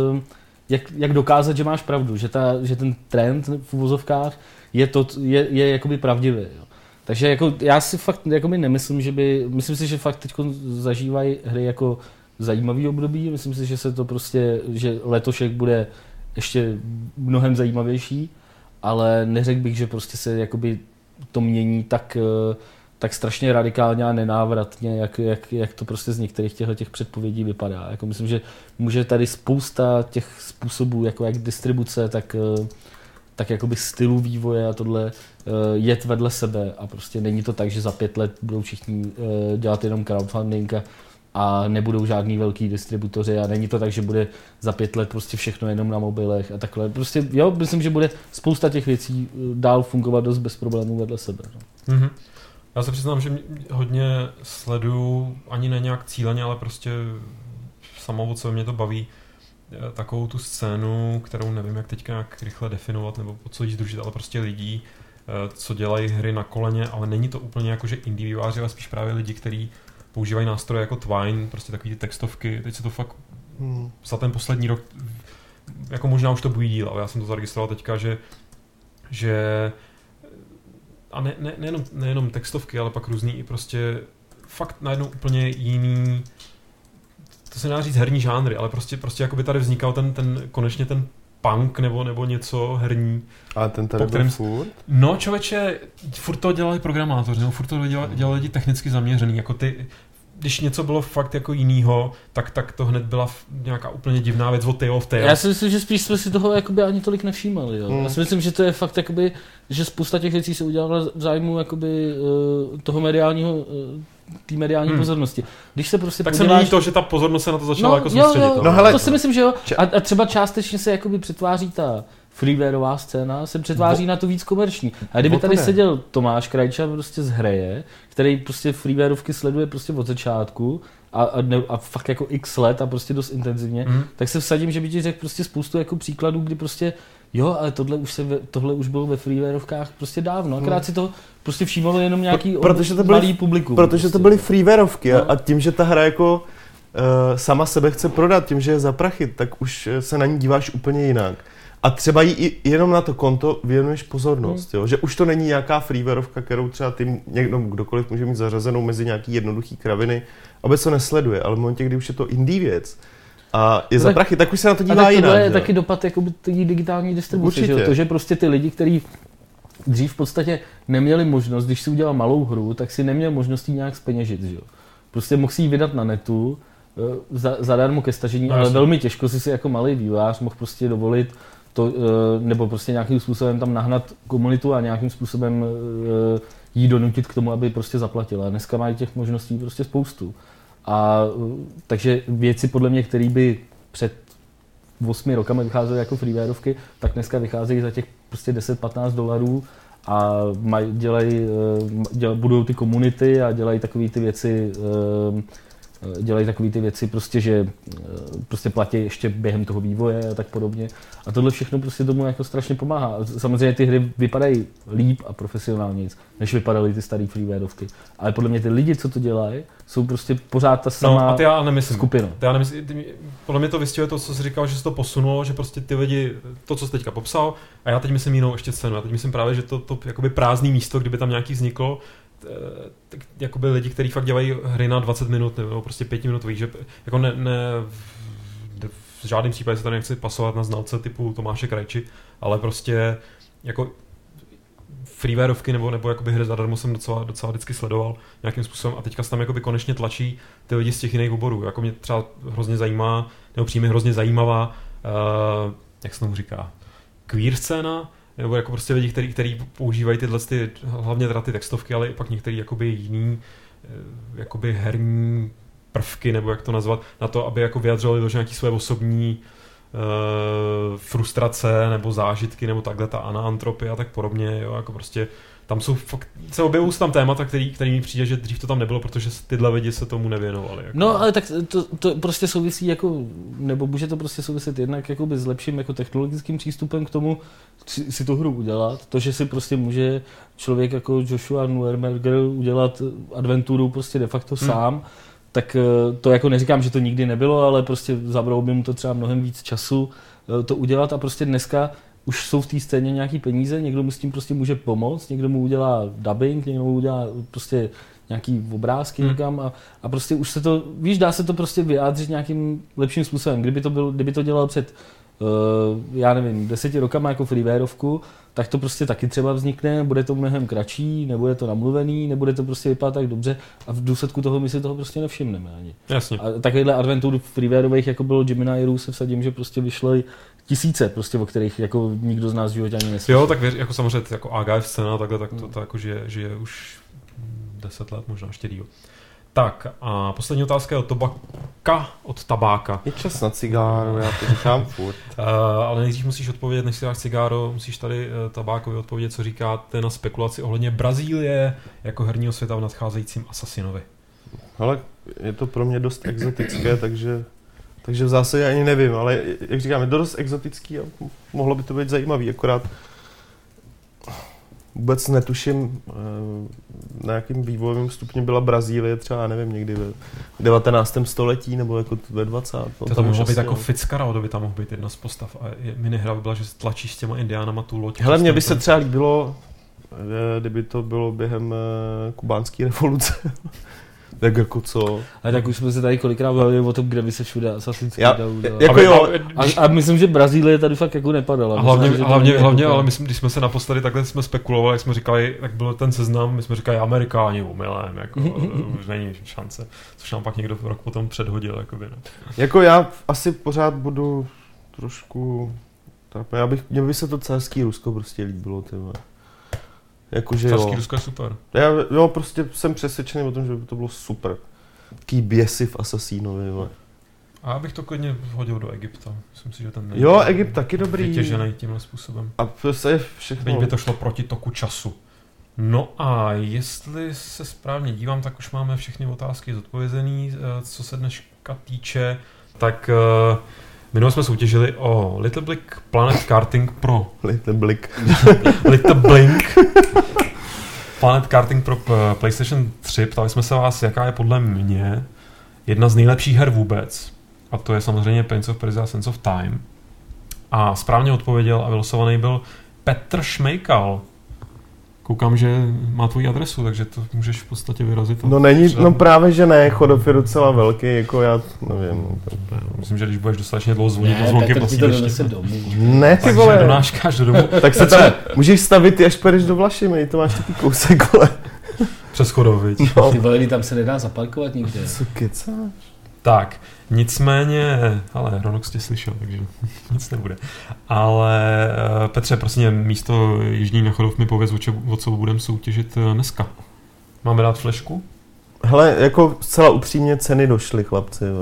jak, jak dokázat, že máš pravdu, že, ta, že ten trend v uvozovkách je, to, je, je jakoby pravdivý. Jo. Takže jako já si fakt jakoby nemyslím, že by, myslím si, že fakt teď zažívají hry jako zajímavý období, myslím si, že se to prostě, že letošek bude ještě mnohem zajímavější, ale neřekl bych, že prostě se jakoby to mění tak, tak strašně radikálně a nenávratně, jak, jak, jak to prostě z některých těchto těch předpovědí vypadá. Jako myslím, že může tady spousta těch způsobů, jako jak distribuce, tak, tak jakoby stylu vývoje a tohle jet vedle sebe a prostě není to tak, že za pět let budou všichni dělat jenom crowdfunding a, a nebudou žádný velký distributoři a není to tak, že bude za pět let prostě všechno jenom na mobilech a takhle. Prostě jo, myslím, že bude spousta těch věcí dál fungovat dost bez problémů vedle sebe. No. Mm-hmm. Já se přiznám, že hodně sleduju, ani ne nějak cíleně, ale prostě samovodce mě to baví, takovou tu scénu, kterou nevím, jak teďka nějak rychle definovat nebo po co jí združit, ale prostě lidí, co dělají hry na koleně, ale není to úplně jako, že indie vývojáři, ale spíš právě lidi, kteří používají nástroje jako Twine, prostě takový ty textovky. Teď se to fakt hmm. za ten poslední rok, jako možná už to bují díl, ale já jsem to zaregistroval teďka, že, že a ne, ne, nejenom, nejenom textovky, ale pak různý i prostě fakt najednou úplně jiný, to se nedá říct herní žánry, ale prostě, prostě jako by tady vznikal ten, ten konečně ten punk nebo, nebo něco herní. A ten tady byl furt? No člověče, furt to dělali programátoři, nebo furt to dělali, dělali lidi technicky zaměřený, jako ty, když něco bylo fakt jako jinýho, tak, tak to hned byla nějaká úplně divná věc od Tale of Tales. Já si myslím, že spíš jsme si toho jakoby ani tolik nevšímali. Jo. Hmm. Já si myslím, že to je fakt jakoby, že spousta těch věcí se udělala v zájmu jakoby, toho mediálního, té mediální hmm. pozornosti. Když se prostě tak podíváš... se mění to, že ta pozornost se na to začala no, jako soustředit. Jo, jo, no, hele, to si myslím, že jo. A, a třeba částečně se jakoby přetváří ta freewareová scéna, se přetváří Bo... na to víc komerční. A kdyby tady ne. seděl Tomáš Krajča prostě z Hraje, který prostě freewareovky sleduje prostě od začátku a, a, ne, a fakt jako x let a prostě dost intenzivně, mm. tak se vsadím, že by ti řekl prostě spoustu jako příkladů, kdy prostě jo, ale tohle už, se ve, tohle už bylo ve freewareovkách prostě dávno, akorát mm. si to prostě všímalo jenom nějaký protože to byly, malý publikum. Protože prostě. to byly freewareovky no. a tím, že ta hra jako uh, sama sebe chce prodat, tím, že je za prachy, tak už se na ní díváš úplně jinak. A třeba jí i jenom na to konto věnuješ pozornost, hmm. jo? Že už to není nějaká freewareovka, kterou třeba ty někdo, kdokoliv může mít zařazenou mezi nějaký jednoduchý kraviny, aby se nesleduje, ale v momentě, kdy už je to indie věc a je no za tak, prachy, tak už se na to dívá jinak. A tak to je taky dopad jako té digitální distribuce, že? To, že prostě ty lidi, kteří dřív v podstatě neměli možnost, když si udělal malou hru, tak si neměl možnost jí nějak zpeněžit, že jo? Prostě mohl si ji vydat na netu, za, zadarmo ke stažení, no, ale jasný. Velmi těžko si si jako malý vývojář mohl prostě dovolit to, nebo prostě nějakým způsobem tam nahnat komunitu a nějakým způsobem jí donutit k tomu, aby prostě zaplatila. Dneska mají těch možností prostě spoustu. A takže věci podle mě, které by před osmi rokama vycházely jako freewareovky, tak dneska vycházejí za těch prostě deset patnáct dolarů a maj, dělají, dělaj, budují ty komunity a dělají takové ty věci, dělají takové ty věci prostě, že prostě platí ještě během toho vývoje a tak podobně. A tohle všechno prostě tomu jako strašně pomáhá. Samozřejmě ty hry vypadají líp a profesionálně, než vypadaly ty staré freewareovky. Ale podle mě ty lidi, co to dělají, jsou prostě pořád ta samá no, a ty já nemyslím, skupina. Ty já nemyslím, ty, podle mě to vystihuje to, co jsi říkal, že se to posunulo, že prostě ty lidi, to, co jsi teďka popsal, a já teď myslím jinou ještě scénu. Já teď myslím právě, že to, to jakoby prázdné místo, kdyby tam nějaký vzniklo, tak jakoby lidi, kteří fakt dělají hry na dvacet minut nebo prostě pět minut, že jako ne, ne v žádném případě se tady nechci pasovat na znalce typu Tomáše Krajči, ale prostě jako freewareovky nebo, nebo jakoby hry zadarmo jsem docela, docela vždycky sledoval nějakým způsobem a teďka se tam jakoby konečně tlačí ty lidi z těch jiných oborů. Jako mě třeba hrozně zajímá, nebo přímě hrozně zajímavá, uh, jak se tomu říká, queer scéna, nebo jako prostě lidi, kteří, kteří používají tyhle ty, hlavně teda ty textovky, ale i pak některý jakoby jiný jakoby herní prvky, nebo jak to nazvat, na to, aby jako vyjadřovali do nějaký své osobní uh, frustrace, nebo zážitky, nebo takhle ta anaantropie a tak podobně, jo, jako prostě tam jsou fakt, se objevují tam témata, který, který mi přijde, že dřív to tam nebylo, protože tyhle lidi se tomu nevěnovali. Jako. No, ale tak to, to prostě souvisí jako, nebo může to prostě souviset jednak jakoby s lepším jako technologickým přístupem k tomu si, si tu hru udělat. To, že si prostě může člověk jako Joshua Nuermerger udělat adventuru prostě de facto hmm. sám, tak to jako neříkám, že to nikdy nebylo, ale prostě zabralo by mu to třeba mnohem víc času to udělat a prostě dneska už jsou v té scéně nějaký peníze, někdo mu s tím prostě může pomoct, někdo mu udělá dubbing, někdo mu udělá prostě nějaký obrázky hmm. někam a, a prostě už se to, víš, dá se to prostě vyjádřit nějakým lepším způsobem. Kdyby to, byl, kdyby to dělal před, uh, já nevím, deseti rokama jako freewareovku, tak to prostě taky třeba vznikne, bude to mnohem kratší, nebude to namluvený, nebude to prostě vypadat tak dobře a v důsledku toho my si toho prostě nevšimneme ani. Jasně. A takovýhle adventur freewareových, jako bylo Gemini Rue, se vsadím, že prostě vyšly tisíce, prostě, o kterých jako nikdo z nás v životě ani neslyšel. Jo, tak věř, jako samozřejmě jako A G F scéna, takhle, tak to, to jako žije, žije už deset let, možná ještě díl. Tak a poslední otázka je od Tobaka, od Tabáka. Je čas na cigáro, já to říkám furt. Uh, ale nejdřív musíš odpovědět, než si dáš cigáro, musíš tady uh, Tabákovi odpovědět, co říkáte na spekulaci ohledně Brazílie jako herního světa v nadcházejícím Assassinovi. Ale je to pro mě dost exotické, takže, takže v zásadě ani nevím, ale jak říkám, je to dost exotický a mohlo by to být zajímavý, akorát vůbec netuším, na jakým vývojovém stupni byla Brazílie, třeba, nevím, někdy ve devatenáctém století, nebo jako ve dvacátém To tam mohlo být jako Fitzcarraldo by tam mohl být jedna z postav a minihra by byla, že tlačíš s těma indiánama tu loď. Hele, mně by se třeba líbilo, kdyby to bylo během kubánské revoluce. Tak jako co? Ale tak už jsme se tady kolikrát bavili o tom, kde by se všude Assassin's Creed udělal. Jako jo. A, a myslím, že Brazílie tady fakt jako nepadala. A hlavně, myslím, hlavně, hlavně ale myslím, když jsme se naposledy takhle jsme spekulovali, jak jsme říkali, tak byl ten seznam, my jsme říkali Amerikáni omylem, jako už není šance, což nám pak někdo rok potom předhodil. Jakoby, ne. Jako já asi pořád budu trošku, já bych, mě by se to carský Rusko prostě líbilo, tyhle. Jakože Carský Rusko je super. Já jo, prostě jsem přesvědčený o tom, že by to bylo super. Taký běsy v Assassinovi. A já bych to klidně hodil do Egypta. Myslím si, že ten nejde. Jo, Egypt taky dobrý. Vytěžený tímhle způsobem. A to je všechno. Teď by to šlo proti toku času. No a jestli se správně dívám, tak už máme všechny otázky zodpovězený, co se dneška týče. Tak uh, minule jsme soutěžili o Little Blink Planet Karting Pro. Little Blink. Little Blink. Planet Karting pro PlayStation tři. Ptali jsme se vás, jaká je podle mě jedna z nejlepších her vůbec. A to je samozřejmě Prince of Persia Sands of Time. A správně odpověděl a vylosovaný byl Petr Šmejkal. Koukám, že má tvoji adresu, takže to můžeš v podstatě vyrazit. No není, třeba... no právě, že ne, Chodov je docela velký, jako já, nevím. No, myslím, že když budeš dostatečně dlouho zvonit, to zvonky posílíš. Ne, ty vole. Takže donáškáš do domu. Tak se tam můžeš stavit, až půjdeš do Vlašimi, to máš taky kousek, vole. Přes Chodov, viď? No. Ty vole, tam se nedá zaparkovat nikde. Co kecáš? Tak, nicméně, ale Ronox tě slyšel, takže nic nebude. Ale Petře, prosím, místo Jižní na Chodov mi pověz, o co budeme soutěžit dneska. Máme dát flešku? Hele, jako zcela upřímně ceny došly, chlapci. Ve.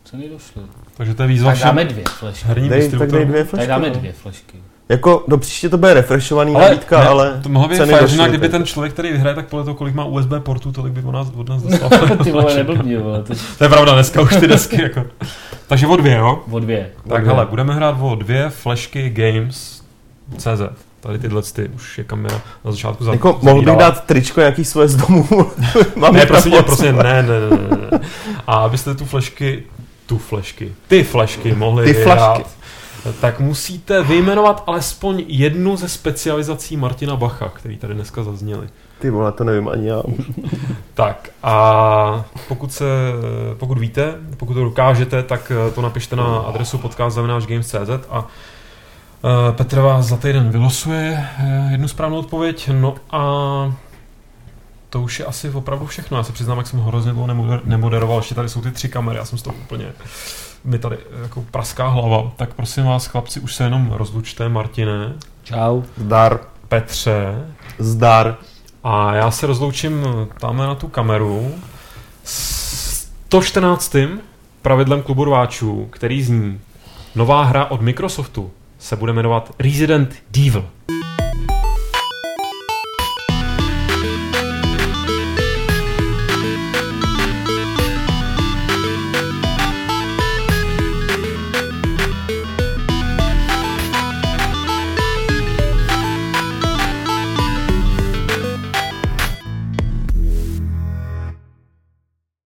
Ceny došly. Takže to je výzva všem. Tak dáme dvě flešky. Herní dej, tak dej dvě flešky. Tak dáme dvě flešky. Jako do příště to bude refreshovaný ale nabídka, ne, ale to mohlo být fajn, kdyby ten člověk, který vyhraje, tak podle toho, kolik má U S B portů, tolik by od nás, od nás dostal. Ty vole, neblbý, vole. To... to je pravda, dneska už ty desky jako. Takže o dvě, jo? O dvě. Tak hele, budeme hrát o dvě flešky Games C Z. Tady tyhle ty už je kamera na začátku za. Jako mohl bych dát tričko nějaký svoje z domu. Ne, prosím tě, prosím, ne, ne, ne, ne. A abyste tu flešky, tu flešky, ty flešky mohli ty flešky. Tak musíte vyjmenovat alespoň jednu ze specializací Martina Bacha, který tady dneska zazněli. Ty vole, to nevím ani já. Tak a pokud, se, pokud víte, pokud to dokážete, tak to napište na adresu podcast zavináč games tečka cé zet a Petr vás za týden vylosuje jednu správnou odpověď. No a to už je asi opravdu všechno. Já se přiznám, jak jsem hrozně dlouho nemoderoval. Ještě tady jsou ty tři kamery, já jsem z toho úplně... mi tady jako praská hlava. Tak prosím vás, chlapci, už se jenom rozlučte. Martine. Čau. Zdar. Petře. Zdar. A já se rozloučím tamhle na tu kameru s sto čtrnáctým pravidlem klubu rváčů, který zní: nová hra od Microsoftu se bude jmenovat Resident Evil.